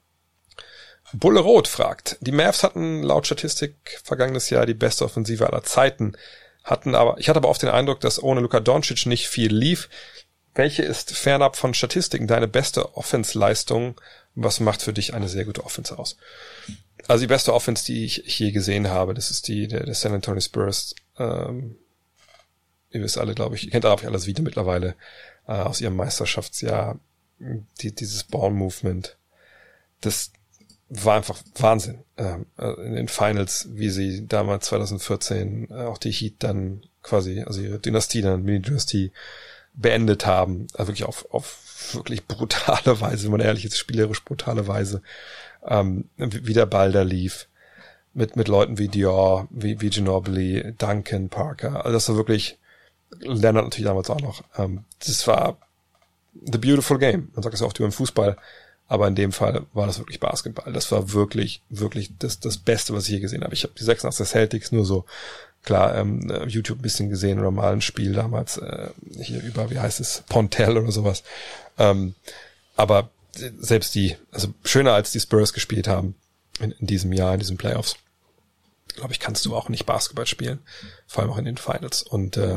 Bulle Roth fragt, die Mavs hatten laut Statistik vergangenes Jahr die beste Offensive aller Zeiten, hatten aber, ich hatte aber oft den Eindruck, dass ohne Luka Doncic nicht viel lief. Welche ist fernab von Statistiken deine beste Offense-Leistung? Was macht für dich eine sehr gute Offense aus? Also die beste Offense, die ich, ich je gesehen habe, das ist die der, der San Antonio Spurs. Ähm, ihr wisst alle, glaube ich, ihr kennt, glaube ich, alles Video mittlerweile äh, aus ihrem Meisterschaftsjahr. Die, dieses Ball-Movement, das war einfach Wahnsinn. Ähm, in den Finals, wie sie damals zwanzig vierzehn äh, auch die Heat dann quasi, also ihre Dynastie, dann Mini-Dynastie beendet haben. Also wirklich auf, auf wirklich brutale Weise, wenn man ehrlich ist, spielerisch brutale Weise. Ähm, wie, wie der Ball da lief. Mit, mit Leuten wie Dior, wie, wie Ginobili, Duncan, Parker. Also das war wirklich, Leonard natürlich damals auch noch. Ähm, das war the beautiful game. Man sagt das ja oft über den Fußball. Aber in dem Fall war das wirklich Basketball. Das war wirklich, wirklich das, das Beste, was ich je gesehen habe. Ich habe die sechsundachtzig Celtics nur so, klar, ähm, YouTube ein bisschen gesehen oder mal ein Spiel damals äh, hier über, wie heißt es, Pontel oder sowas. Ähm, aber selbst die, also schöner als die Spurs gespielt haben in, in diesem Jahr, in diesen Playoffs, glaube ich, kannst du auch nicht Basketball spielen. Vor allem auch in den Finals. Und äh,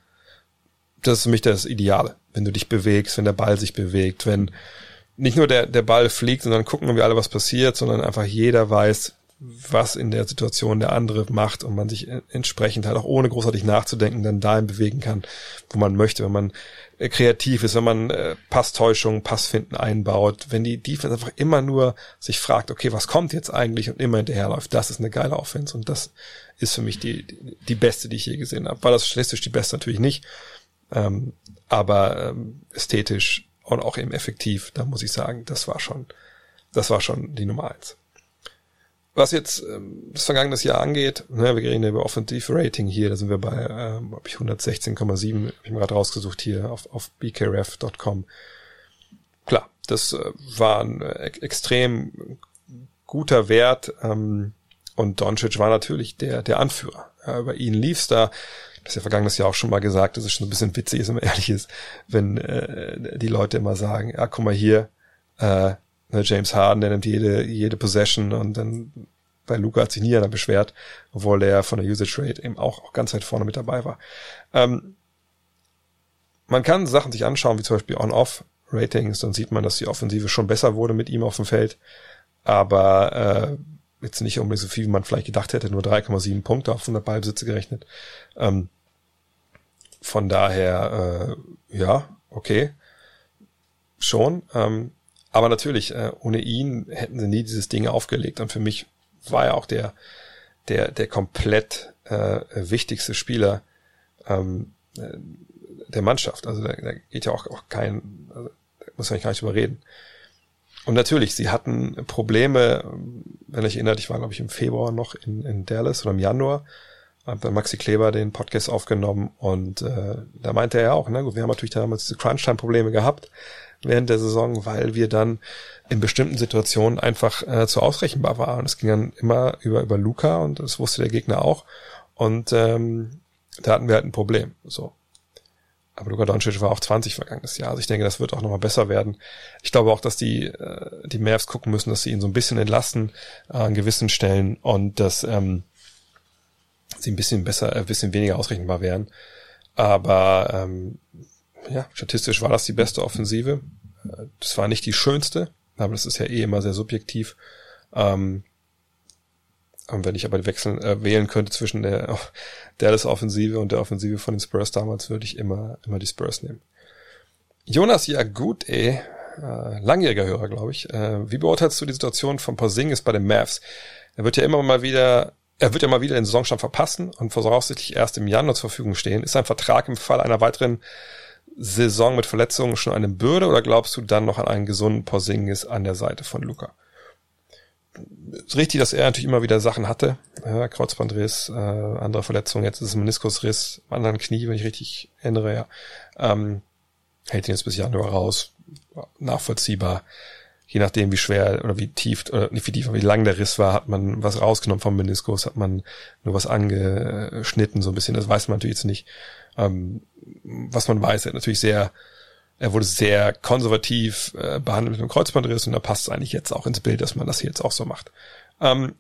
das ist für mich das Ideale. Wenn du dich bewegst, wenn der Ball sich bewegt, wenn nicht nur der, der Ball fliegt und dann gucken wir alle, was passiert, sondern einfach jeder weiß, was in der Situation der andere macht und man sich entsprechend halt auch ohne großartig nachzudenken dann dahin bewegen kann, wo man möchte, wenn man äh, kreativ ist, wenn man äh, Passtäuschung, Passfinden einbaut, wenn die Defense einfach immer nur sich fragt, okay, was kommt jetzt eigentlich und immer hinterherläuft, das ist eine geile Offense und das ist für mich die, die, die beste, die ich je gesehen habe. War das statistisch die beste natürlich nicht, ähm, aber ähm, ästhetisch und auch eben effektiv, da muss ich sagen, das war schon, das war schon die Nummer eins. Was jetzt ähm, das vergangene Jahr angeht, ne, wir reden über Offensive Rating hier, da sind wir bei ähm, hab ich hundertsechzehn Komma sieben, habe ich mir gerade rausgesucht hier auf, auf b k ref Punkt com. Klar, das äh, war ein äh, extrem guter Wert ähm, und Doncic war natürlich der der Anführer. Ja, über ihn lief's da. Das ist ja vergangenes Jahr auch schon mal gesagt, dass es schon ein bisschen witzig ist, wenn man ehrlich ist, wenn äh, die Leute immer sagen, ja, guck mal hier, äh, James Harden, der nimmt jede jede Possession und dann bei Luka hat sich nie einer beschwert, obwohl der von der Usage Rate eben auch, auch ganz weit vorne mit dabei war. Ähm, man kann Sachen sich anschauen, wie zum Beispiel On-Off-Ratings, dann sieht man, dass die Offensive schon besser wurde mit ihm auf dem Feld, aber äh, jetzt nicht unbedingt so viel, wie man vielleicht gedacht hätte, nur drei Komma sieben Punkte auf hundert Ballbesitze gerechnet. Ähm, von daher, äh, ja, okay, schon. Ähm, aber natürlich, äh, ohne ihn hätten sie nie dieses Ding aufgelegt. Und für mich war er auch der der der komplett äh, wichtigste Spieler ähm, der Mannschaft. Also da, da geht ja auch, auch kein, also, da muss man gar nicht drüber reden. Und natürlich, sie hatten Probleme, wenn ich erinnert, ich war, glaube ich, im Februar noch in, in Dallas oder im Januar, hat dann Maxi Kleber den Podcast aufgenommen und äh, da meinte er ja auch, na gut, wir haben natürlich damals diese Crunch-Time-Probleme gehabt während der Saison, weil wir dann in bestimmten Situationen einfach äh, zu ausrechenbar waren. Es ging dann immer über über Luka und das wusste der Gegner auch und ähm, da hatten wir halt ein Problem. So. Aber Luka Doncic war auch zwanzig vergangenes Jahr. Also ich denke, das wird auch nochmal besser werden. Ich glaube auch, dass die äh, die Mavs gucken müssen, dass sie ihn so ein bisschen entlasten äh, an gewissen Stellen und dass ähm, sie ein bisschen besser, ein bisschen weniger ausrechenbar wären. Aber ähm, ja, statistisch war das die beste Offensive. Das war nicht die schönste, aber das ist ja eh immer sehr subjektiv. Ähm, und wenn ich aber wechseln, äh, wählen könnte zwischen der Dallas-Offensive und der Offensive von den Spurs damals, würde ich immer immer die Spurs nehmen. Jonas Jagut, ey, äh, langjähriger Hörer, glaube ich. Äh, wie beurteilst du die Situation von Porzingis bei den Mavs? Er wird ja immer mal wieder, er wird ja mal wieder den Saisonstart verpassen und voraussichtlich erst im Januar zur Verfügung stehen. Ist sein Vertrag im Fall einer weiteren Saison mit Verletzungen schon eine Bürde oder glaubst du dann noch an einen gesunden Porzingis an der Seite von Luka? Ist richtig, dass er natürlich immer wieder Sachen hatte, ja, Kreuzbandriss, äh, andere Verletzungen, jetzt ist es Meniskusriss, am anderen Knie, wenn ich richtig erinnere, ja. Ähm, hält ihn jetzt bis Januar raus, nachvollziehbar. Je nachdem, wie schwer oder wie tief, oder nicht wie tief, aber wie lang der Riss war, hat man was rausgenommen vom Meniskus, hat man nur was angeschnitten, so ein bisschen, das weiß man natürlich jetzt nicht. Ähm, was man weiß, er hat natürlich sehr, er wurde sehr konservativ äh, behandelt mit dem Kreuzbandriss und da passt es eigentlich jetzt auch ins Bild, dass man das hier jetzt auch so macht. Ähm,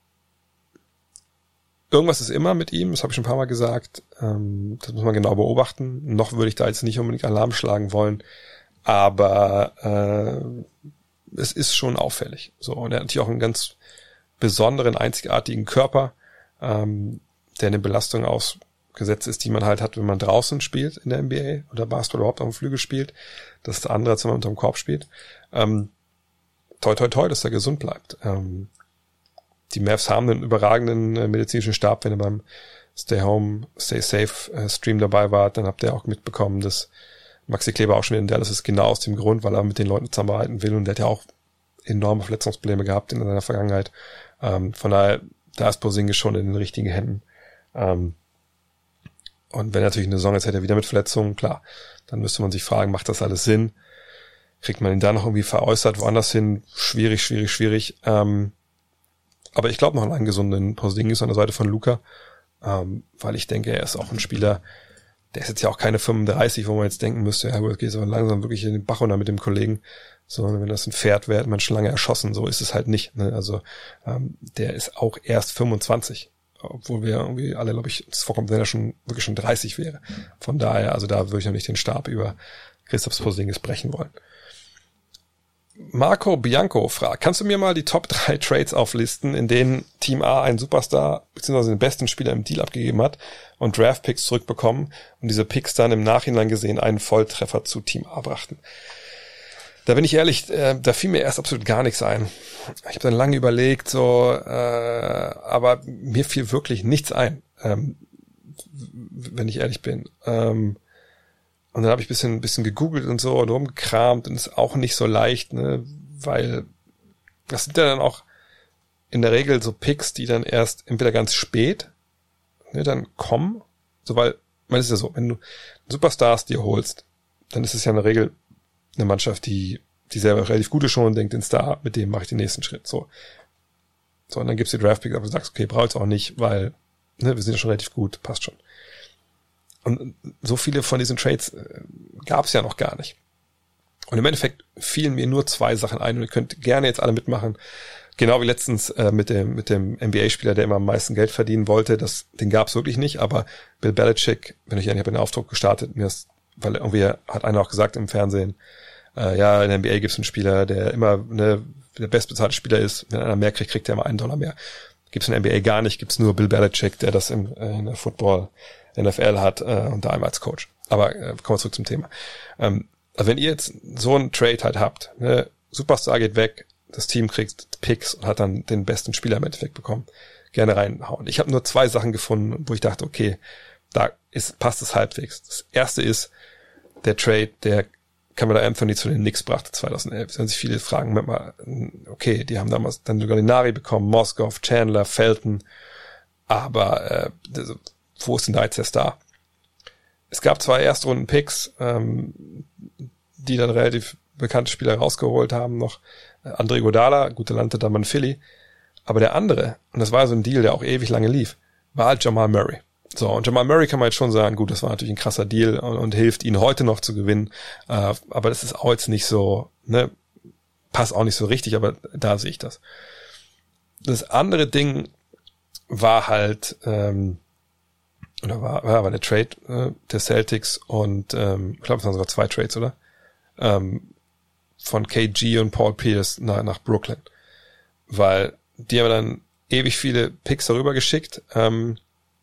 irgendwas ist immer mit ihm, das habe ich schon ein paar Mal gesagt, ähm, das muss man genau beobachten. Noch würde ich da jetzt nicht unbedingt Alarm schlagen wollen, aber äh, es ist schon auffällig. So, und er hat natürlich auch einen ganz besonderen, einzigartigen Körper, ähm, der eine Belastung ausgesetzt ist, die man halt hat, wenn man draußen spielt in der N B A oder Basketball überhaupt auf dem Flügel spielt. Das ist der andere, als wenn man unterm Korb spielt. Ähm, toi toi toi, dass er gesund bleibt. Ähm, die Mavs haben einen überragenden äh, medizinischen Stab, wenn ihr beim Stay Home, Stay Safe äh, Stream dabei wart, dann habt ihr auch mitbekommen, dass Maxi Kleber auch schon wieder in Dallas ist, genau aus dem Grund, weil er mit den Leuten zusammenarbeiten will und der hat ja auch enorme Verletzungsprobleme gehabt in seiner Vergangenheit. Ähm, von daher, da ist Porzingis schon in den richtigen Händen. Ähm, und wenn natürlich eine Saison jetzt hätte er wieder mit Verletzungen, klar, dann müsste man sich fragen, macht das alles Sinn? Kriegt man ihn da noch irgendwie veräußert, woanders hin? Schwierig, schwierig, schwierig. Ähm, aber ich glaube noch an einen gesunden Porzingis an der Seite von Luka, ähm, weil ich denke, er ist auch ein Spieler, der ist jetzt ja auch keine fünfunddreißig, wo man jetzt denken müsste, ja gut, geht es aber langsam wirklich in den Bach runter mit dem Kollegen. Sondern wenn das ein Pferd wäre, hat man schon lange erschossen. So ist es halt nicht. Ne? Also ähm, der ist auch erst fünfundzwanzig. Obwohl wir irgendwie alle, glaube ich, es vorkommt, wenn er schon wirklich schon dreißig wäre. Von daher, also da würde ich noch nicht den Stab über Kristaps Porzingis brechen wollen. Marco Bianco fragt, kannst du mir mal die Top drei Trades auflisten, in denen Team A einen Superstar bzw. den besten Spieler im Deal abgegeben hat und Draft-Picks zurückbekommen und diese Picks dann im Nachhinein gesehen einen Volltreffer zu Team A brachten? Da bin ich ehrlich, äh, da fiel mir erst absolut gar nichts ein. Ich habe dann lange überlegt, so, äh, aber mir fiel wirklich nichts ein, ähm, wenn ich ehrlich bin. Ähm, und dann habe ich ein bisschen, ein bisschen gegoogelt und so und rumgekramt und ist auch nicht so leicht, ne, weil das sind ja dann auch in der Regel so Picks, die dann erst entweder ganz spät, ne, dann kommen, so, weil, man ist ja so, wenn du Superstars dir holst, dann ist es ja in der Regel eine Mannschaft, die, die selber relativ gut ist schon und denkt, den Star, mit dem mache ich den nächsten Schritt, so. So, und dann gibt's die Draftpicks, aber du sagst, okay, brauchst auch nicht, weil, ne, wir sind ja schon relativ gut, passt schon. Und so viele von diesen Trades äh, gab's ja noch gar nicht. Und im Endeffekt fielen mir nur zwei Sachen ein und ihr könnt gerne jetzt alle mitmachen. Genau wie letztens äh, mit dem mit dem N B A-Spieler, der immer am meisten Geld verdienen wollte, das, den gab's wirklich nicht, aber Bill Belichick, wenn ich ehrlich, ich habe den Aufdruck gestartet, mir das, weil irgendwie hat einer auch gesagt im Fernsehen, äh, ja, in der N B A gibt's einen Spieler, der immer ne, der bestbezahlte Spieler ist, wenn einer mehr kriegt, kriegt er immer einen Dollar mehr. Gibt's in der N B A gar nicht, gibt's nur Bill Belichick, der das im, äh, in der Football N F L hat äh, und da einmal als Coach. Aber äh, kommen wir zurück zum Thema. Ähm, also wenn ihr jetzt so einen Trade halt habt, ne, Superstar geht weg, das Team kriegt Picks und hat dann den besten Spieler im Endeffekt bekommen, gerne reinhauen. Ich habe nur zwei Sachen gefunden, wo ich dachte, okay, da ist, passt es halbwegs. Das erste ist der Trade, der Camelo Anthony zu den Knicks brachte zweitausendelf. Es werden sich viele fragen, mal, okay, die haben damals dann Gallinari bekommen, Moskow, Chandler, Felton, aber äh, wo ist denn da jetzt der Star? Es gab zwei Erstrunden-Picks, ähm, die dann relativ bekannte Spieler rausgeholt haben, noch Andre Iguodala, gute Lande dann in Philly, aber der andere, und das war so ein Deal, der auch ewig lange lief, war halt Jamal Murray. So, und Jamal Murray kann man jetzt schon sagen, gut, das war natürlich ein krasser Deal und, und hilft ihnen heute noch zu gewinnen, äh, aber das ist auch jetzt nicht so, ne, passt auch nicht so richtig, aber da sehe ich das. Das andere Ding war halt, ähm, oder war, war aber der Trade äh, der Celtics und ähm, ich glaube, es waren sogar zwei Trades, oder? Ähm, von K G und Paul Pierce nach, nach Brooklyn. Weil die haben dann ewig viele Picks darüber geschickt ähm,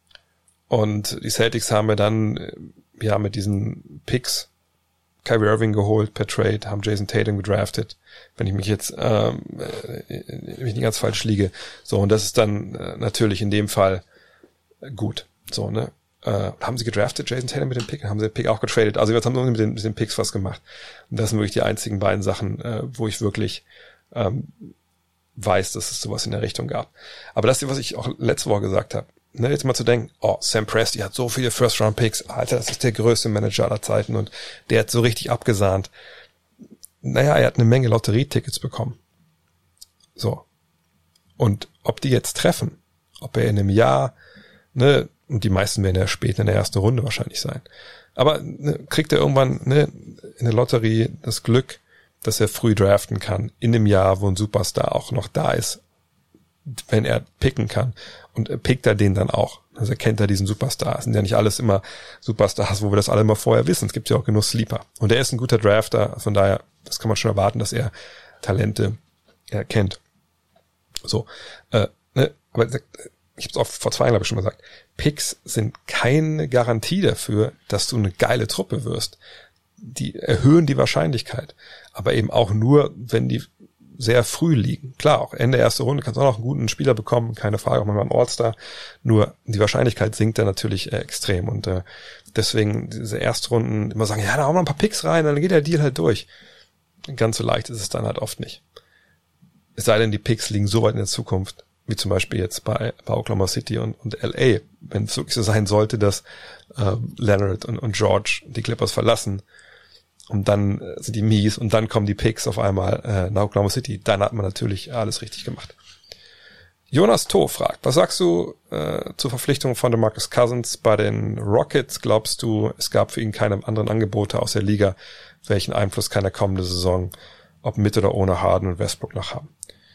und die Celtics haben wir dann äh, ja mit diesen Picks Kyrie Irving geholt per Trade, haben Jason Tatum gedraftet, wenn ich mich jetzt ähm, äh, mich nicht ganz falsch liege. So, und das ist dann äh, natürlich in dem Fall äh, gut. So, ne? Äh, haben sie gedraftet, Jason Tatum mit dem Pick? Haben sie den Pick auch getradet? Also jetzt haben sie mit den, mit den Picks was gemacht. Und das sind wirklich die einzigen beiden Sachen, äh, wo ich wirklich ähm, weiß, dass es sowas in der Richtung gab. Aber das ist, was ich auch letzte Woche gesagt habe. Ne, jetzt mal zu denken, oh, Sam Presti hat so viele First-Round-Picks. Alter, das ist der größte Manager aller Zeiten und der hat so richtig abgesahnt. Naja, er hat eine Menge Lotterietickets bekommen. So. Und ob die jetzt treffen, ob er in einem Jahr, ne, und die meisten werden ja spät in der ersten Runde wahrscheinlich sein. Aber ne, kriegt er irgendwann ne, in der Lotterie das Glück, dass er früh draften kann, in dem Jahr, wo ein Superstar auch noch da ist, wenn er picken kann. Und er pickt er den dann auch. Also erkennt er diesen Superstar. Es sind ja nicht alles immer Superstars, wo wir das alle mal vorher wissen. Es gibt ja auch genug Sleeper. Und er ist ein guter Drafter. Von daher, das kann man schon erwarten, dass er Talente erkennt. So, äh, ne, aber ich habe es auch vor zwei Jahren, glaube ich, schon mal gesagt, Picks sind keine Garantie dafür, dass du eine geile Truppe wirst. Die erhöhen die Wahrscheinlichkeit, aber eben auch nur, wenn die sehr früh liegen. Klar, auch Ende erste Runde kannst du auch noch einen guten Spieler bekommen, keine Frage, auch mal einen All-Star. Nur die Wahrscheinlichkeit sinkt dann natürlich äh, extrem. Und äh, deswegen diese Erstrunden immer sagen, ja, da hauen wir ein paar Picks rein, dann geht der Deal halt durch. Ganz so leicht ist es dann halt oft nicht. Es sei denn, die Picks liegen so weit in der Zukunft, wie zum Beispiel jetzt bei, bei Oklahoma City und, und L A. Wenn es wirklich so sein sollte, dass äh, Leonard und, und George die Clippers verlassen und dann äh, sind die mies und dann kommen die Picks auf einmal äh, nach Oklahoma City, dann hat man natürlich alles richtig gemacht. Jonas Toh fragt, was sagst du äh, zur Verpflichtung von DeMarcus Cousins bei den Rockets? Glaubst du, es gab für ihn keine anderen Angebote aus der Liga? Welchen Einfluss kann der kommende Saison, ob mit oder ohne Harden und Westbrook, noch haben?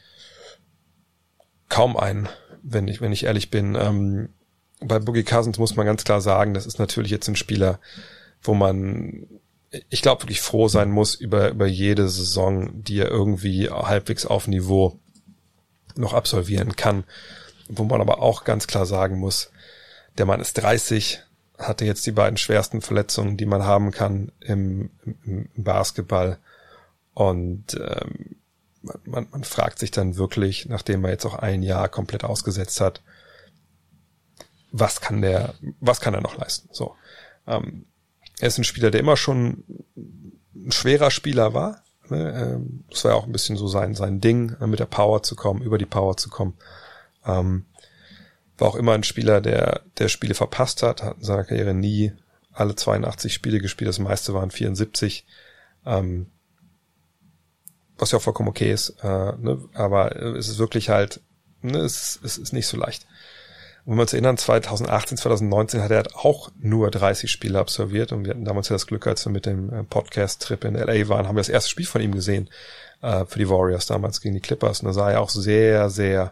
Kaum einen, wenn ich, wenn ich ehrlich bin. Ähm, bei Boogie Cousins muss man ganz klar sagen, das ist natürlich jetzt ein Spieler, wo man, ich glaube, wirklich froh sein muss über, über jede Saison, die er irgendwie halbwegs auf Niveau noch absolvieren kann. Wo man aber auch ganz klar sagen muss, der Mann ist dreißig, hatte jetzt die beiden schwersten Verletzungen, die man haben kann im, im, im Basketball. Und ähm, Man, man fragt sich dann wirklich, nachdem er jetzt auch ein Jahr komplett ausgesetzt hat, was kann der, was kann er noch leisten? So, ähm, er ist ein Spieler, der immer schon ein schwerer Spieler war. Ne? Ähm, das war ja auch ein bisschen so sein sein Ding, mit der Power zu kommen, über die Power zu kommen. Ähm, war auch immer ein Spieler, der der Spiele verpasst hat, hat in seiner Karriere nie alle zweiundachtzig Spiele gespielt, das meiste waren vierundsiebzig. Ähm, was ja auch vollkommen okay ist, äh, ne? Aber es ist wirklich halt, ne, es, es ist nicht so leicht. Und wenn wir uns erinnern, zwanzig achtzehn, zwanzig neunzehn hat er halt auch nur dreißig Spiele absolviert und wir hatten damals ja das Glück, als wir mit dem Podcast-Trip in L A waren, haben wir das erste Spiel von ihm gesehen, äh, für die Warriors damals gegen die Clippers, und da sah er auch sehr, sehr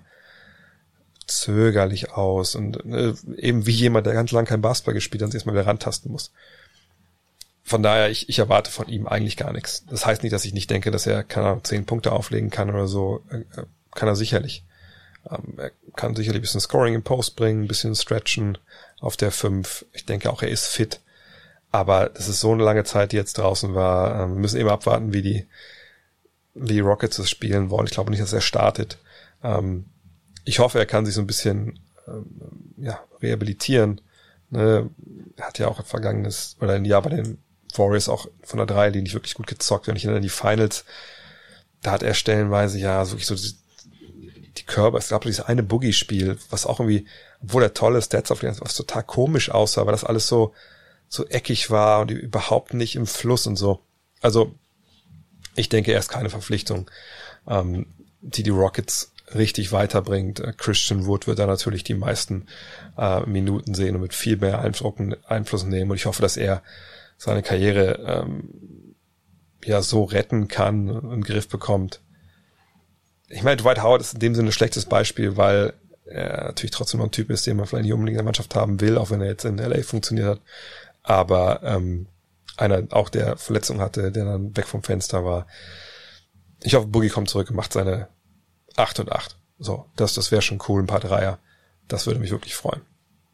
zögerlich aus und äh, eben wie jemand, der ganz lange kein Basketball gespielt hat und sich erstmal wieder rantasten muss. Von daher, ich, ich erwarte von ihm eigentlich gar nichts. Das heißt nicht, dass ich nicht denke, dass er, keine Ahnung, zehn Punkte auflegen kann oder so. Äh, kann er sicherlich. Ähm, er kann sicherlich ein bisschen Scoring im Post bringen, ein bisschen stretchen auf der fünf. Ich denke auch, er ist fit. Aber das ist so eine lange Zeit, die jetzt draußen war. Ähm, wir müssen eben abwarten, wie die, wie die Rockets es spielen wollen. Ich glaube nicht, dass er startet. Ähm, ich hoffe, er kann sich so ein bisschen ähm, ja, rehabilitieren. Ne? Er hat ja auch ein vergangenes, oder ein Jahr bei den Warriors auch von der Dreierlinie nicht wirklich gut gezockt. Wenn ich erinnere an die Finals, da hat er stellenweise ja wirklich so die, die Körper, es gab dieses eine Boogie-Spiel, was auch irgendwie, obwohl er tolle Stats auf den, was total komisch aussah, weil das alles so so eckig war und überhaupt nicht im Fluss und so. Also ich denke, er ist keine Verpflichtung, ähm, die die Rockets richtig weiterbringt. Christian Wood wird da natürlich die meisten äh, Minuten sehen und mit viel mehr Einfluss, Einfluss nehmen. Und ich hoffe, dass er seine Karriere ähm, ja so retten kann und in den Griff bekommt. Ich meine, Dwight Howard ist in dem Sinne ein schlechtes Beispiel, weil er natürlich trotzdem noch ein Typ ist, den man vielleicht nicht unbedingt in der Mannschaft haben will, auch wenn er jetzt in L A funktioniert hat. Aber ähm, einer auch, der Verletzung hatte, der dann weg vom Fenster war. Ich hoffe, Boogie kommt zurück und macht seine acht und acht. So, das, das wäre schon cool, ein paar Dreier. Das würde mich wirklich freuen.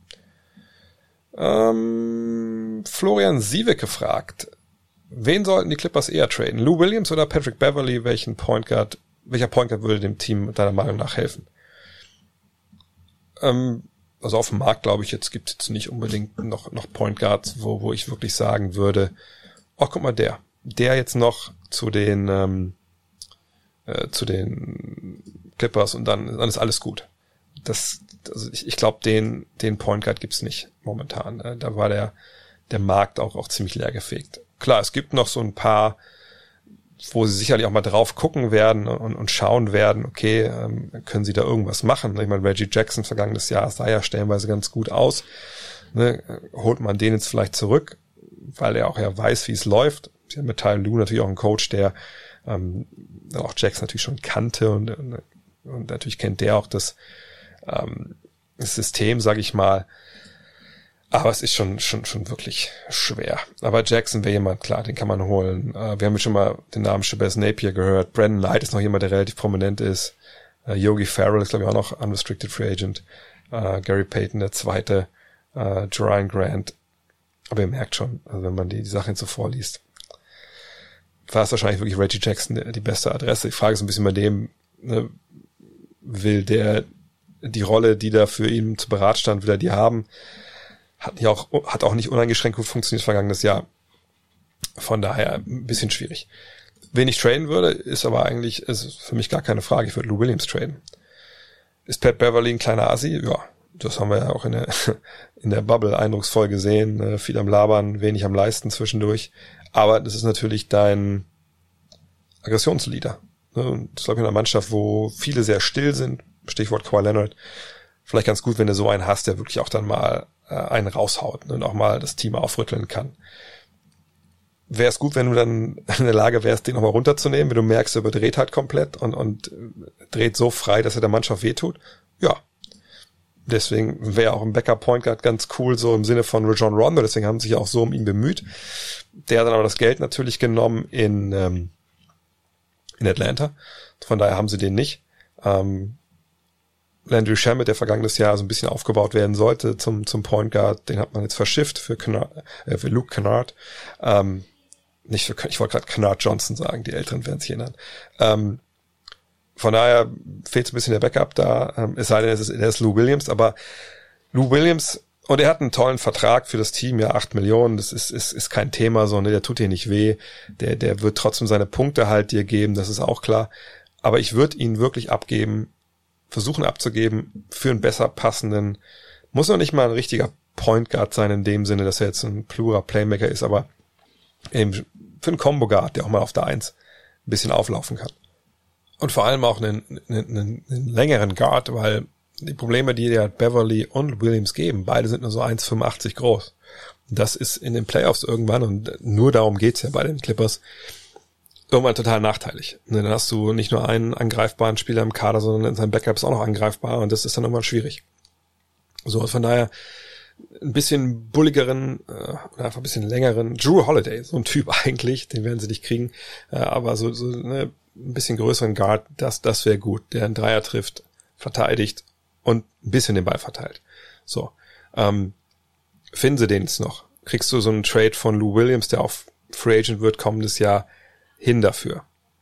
Ähm, Florian Sieveck gefragt, wen sollten die Clippers eher traden? Lou Williams oder Patrick Beverley? Welchen Point Guard, welcher Point Guard würde dem Team deiner Meinung nach helfen? Ähm, also auf dem Markt, glaube ich, jetzt gibt es jetzt nicht unbedingt noch, noch Point Guards, wo, wo ich wirklich sagen würde, oh, guck mal, der, der jetzt noch zu den, ähm, äh, zu den Clippers und dann, dann ist alles gut. Das, also ich, ich glaube, den, den Point Guard gibt's nicht momentan. Äh, da war der, der Markt auch, auch ziemlich leergefegt. Klar, es gibt noch so ein paar, wo sie sicherlich auch mal drauf gucken werden und, und schauen werden, okay, ähm, können sie da irgendwas machen? Ich meine, Reggie Jackson vergangenes Jahr sah ja stellenweise ganz gut aus. Ne? Holt man den jetzt vielleicht zurück, weil er auch ja weiß, wie es läuft. Sie haben mit Ty Lue natürlich auch einen Coach, der ähm, auch Jackson natürlich schon kannte und, und, und natürlich kennt der auch das, ähm, das System, sage ich mal. Aber es ist schon schon schon wirklich schwer. Aber Jackson wäre jemand, klar, den kann man holen. Äh, wir haben schon mal den Namen Shabazz Napier gehört. Brandon Knight ist noch jemand, der relativ prominent ist. Äh, Yogi Ferrell ist, glaube ich, auch noch Unrestricted Free Agent. Äh, Gary Payton, der Zweite. Äh, Jerian Grant. Aber ihr merkt schon, also wenn man die, die Sachen so vorliest, war es wahrscheinlich wirklich Reggie Jackson die, die beste Adresse. Die Frage ist ein bisschen bei dem, ne, will der die Rolle, die da für ihn zu Berat stand, will er die haben? Hat nicht auch, hat auch nicht uneingeschränkt gut funktioniert vergangenes Jahr. Von daher ein bisschen schwierig. Wen ich traden würde, ist aber eigentlich, ist für mich gar keine Frage. Ich würde Lou Williams traden. Ist Pat Beverly ein kleiner Assi? Ja, das haben wir ja auch in der, in der Bubble eindrucksvoll gesehen. Viel am Labern, wenig am Leisten zwischendurch. Aber das ist natürlich dein Aggressionsleader. Und das ist, glaube ich, in einer Mannschaft, wo viele sehr still sind. Stichwort Kawhi Leonard. Vielleicht ganz gut, wenn du so einen hast, der wirklich auch dann mal äh, einen raushaut und auch mal das Team aufrütteln kann. Wäre es gut, wenn du dann in der Lage wärst, den nochmal runterzunehmen, wenn du merkst, er überdreht halt komplett und, und dreht so frei, dass er der Mannschaft wehtut? Ja. Deswegen wäre auch ein Backup-Point Guard ganz cool, so im Sinne von Rajon Rondo, deswegen haben sie sich auch so um ihn bemüht. Der hat dann aber das Geld natürlich genommen in, ähm, in Atlanta. Von daher haben sie den nicht. Ähm, Landry Shamet, der vergangenes Jahr so ein bisschen aufgebaut werden sollte zum zum Point Guard, den hat man jetzt verschifft für, Kennard, äh, für Luke Kennard. Ähm, nicht für, ich wollte gerade Kennard Johnson sagen, die Älteren werden sich erinnern. Ähm, von daher fehlt so ein bisschen der Backup da, ähm, es sei denn, es ist, er ist Lou Williams, aber Lou Williams, und er hat einen tollen Vertrag für das Team, ja, acht Millionen, das ist ist ist kein Thema, so, ne, der tut dir nicht weh, der der wird trotzdem seine Punkte halt dir geben, das ist auch klar, aber ich würde ihn wirklich abgeben, versuchen abzugeben für einen besser passenden, muss noch nicht mal ein richtiger Point Guard sein in dem Sinne, dass er jetzt ein plurer Playmaker ist, aber eben für einen Combo Guard, der auch mal auf der Eins ein bisschen auflaufen kann. Und vor allem auch einen, einen, einen längeren Guard, weil die Probleme, die dir Beverly und Williams geben, beide sind nur so eins Komma fünfundachtzig groß. Das ist in den Playoffs irgendwann, und nur darum geht's ja bei den Clippers, irgendwann total nachteilig. Dann hast du nicht nur einen angreifbaren Spieler im Kader, sondern sein Backup ist auch noch angreifbar, und das ist dann irgendwann schwierig. So, von daher ein bisschen bulligeren, äh, einfach ein bisschen längeren Drew Holiday, so ein Typ eigentlich, den werden sie nicht kriegen, äh, aber so, so ne, ein bisschen größeren Guard, das das wäre gut, der einen Dreier trifft, verteidigt und ein bisschen den Ball verteilt. So, ähm, finden sie den jetzt noch? Kriegst du so einen Trade von Lou Williams, der auf Free Agent wird kommendes Jahr, hin dafür?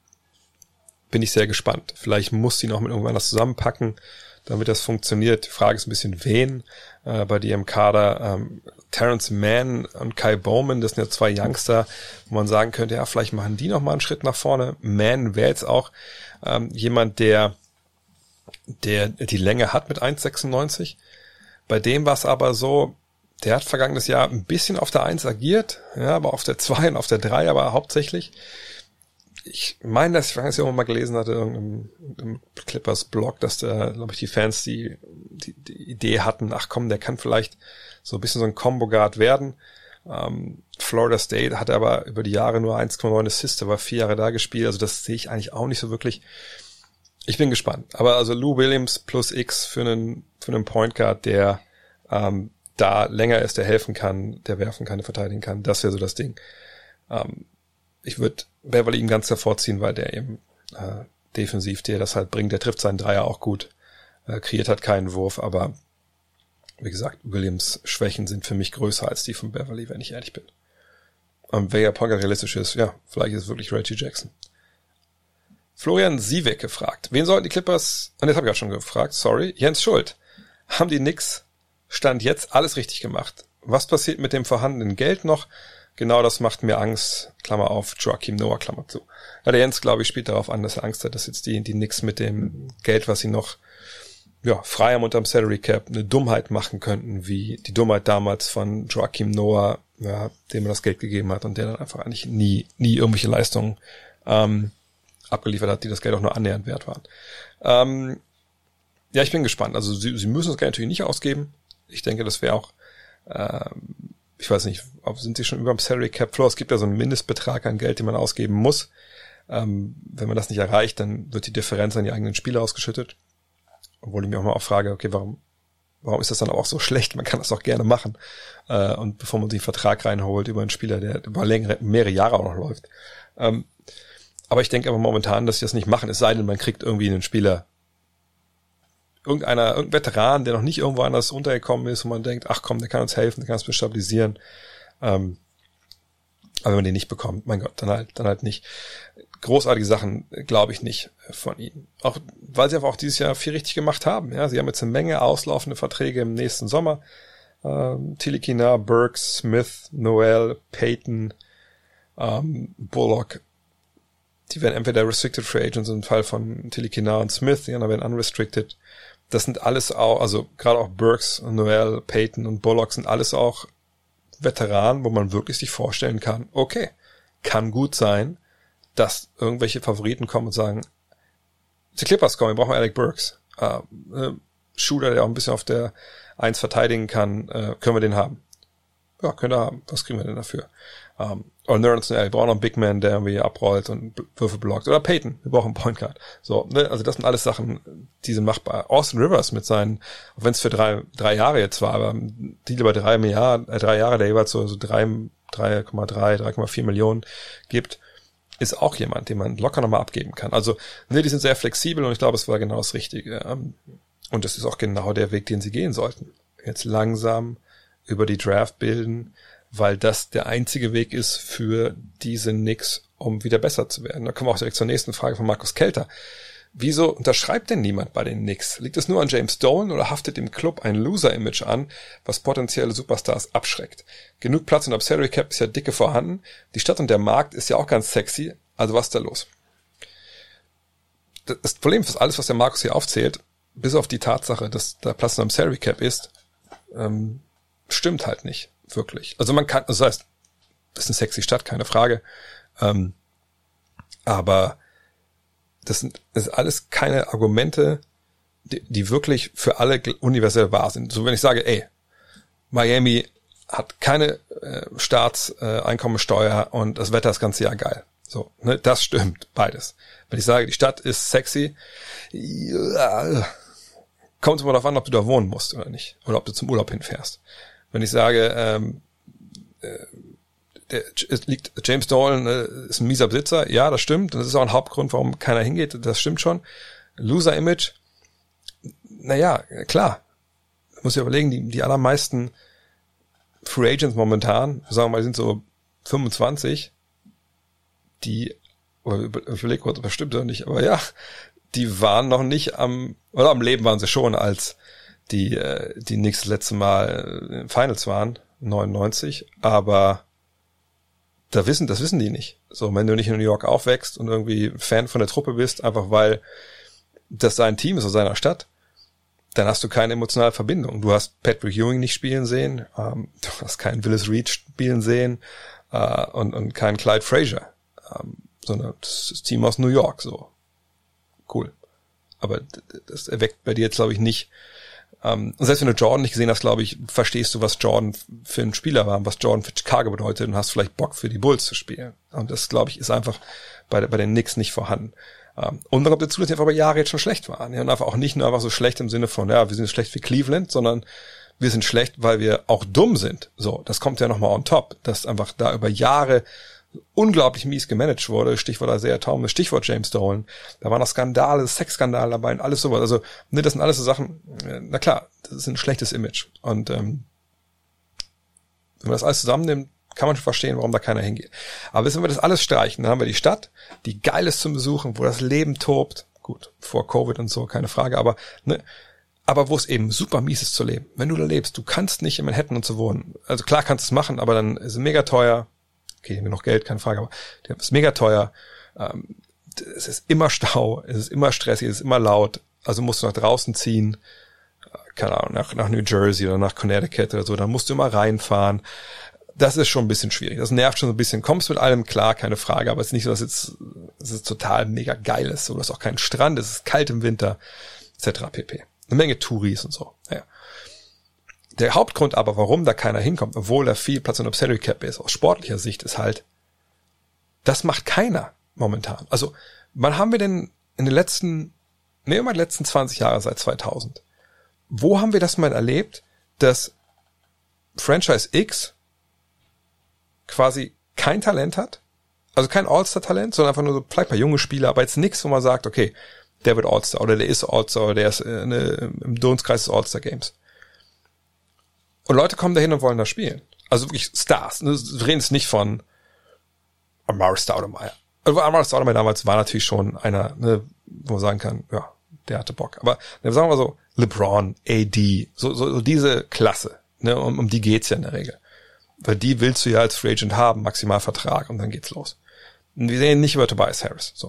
Bin ich sehr gespannt. Vielleicht muss sie noch mit irgendwann was zusammenpacken, damit das funktioniert. Die Frage ist ein bisschen, wen äh, bei dir im Kader. Ähm, Terrence Mann und Kai Bowman, das sind ja zwei Youngster, wo man sagen könnte, ja, vielleicht machen die noch mal einen Schritt nach vorne. Mann wäre jetzt auch ähm, jemand, der der die Länge hat mit eins Komma sechsundneunzig. Bei dem war es aber so, der hat vergangenes Jahr ein bisschen auf der eins agiert, ja, aber auf der zwei und auf der drei aber hauptsächlich. Ich meine, dass ich es irgendwann mal gelesen hatte, in einem Clippers-Blog, dass da, glaube ich, die Fans die, die die Idee hatten, ach komm, der kann vielleicht so ein bisschen so ein Combo-Guard werden. Ähm, Florida State hatte aber über die Jahre nur eins Komma neun Assists, der war vier Jahre da gespielt, also das sehe ich eigentlich auch nicht so wirklich. Ich bin gespannt. Aber also Lou Williams plus X für einen für einen Point Guard, der ähm, da länger ist, der helfen kann, der werfen kann, der verteidigen kann, das wäre so das Ding. Ähm, ich würde Beverly ihm ganz hervorziehen, weil der eben äh, defensiv dir das halt bringt. Der trifft seinen Dreier auch gut, äh, kreiert halt keinen Wurf, aber wie gesagt, Williams Schwächen sind für mich größer als die von Beverly, wenn ich ehrlich bin. Und wer ja Point Guard realistisch ist, ja, vielleicht ist es wirklich Reggie Jackson. Florian Siebeck gefragt, wen sollten die Clippers, und jetzt habe ich auch schon gefragt, sorry, Jens Schuld, haben die Knicks Stand jetzt alles richtig gemacht? Was passiert mit dem vorhandenen Geld noch? Genau das macht mir Angst, Klammer auf, Joakim Noah, Klammer zu. Ja, der Jens, glaube ich, spielt darauf an, dass er Angst hat, dass jetzt die, die Knicks mit dem Geld, was sie noch ja, frei haben unterm Salary Cap, eine Dummheit machen könnten, wie die Dummheit damals von Joakim Noah, ja, dem man das Geld gegeben hat und der dann einfach eigentlich nie, nie irgendwelche Leistungen ähm, abgeliefert hat, die das Geld auch nur annähernd wert waren. Ähm, ja, ich bin gespannt. Also sie, sie müssen das Geld natürlich nicht ausgeben. Ich denke, das wäre auch, ähm, ich weiß nicht, ob sind sie schon über dem Salary Cap Floor? Es gibt ja so einen Mindestbetrag an Geld, den man ausgeben muss. Ähm, wenn man das nicht erreicht, dann wird die Differenz an die eigenen Spieler ausgeschüttet. Obwohl ich mir auch mal auch frage, okay, warum, warum ist das dann auch so schlecht? Man kann das doch gerne machen. Äh, und bevor man sich einen Vertrag reinholt über einen Spieler, der über längere, mehrere Jahre auch noch läuft. Ähm, aber ich denke aber momentan, dass sie das nicht machen, es sei denn, man kriegt irgendwie einen Spieler, irgendeiner, irgendein Veteran, der noch nicht irgendwo anders untergekommen ist und man denkt, ach komm, der kann uns helfen, der kann uns stabilisieren. Ähm, Aber wenn man den nicht bekommt, mein Gott, dann halt, dann halt nicht. Großartige Sachen glaube ich nicht von ihnen. Auch, weil sie einfach auch dieses Jahr viel richtig gemacht haben. Ja, sie haben jetzt eine Menge auslaufende Verträge im nächsten Sommer. Ähm, Tilikina, Burks, Smith, Noel, Payton, ähm, Bullock. Die werden entweder Restricted Free Agents im Fall von Tilikina und Smith, die anderen werden Unrestricted. Das sind alles auch, also gerade auch Burks, Noel, Payton und Bullock sind alles auch Veteranen, wo man wirklich sich vorstellen kann, okay, kann gut sein, dass irgendwelche Favoriten kommen und sagen, die Clippers kommen, wir brauchen Alec Burks. Äh, äh, Shooter, der auch ein bisschen auf der Eins verteidigen kann, äh, können wir den haben. Ja, können wir haben. Was kriegen wir denn dafür? Ähm, oder Nerds, ja, wir brauchen noch einen Big Man, der irgendwie abrollt und Würfe blockt. Oder Peyton, wir brauchen einen Point Guard. So, ne, also das sind alles Sachen, die sind machbar. Austin Rivers mit seinen, auch wenn es für drei, drei Jahre jetzt war, aber die über drei Jahre, äh, drei Jahre, der jeweils so, so drei, drei Komma drei, drei Komma vier Millionen gibt, ist auch jemand, den man locker nochmal abgeben kann. Also, ne, die sind sehr flexibel und ich glaube, es war genau das Richtige. Und das ist auch genau der Weg, den sie gehen sollten. Jetzt langsam über die Draft bilden, weil das der einzige Weg ist für diese Knicks, um wieder besser zu werden. Da kommen wir auch direkt zur nächsten Frage von Markus Kelter. Wieso unterschreibt denn niemand bei den Knicks? Liegt es nur an James Dolan oder haftet dem Club ein Loser-Image an, was potenzielle Superstars abschreckt? Genug Platz und ab Salary Cap ist ja dicke vorhanden. Die Stadt und der Markt ist ja auch ganz sexy. Also was ist da los? Das Problem ist, alles, was der Markus hier aufzählt, bis auf die Tatsache, dass da Platz am Salary Cap ist, ähm, stimmt halt nicht wirklich. Also man kann, also das heißt, das ist eine sexy Stadt, keine Frage. Ähm, aber das sind, das sind alles keine Argumente, die, die wirklich für alle universell wahr sind. So wenn ich sage, ey, Miami hat keine äh, Staatseinkommensteuer äh, und das Wetter ist das ganze Jahr geil. So, ne, das stimmt, beides. Wenn ich sage, die Stadt ist sexy, ja, kommt es immer darauf an, ob du da wohnen musst oder nicht. Oder ob du zum Urlaub hinfährst. Wenn ich sage, ähm, äh, der, es liegt, James Dolan äh, ist ein mieser Besitzer, ja, das stimmt. Das ist auch ein Hauptgrund, warum keiner hingeht, das stimmt schon. Loser-Image, naja, klar. Ich muss ja überlegen, die, die allermeisten Free Agents momentan, sagen wir mal, sind so fünfundzwanzig, die, oder ich überlege kurz, das stimmt doch nicht, aber ja, die waren noch nicht am, oder am Leben waren sie schon, als die, die Knicks das letzte Mal in Finals waren, neunundneunzig, aber da wissen, das wissen die nicht. So, wenn du nicht in New York aufwächst und irgendwie Fan von der Truppe bist, einfach weil das sein Team ist aus seiner Stadt, dann hast du keine emotionale Verbindung. Du hast Patrick Ewing nicht spielen sehen, ähm, du hast keinen Willis Reed spielen sehen äh, und, und keinen Clyde Frazier, ähm, sondern das, das Team aus New York, so. Cool. Aber das erweckt bei dir jetzt, glaube ich, nicht. Ähm, und selbst wenn du Jordan nicht gesehen hast, glaube ich, verstehst du, was Jordan für ein Spieler war, was Jordan für Chicago bedeutet und hast vielleicht Bock für die Bulls zu spielen. Und das, glaube ich, ist einfach bei, bei den Knicks nicht vorhanden. Ähm, und dann kommt dazu, dass die einfach über Jahre jetzt schon schlecht waren. Ja, und einfach auch nicht nur einfach so schlecht im Sinne von, ja, wir sind schlecht wie Cleveland, sondern wir sind schlecht, weil wir auch dumm sind. So, das kommt ja nochmal on top, dass einfach da über Jahre unglaublich mies gemanagt wurde, Stichwort Isaiah Thomas, Stichwort James Dolan, da waren noch Skandale, Sexskandale dabei und alles sowas, also ne, das sind alles so Sachen, na klar, das ist ein schlechtes Image und ähm, wenn man das alles zusammennimmt, kann man schon verstehen, warum da keiner hingeht. Aber wenn wir das alles streichen, dann haben wir die Stadt, die geil ist zum Besuchen, wo das Leben tobt, gut, vor Covid und so, keine Frage, aber ne, aber wo es eben super mies ist zu leben. Wenn du da lebst, du kannst nicht in Manhattan und so wohnen, also klar kannst du es machen, aber dann ist es mega teuer. Okay, genug Geld, keine Frage, aber der ist mega teuer. Ähm, es ist immer Stau, es ist immer stressig, es ist immer laut. Also musst du nach draußen ziehen, keine Ahnung, nach, nach New Jersey oder nach Connecticut oder so, dann musst du immer reinfahren. Das ist schon ein bisschen schwierig. Das nervt schon so ein bisschen. Kommst mit allem klar, keine Frage, aber es ist nicht so, dass jetzt, dass es total mega geil ist. So, du hast auch keinen Strand, es ist kalt im Winter, et cetera pp. Eine Menge Touris und so. Ja. Der Hauptgrund aber, warum da keiner hinkommt, obwohl da viel Platz in der Salary Cap ist, aus sportlicher Sicht, ist halt, das macht keiner momentan. Also, wann haben wir denn in den letzten, nehmen wir mal die letzten zwanzig Jahre seit zweitausend, wo haben wir das mal erlebt, dass Franchise X quasi kein Talent hat, also kein All-Star-Talent, sondern einfach nur so vielleicht ein paar junge Spieler, aber jetzt nichts, wo man sagt, okay, der wird All-Star oder der ist All-Star oder der ist äh, eine, im Dunstkreis des All-Star-Games. Und Leute kommen dahin und wollen da spielen. Also wirklich Stars. Wir reden jetzt nicht von Amar'e Stoudemire. Also Amar'e Stoudemire damals war natürlich schon einer, ne, wo man sagen kann, ja, der hatte Bock. Aber ne, sagen wir mal so, LeBron, A D, so, so, so diese Klasse, ne, um, um die geht's ja in der Regel. Weil die willst du ja als Free Agent haben, Maximalvertrag, und dann geht's los. Und wir sehen nicht über Tobias Harris. So.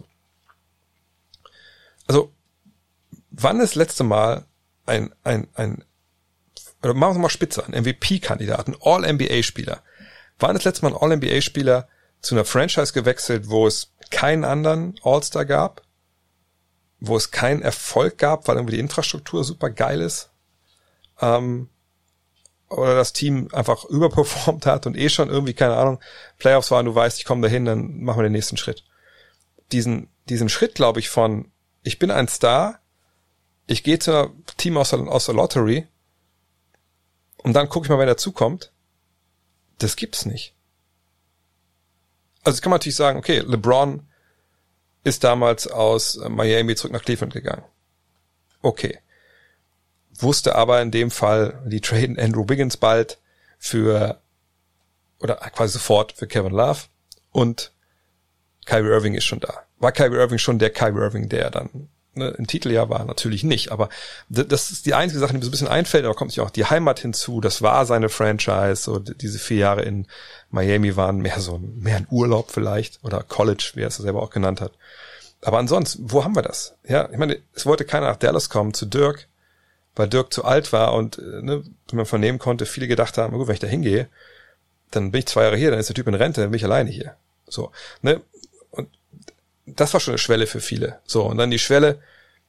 Also, wann ist das letzte Mal ein, ein, ein, oder machen wir mal spitze, ein M V P-Kandidat, ein All-N B A-Spieler. Wann ist das letzte Mal ein All-N B A-Spieler zu einer Franchise gewechselt, wo es keinen anderen All-Star gab, wo es keinen Erfolg gab, weil irgendwie die Infrastruktur super geil ist, ähm, oder das Team einfach überperformt hat und eh schon irgendwie, keine Ahnung, Playoffs waren, du weißt, ich komme dahin, dann machen wir den nächsten Schritt. Diesen, diesen Schritt, glaube ich, von, ich bin ein Star, ich gehe zu einem Team aus der, aus der Lottery und dann gucke ich mal, wer dazukommt, das gibt's nicht. Also jetzt kann man natürlich sagen, okay, LeBron ist damals aus Miami zurück nach Cleveland gegangen. Okay. Wusste aber in dem Fall, die traden Andrew Wiggins bald für, oder quasi sofort für Kevin Love, und Kyrie Irving ist schon da. War Kyrie Irving schon der Kyrie Irving, der dann ne, im Titeljahr war? Natürlich nicht, aber das ist die einzige Sache, die mir so ein bisschen einfällt, aber kommt sich auch die Heimat hinzu, das war seine Franchise, so diese vier Jahre in Miami waren mehr so ein, mehr ein Urlaub vielleicht, oder College, wie er es selber auch genannt hat. Aber ansonsten, wo haben wir das? Ja, ich meine, es wollte keiner nach Dallas kommen, zu Dirk, weil Dirk zu alt war und ne, wie man vernehmen konnte, viele gedacht haben, gut, wenn ich da hingehe, dann bin ich zwei Jahre hier, dann ist der Typ in Rente, dann bin ich alleine hier. So, ne? Und das war schon eine Schwelle für viele. So, und dann die Schwelle,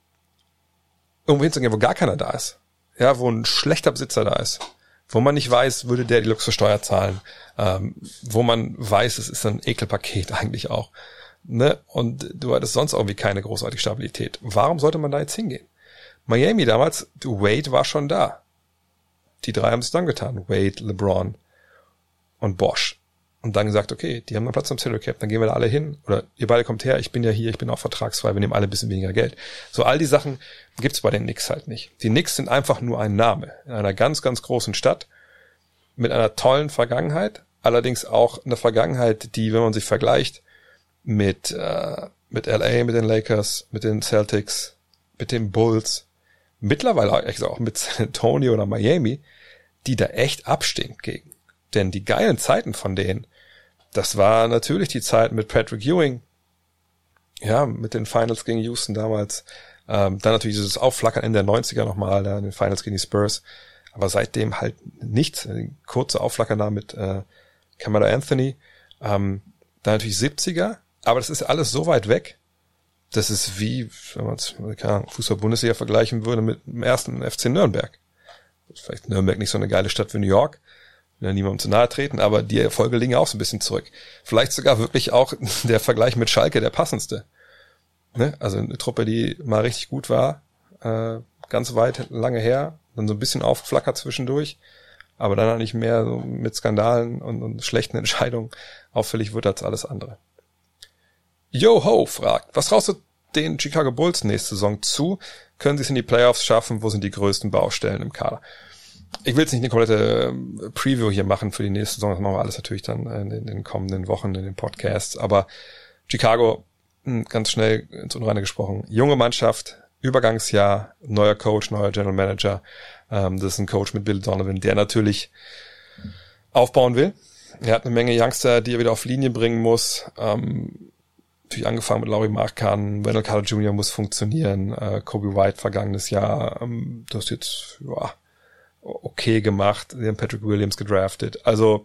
irgendwo hinzugehen, wo gar keiner da ist. Ja, wo ein schlechter Besitzer da ist. Wo man nicht weiß, würde der die Luxussteuer zahlen. Ähm, wo man weiß, es ist ein Ekelpaket eigentlich auch. Ne? Und du hattest sonst irgendwie keine großartige Stabilität. Warum sollte man da jetzt hingehen? Miami damals, Wade war schon da. Die drei haben es dann getan. Wade, LeBron und Bosch. Und dann gesagt, okay, die haben einen Platz am Salary Cap, dann gehen wir da alle hin. Oder ihr beide kommt her, ich bin ja hier, ich bin auch vertragsfrei, wir nehmen alle ein bisschen weniger Geld. So, all die Sachen gibt's bei den Knicks halt nicht. Die Knicks sind einfach nur ein Name in einer ganz, ganz großen Stadt mit einer tollen Vergangenheit. Allerdings auch eine Vergangenheit, die, wenn man sich vergleicht mit, äh, mit L A, mit den Lakers, mit den Celtics, mit den Bulls, mittlerweile auch mit San Antonio oder Miami, die da echt abstinkt gegen. Denn die geilen Zeiten von denen, das war natürlich die Zeit mit Patrick Ewing, ja, mit den Finals gegen Houston damals, ähm, dann natürlich dieses Aufflackern in der neunziger nochmal, da in den Finals gegen die Spurs, aber seitdem halt nichts, kurze Auflackern da mit äh, Carmelo Anthony, ähm, dann natürlich siebziger, aber das ist alles so weit weg, das ist wie, wenn man es Fußball-Bundesliga vergleichen würde mit dem ersten F C Nürnberg. Vielleicht Nürnberg nicht so eine geile Stadt wie New York, will ja niemandem zu nahe treten, aber die Erfolge liegen auch so ein bisschen zurück. Vielleicht sogar wirklich auch der Vergleich mit Schalke der passendste. Ne? Also eine Truppe, die mal richtig gut war, äh, ganz weit lange her, dann so ein bisschen aufgeflackert zwischendurch, aber dann auch nicht mehr so mit Skandalen und, und schlechten Entscheidungen auffällig wird als alles andere. Yo Ho fragt, was traust du den Chicago Bulls nächste Saison zu? Können sie es in die Playoffs schaffen? Wo sind die größten Baustellen im Kader? Ich will jetzt nicht eine komplette Preview hier machen für die nächste Saison, das machen wir alles natürlich dann in den kommenden Wochen in den Podcasts, aber Chicago, ganz schnell ins Unreine gesprochen, junge Mannschaft, Übergangsjahr, neuer Coach, neuer General Manager, das ist ein Coach mit Bill Donovan, der natürlich aufbauen will. Er hat eine Menge Youngster, die er wieder auf Linie bringen muss, ähm, natürlich angefangen mit Lauri Markkanen, Wendell Carter Junior muss funktionieren, äh, Kobe White vergangenes Jahr, ähm, das ist jetzt ja, okay gemacht, sie haben Patrick Williams gedraftet, also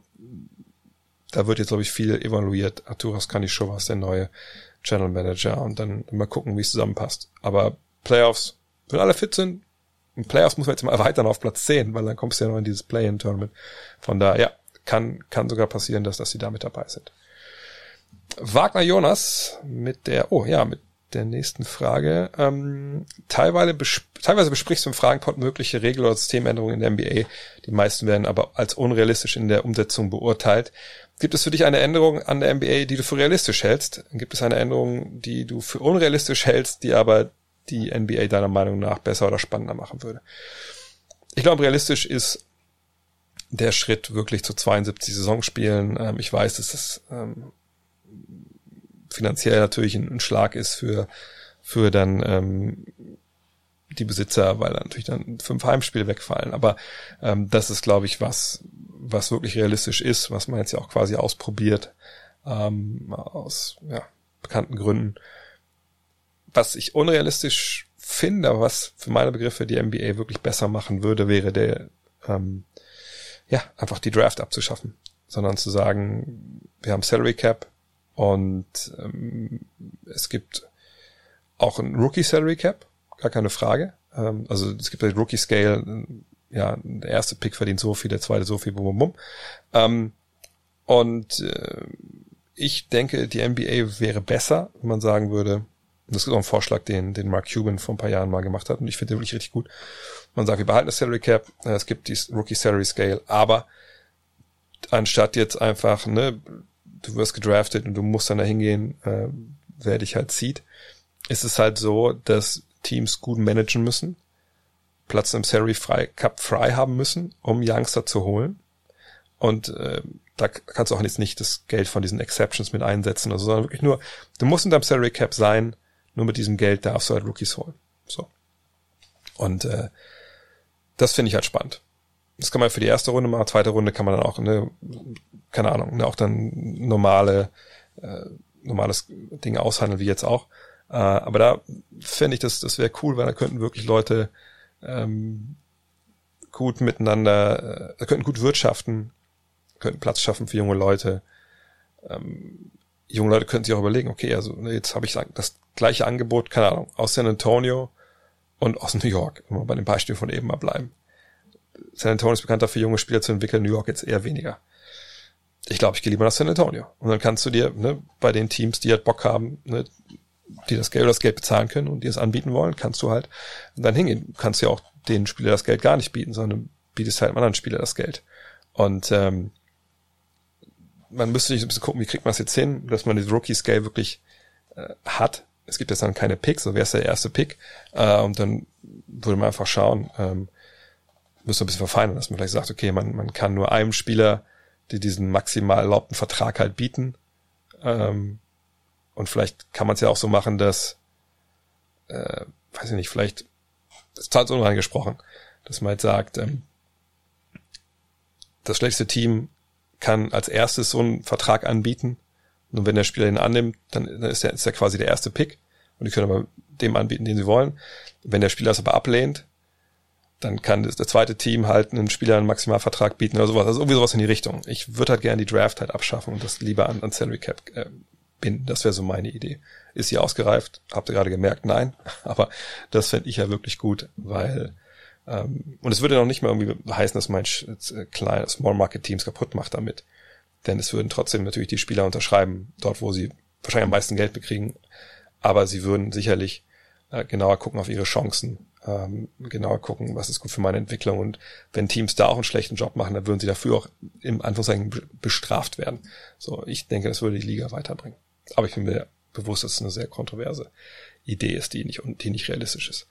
da wird jetzt, glaube ich, viel evaluiert. Arturas Karnisovas, der neue General Manager, und dann mal gucken, wie es zusammenpasst. Aber Playoffs, wenn alle fit sind, in Playoffs muss man jetzt mal erweitern auf Platz zehn, weil dann kommst du ja noch in dieses Play-in-Tournament. Von da, ja, kann kann sogar passieren, dass dass sie da mit dabei sind. Wagner Jonas mit der, oh ja, mit der nächsten Frage. Ähm, teilweise, besp- teilweise besprichst du im Fragenpod mögliche Regel- oder Systemänderungen in der N B A. Die meisten werden aber als unrealistisch in der Umsetzung beurteilt. Gibt es für dich eine Änderung an der N B A, die du für realistisch hältst? Gibt es eine Änderung, die du für unrealistisch hältst, die aber die N B A deiner Meinung nach besser oder spannender machen würde? Ich glaube, realistisch ist der Schritt wirklich zu zweiundsiebzig Saisonspielen. Ähm, ich weiß, dass das ähm, finanziell natürlich ein, ein Schlag ist für für dann ähm, die Besitzer, weil dann natürlich dann fünf Heimspiele wegfallen. Aber ähm, das ist, glaube ich, was was wirklich realistisch ist, was man jetzt ja auch quasi ausprobiert, ähm, aus ja, bekannten Gründen. Was ich unrealistisch finde, aber was für meine Begriffe die N B A wirklich besser machen würde, wäre der ähm, ja einfach die Draft abzuschaffen, sondern zu sagen, wir haben Salary Cap und ähm, es gibt auch ein Rookie Salary Cap, gar keine Frage. Ähm, also es gibt den Rookie Scale, ja, der erste Pick verdient so viel, der zweite so viel, bum, bum, bum. Ähm, und äh, ich denke, die N B A wäre besser, wenn man sagen würde, das ist auch ein Vorschlag, den den Mark Cuban vor ein paar Jahren mal gemacht hat und ich finde den wirklich richtig gut. Man sagt, wir behalten das Salary Cap, es gibt die Rookie Salary Scale, aber anstatt jetzt einfach, ne, du wirst gedraftet und du musst dann da hingehen, äh, wer dich halt zieht, ist es halt so, dass Teams gut managen müssen, Platz im Salary frei, Cup frei haben müssen, um Youngster zu holen. Und äh, da kannst du auch jetzt nicht das Geld von diesen Exceptions mit einsetzen, also, sondern wirklich nur, du musst in deinem Salary Cap sein, nur mit diesem Geld darfst du halt Rookies holen. So. Und äh, das finde ich halt spannend. Das kann man für die erste Runde machen, zweite Runde kann man dann auch, ne, keine Ahnung, ne, auch dann normale, äh, normales Ding aushandeln, wie jetzt auch. Äh, aber da fände ich, das, das wäre cool, weil da könnten wirklich Leute ähm, gut miteinander, äh, da könnten gut wirtschaften, könnten Platz schaffen für junge Leute. Ähm, junge Leute könnten sich auch überlegen, okay, also jetzt habe ich das gleiche Angebot, keine Ahnung, aus San Antonio und aus New York, wenn wir bei dem Beispiel von eben mal bleiben. San Antonio ist bekannt dafür, junge Spieler zu entwickeln, New York jetzt eher weniger. Ich glaube, ich gehe lieber nach San Antonio. Und dann kannst du dir, ne, bei den Teams, die halt Bock haben, ne, die das Geld oder das Geld bezahlen können und die es anbieten wollen, kannst du halt dann hingehen. Du kannst ja auch den Spieler das Geld gar nicht bieten, sondern bietest halt einem anderen Spieler das Geld. Und ähm, man müsste sich ein bisschen gucken, wie kriegt man es jetzt hin, dass man die Rookie-Scale wirklich äh, hat. Es gibt jetzt dann keine Picks, so wäre es der erste Pick. Äh, und dann würde man einfach schauen, ähm, müsste ein bisschen verfeinern, dass man vielleicht sagt, okay, man man kann nur einem Spieler, die diesen maximal erlaubten Vertrag halt bieten. Ähm, und vielleicht kann man es ja auch so machen, dass, äh, weiß ich nicht, vielleicht, das ist total unreingesprochen, dass man halt sagt, ähm, das schlechteste Team kann als erstes so einen Vertrag anbieten. Und wenn der Spieler den annimmt, dann, dann ist er ist der quasi der erste Pick. Und die können aber dem anbieten, den sie wollen. Wenn der Spieler es aber ablehnt, dann kann das, das zweite Team halt einen Spieler einen Maximalvertrag bieten oder sowas. Also irgendwie sowas in die Richtung. Ich würde halt gerne die Draft halt abschaffen und das lieber an, an Salary Cap äh, binden. Das wäre so meine Idee. Ist sie ausgereift? Habt ihr gerade gemerkt? Nein. Aber das fände ich ja wirklich gut, weil ähm, und es würde noch nicht mal irgendwie heißen, dass mein äh, kleine Small Market Teams kaputt macht damit. Denn es würden trotzdem natürlich die Spieler unterschreiben, dort wo sie wahrscheinlich am meisten Geld bekriegen. Aber sie würden sicherlich äh, genauer gucken auf ihre Chancen, ähm, genauer gucken, was ist gut für meine Entwicklung. Und wenn Teams da auch einen schlechten Job machen, dann würden sie dafür auch im Anführungszeichen bestraft werden. So, ich denke, das würde die Liga weiterbringen. Aber ich bin mir bewusst, dass es eine sehr kontroverse Idee ist, die nicht, die nicht realistisch ist.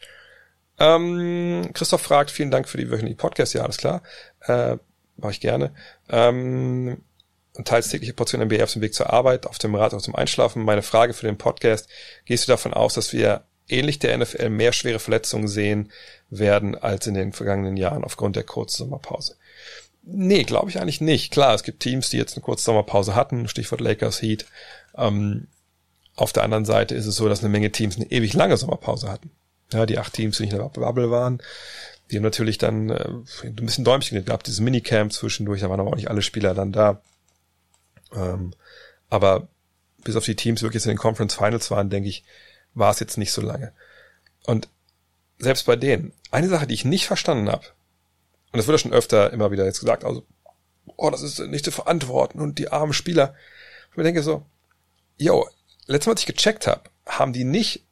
Ähm, Christoph fragt, vielen Dank für die wöchentlichen Podcasts. Ja, alles klar. Äh, mache ich gerne. Ähm, und teils tägliche Portion N B A auf dem Weg zur Arbeit, auf dem Rad oder zum Einschlafen. Meine Frage für den Podcast: Gehst du davon aus, dass wir ähnlich der N F L mehr schwere Verletzungen sehen werden als in den vergangenen Jahren aufgrund der kurzen Sommerpause? Nee, glaube ich eigentlich nicht. Klar, es gibt Teams, die jetzt eine kurze Sommerpause hatten, Stichwort Lakers, Heat. Ähm, auf der anderen Seite ist es so, dass eine Menge Teams eine ewig lange Sommerpause hatten. Ja, die acht Teams, die nicht in der Bubble waren, die haben natürlich dann äh, ein bisschen Däumchen gehabt, dieses Minicamp zwischendurch, da waren aber auch nicht alle Spieler dann da. Ähm, aber bis auf die Teams, die wirklich jetzt in den Conference Finals waren, denke ich, war es jetzt nicht so lange. Und selbst bei denen, eine Sache, die ich nicht verstanden habe, und das wird ja schon öfter immer wieder jetzt gesagt, also, oh, das ist nicht zu verantworten und die armen Spieler. Ich mir denke so, yo, letztes Mal, als ich gecheckt habe, haben die nicht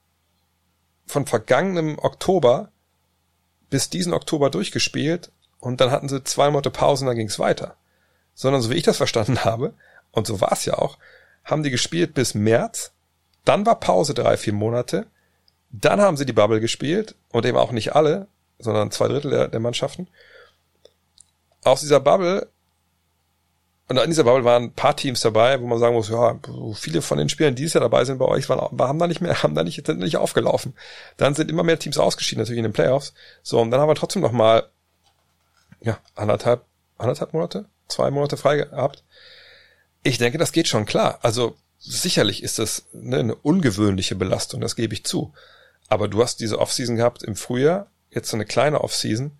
von vergangenem Oktober bis diesen Oktober durchgespielt und dann hatten sie zwei Monate Pause und dann ging es weiter. Sondern so wie ich das verstanden habe, und so war es ja auch, haben die gespielt bis März, dann war Pause drei, vier Monate, dann haben sie die Bubble gespielt und eben auch nicht alle, sondern zwei Drittel der, der Mannschaften. Aus dieser Bubble Und in dieser Bubble waren ein paar Teams dabei, wo man sagen muss, ja, viele von den Spielern, die dieses Jahr dabei sind bei euch, waren, haben da nicht mehr, haben da nicht, sind nicht aufgelaufen. Dann sind immer mehr Teams ausgeschieden, natürlich in den Playoffs. So, und dann haben wir trotzdem noch mal, ja, anderthalb, anderthalb Monate, zwei Monate frei gehabt. Ich denke, das geht schon klar. Also, sicherlich ist das ne, eine ungewöhnliche Belastung, das gebe ich zu. Aber du hast diese Offseason gehabt im Frühjahr, jetzt so eine kleine Offseason.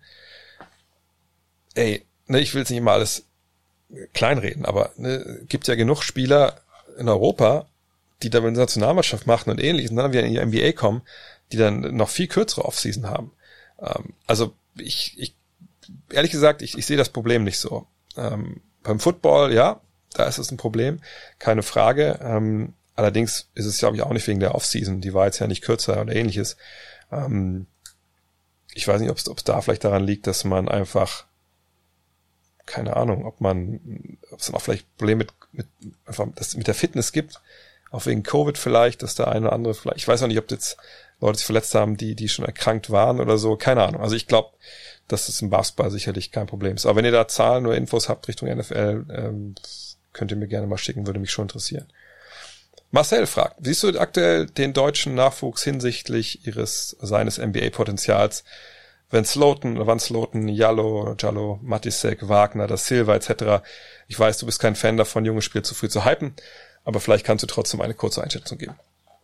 Ey, ne, ich will jetzt nicht immer alles kleinreden, aber ne, gibt ja genug Spieler in Europa, die da mit der Nationalmannschaft machen und ähnliches und dann wieder in die N B A kommen, die dann noch viel kürzere Offseason haben. Ähm, also ich, ich ehrlich gesagt, ich, ich sehe das Problem nicht so. Ähm, beim Football, ja, da ist es ein Problem, keine Frage. Ähm, allerdings ist es, glaube ich, auch nicht wegen der Offseason. Die war jetzt ja nicht kürzer oder ähnliches. Ähm, ich weiß nicht, ob es da vielleicht daran liegt, dass man einfach keine Ahnung, ob man, ob es dann auch vielleicht Probleme mit, mit, einfach, das mit der Fitness gibt, auch wegen Covid vielleicht, dass der eine oder andere vielleicht, ich weiß auch nicht, ob jetzt Leute sich verletzt haben, die, die schon erkrankt waren oder so, keine Ahnung. Also ich glaube, dass es im Basketball sicherlich kein Problem ist. Aber wenn ihr da Zahlen oder Infos habt Richtung N F L, ähm, könnt ihr mir gerne mal schicken, würde mich schon interessieren. Marcel fragt, siehst du aktuell den deutschen Nachwuchs hinsichtlich ihres, seines N B A-Potenzials, wenn Sloten, Van Sloten, Jallo, Jallo, Matisek, Wagner, Da Silva et cetera. Ich weiß, du bist kein Fan davon, junge Spieler zu früh zu hypen, aber vielleicht kannst du trotzdem eine kurze Einschätzung geben.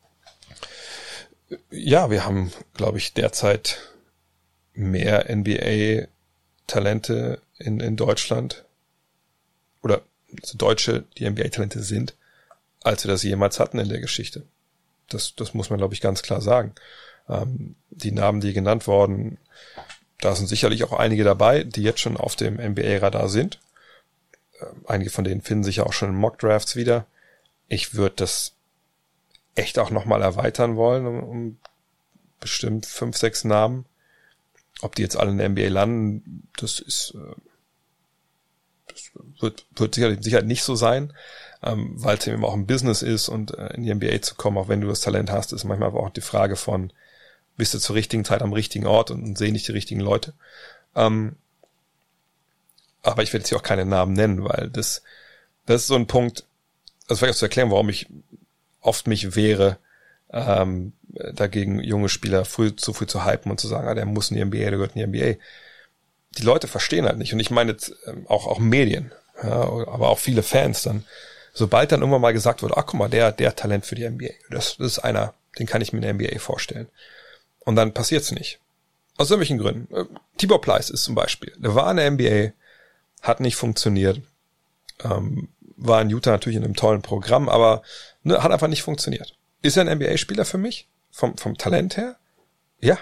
Ja, wir haben, glaube ich, derzeit mehr N B A-Talente in, in Deutschland oder also Deutsche, die N B A-Talente sind, als wir das jemals hatten in der Geschichte. Das, das muss man, glaube ich, ganz klar sagen. Ähm, die Namen, die genannt wurden, da sind sicherlich auch einige dabei, die jetzt schon auf dem N B A-Radar sind. Ähm, einige von denen finden sich ja auch schon in Mock-Drafts wieder. Ich würde das echt auch nochmal erweitern wollen, um, um bestimmt fünf, sechs Namen. Ob die jetzt alle in der N B A landen, das ist, äh, das wird, wird sicherlich, sicher nicht so sein, ähm, weil es eben auch ein Business ist und äh, in die N B A zu kommen, auch wenn du das Talent hast, ist manchmal aber auch die Frage von, bist du zur richtigen Zeit am richtigen Ort und, und sehen nicht die richtigen Leute. Ähm, aber ich werde jetzt hier auch keine Namen nennen, weil das, das ist so ein Punkt, also vielleicht auch zu erklären, warum ich oft mich wehre, ähm, dagegen junge Spieler früh, zu früh zu hypen und zu sagen, ah, der muss in die N B A, der gehört in die N B A. Die Leute verstehen halt nicht. Und ich meine jetzt ähm, auch, auch Medien, ja, aber auch viele Fans dann. Sobald dann irgendwann mal gesagt wird, ach guck mal, der, der Talent für die N B A, das, das ist einer, den kann ich mir in der N B A vorstellen. Und dann passiert's nicht. Aus irgendwelchen Gründen. Äh, Tibor Pleiss ist zum Beispiel. Der war in der N B A, hat nicht funktioniert, ähm, war in Utah natürlich in einem tollen Programm, aber ne, hat einfach nicht funktioniert. Ist er ein N B A-Spieler für mich? Vom, vom Talent her? Ja.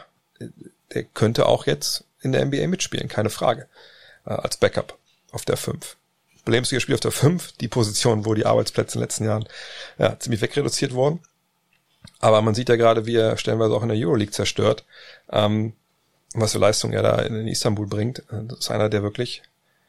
Der könnte auch jetzt in der N B A mitspielen, keine Frage. Äh, als Backup auf der fünf. Problemsliga Spiel auf der fünf, die Position, wo die Arbeitsplätze in den letzten Jahren ja, ziemlich wegreduziert wurden. Aber man sieht ja gerade, wie er stellenweise auch in der Euroleague zerstört, ähm, was für Leistung er da in, in Istanbul bringt. Das ist einer, der wirklich,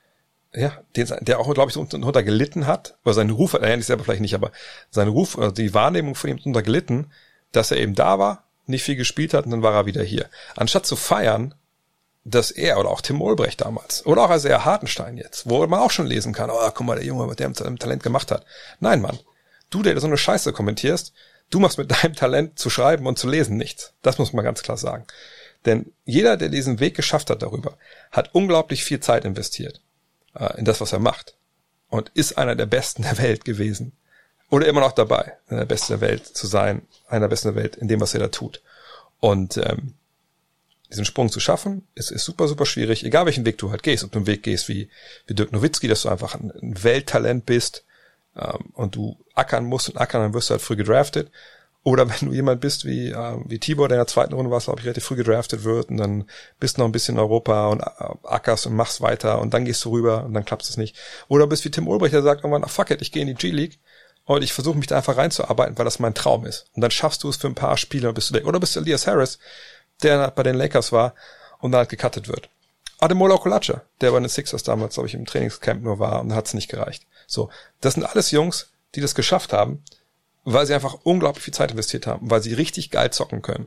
ja, den, der auch, glaube ich, so drunter gelitten hat, oder seinen Ruf, er nicht selber vielleicht nicht, aber seinen Ruf, also die Wahrnehmung von ihm drunter gelitten, dass er eben da war, nicht viel gespielt hat und dann war er wieder hier. Anstatt zu feiern, dass er, oder auch Tim Olbrecht damals, oder auch als er Hartenstein jetzt, wo man auch schon lesen kann, oh, guck mal, der Junge, was der im Talent gemacht hat. Nein, Mann, du, der so eine Scheiße kommentierst, du machst mit deinem Talent zu schreiben und zu lesen nichts. Das muss man ganz klar sagen. Denn jeder, der diesen Weg geschafft hat darüber, hat unglaublich viel Zeit investiert äh, in das, was er macht. Und ist einer der Besten der Welt gewesen. Oder immer noch dabei, einer der Besten der Welt zu sein, einer der Besten der Welt in dem, was er da tut. Und ähm, diesen Sprung zu schaffen, ist, ist super, super schwierig, egal welchen Weg du halt gehst. Ob du einen Weg gehst wie, wie Dirk Nowitzki, dass du einfach ein, ein Welttalent bist ähm, und du ackern musst und ackern, dann wirst du halt früh gedraftet. Oder wenn du jemand bist wie äh, wie Tibor, der in der zweiten Runde war, glaube ich, relativ früh gedraftet wird und dann bist du noch ein bisschen in Europa und ackerst und machst weiter und dann gehst du rüber und dann klappt es nicht. Oder bist wie Tim Olbrecht, der sagt irgendwann, ach fuck it, ich gehe in die G-League und ich versuche mich da einfach reinzuarbeiten, weil das mein Traum ist. Und dann schaffst du es für ein paar Spiele und bist du weg. Oder bist du Elias Harris, der bei den Lakers war und dann halt gecuttet wird. Ademola Okulacha, der bei den Sixers damals, glaube ich, im Trainingscamp nur war und hat es nicht gereicht. So, das sind alles Jungs, die das geschafft haben, weil sie einfach unglaublich viel Zeit investiert haben, weil sie richtig geil zocken können.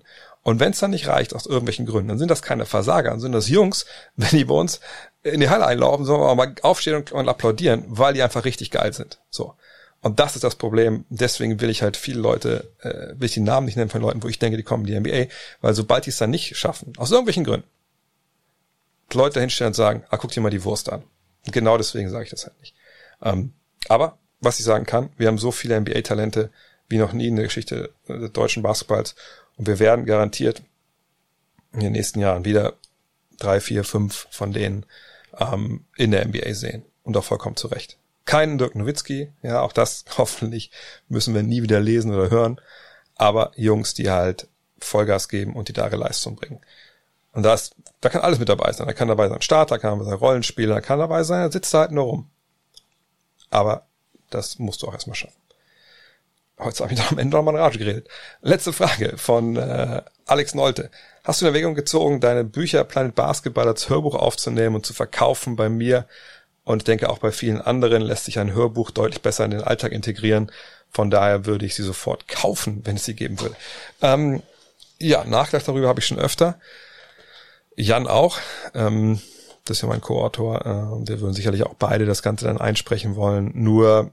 Und wenn es dann nicht reicht, aus irgendwelchen Gründen, dann sind das keine Versager, dann sind das Jungs, wenn die bei uns in die Halle einlaufen, sollen wir auch mal aufstehen und, und applaudieren, weil die einfach richtig geil sind. So. Und das ist das Problem. Deswegen will ich halt viele Leute, äh, will ich die Namen nicht nennen von Leuten, wo ich denke, die kommen in die N B A, weil sobald die es dann nicht schaffen, aus irgendwelchen Gründen, Leute hinstellen und sagen, ah, guck dir mal die Wurst an. Und genau deswegen sage ich das halt nicht. Ähm, aber, was ich sagen kann, wir haben so viele N B A-Talente wie noch nie in der Geschichte des deutschen Basketballs und wir werden garantiert in den nächsten Jahren wieder drei, vier, fünf von denen ähm, in der N B A sehen. Und auch vollkommen zu Recht. Keinen Dirk Nowitzki, ja, auch das hoffentlich müssen wir nie wieder lesen oder hören, aber Jungs, die halt Vollgas geben und die da ihre Leistung bringen. Und da ist, da kann alles mit dabei sein. Da kann dabei sein Starter, kann dabei sein Rollenspieler, da kann dabei sein, da sitzt da halt nur rum. Aber das musst du auch erstmal schaffen. Heute habe ich doch am Ende noch mal in Rage geredet. Letzte Frage von äh, Alex Nolte. Hast du in Erwägung gezogen, deine Bücher Planet Basketball als Hörbuch aufzunehmen und zu verkaufen? Bei mir und ich denke auch bei vielen anderen lässt sich ein Hörbuch deutlich besser in den Alltag integrieren. Von daher würde ich sie sofort kaufen, wenn es sie geben würde. Ähm, ja, nachgedacht darüber habe ich schon öfter. Jan auch. Ähm, das ist ja mein Co-Autor. Äh, wir würden sicherlich auch beide das Ganze dann einsprechen wollen. Nur,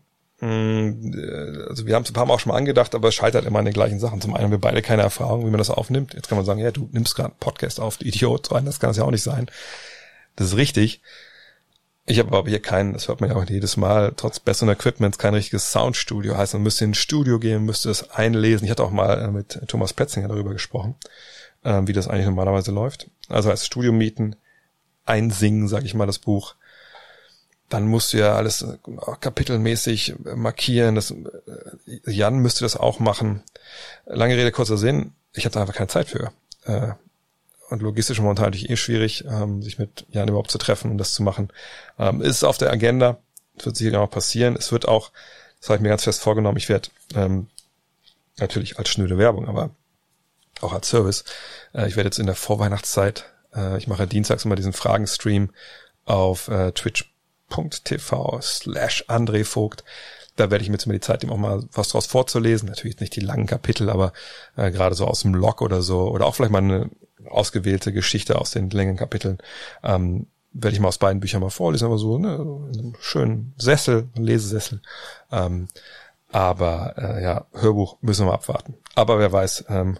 mh, also wir haben es ein paar Mal auch schon mal angedacht, aber es scheitert immer an den gleichen Sachen. Zum einen haben wir beide keine Erfahrung, wie man das aufnimmt. Jetzt kann man sagen, ja, du nimmst gerade einen Podcast auf, du Idiot. Das kann es ja auch nicht sein. Das ist richtig. Ich habe aber hier keinen, das hört man ja auch jedes Mal, trotz besseren Equipments, kein richtiges Soundstudio. Heißt, man müsste in ein Studio gehen, müsste es einlesen. Ich hatte auch mal mit Thomas Petzinger darüber gesprochen, äh, wie das eigentlich normalerweise läuft. Also als Studio mieten, einsingen, sage ich mal, das Buch. Dann musst du ja alles äh, kapitelmäßig markieren. Das, äh, Jan müsste das auch machen. Lange Rede, kurzer Sinn. Ich hatte einfach keine Zeit für. Äh, Und logistisch momentan natürlich eh schwierig, ähm, sich mit Jan überhaupt zu treffen und das zu machen. Ähm, ist auf der Agenda. Das wird sicher auch passieren. Es wird auch, das habe ich mir ganz fest vorgenommen, ich werde ähm, natürlich als schnöde Werbung, aber auch als Service. Äh, ich werde jetzt in der Vorweihnachtszeit, äh, ich mache dienstags immer diesen Fragenstream auf äh, twitch.tv slash André Vogt. Da werde ich mir jetzt mal die Zeit nehmen, auch mal was draus vorzulesen. Natürlich nicht die langen Kapitel, aber äh, gerade so aus dem Log oder so, oder auch vielleicht mal eine ausgewählte Geschichte aus den längeren Kapiteln, ähm, werde ich mal aus beiden Büchern mal vorlesen, aber so, ne, in einem schönen Sessel, Lesesessel. Ähm, aber äh, ja, Hörbuch müssen wir mal abwarten. Aber wer weiß, ähm,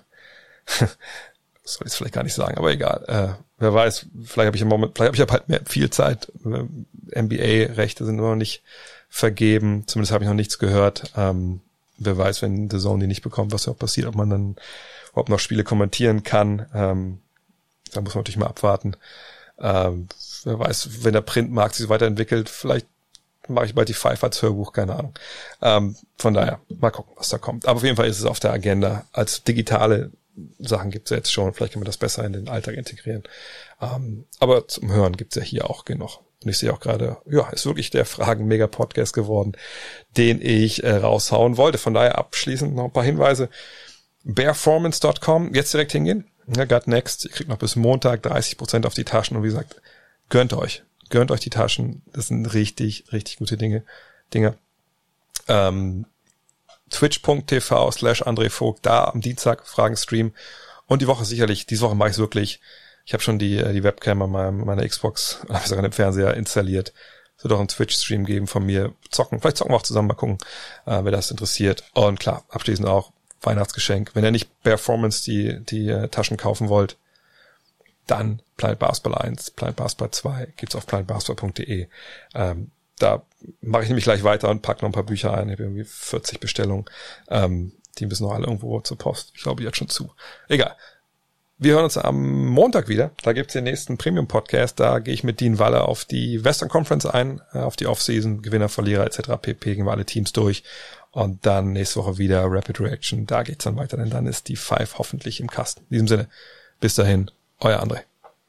das soll ich vielleicht gar nicht sagen, aber egal. Äh, wer weiß, vielleicht habe ich im Moment, vielleicht habe ich halt mehr viel Zeit. N B A-Rechte sind immer noch nicht vergeben, zumindest habe ich noch nichts gehört. Ähm, wer weiß, wenn The Zone die nicht bekommt, was ja auch passiert, ob man dann ob noch Spiele kommentieren kann. Ähm, da muss man natürlich mal abwarten. Ähm, wer weiß, wenn der Printmarkt sich weiterentwickelt, vielleicht mache ich bald die Five als Hörbuch, keine Ahnung. Ähm, von daher, mal gucken, was da kommt. Aber auf jeden Fall ist es auf der Agenda. Als digitale Sachen gibt es ja jetzt schon. Vielleicht können wir das besser in den Alltag integrieren. Ähm, aber zum Hören gibt es ja hier auch genug. Und ich sehe auch gerade, ja, ist wirklich der Fragen-Mega-Podcast geworden, den ich äh, raushauen wollte. Von daher abschließend noch ein paar Hinweise. Bearformance Punkt com, jetzt direkt hingehen. Ja, Gut Next, ihr kriegt noch bis Montag dreißig Prozent auf die Taschen und wie gesagt, gönnt euch. Gönnt euch die Taschen. Das sind richtig, richtig gute Dinge. Dinge. Ähm, Twitch.tv slash André Vogt, da am Dienstag Fragen-Stream. Und die Woche sicherlich, diese Woche mache ich es wirklich. Ich habe schon die die Webcam an meinem, meiner Xbox, oder sogar an dem Fernseher installiert. Es wird auch einen Twitch-Stream geben von mir. Zocken, vielleicht zocken wir auch zusammen, mal gucken, äh, wer das interessiert. Und klar, abschließend auch Weihnachtsgeschenk. Wenn ihr nicht Bearformance die die äh, Taschen kaufen wollt, dann Planet Basketball eins, Planet Basketball zwei gibt's auf planet basketball punkt de. Ähm, da mache ich nämlich gleich weiter und packe noch ein paar Bücher ein. Ich habe irgendwie vierzig Bestellungen. Ähm, die müssen noch alle irgendwo zur Post. Ich glaube, jetzt schon zu. Egal. Wir hören uns am Montag wieder. Da gibt's den nächsten Premium-Podcast. Da gehe ich mit Dean Walle auf die Western Conference ein, äh, auf die Offseason, Gewinner, Verlierer et cetera pp. Gehen wir alle Teams durch. Und dann nächste Woche wieder Rapid Reaction. Da geht's dann weiter, denn dann ist die Five hoffentlich im Kasten. In diesem Sinne, bis dahin, euer André.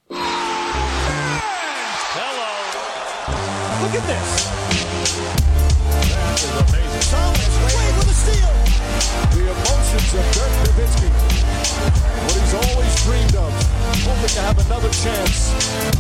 Hello. Look at this. That is amazing. Thomas Wade with a steal. The emotions of Dirk Nowitzki. What he's always dreamed of. Hoping to have another chance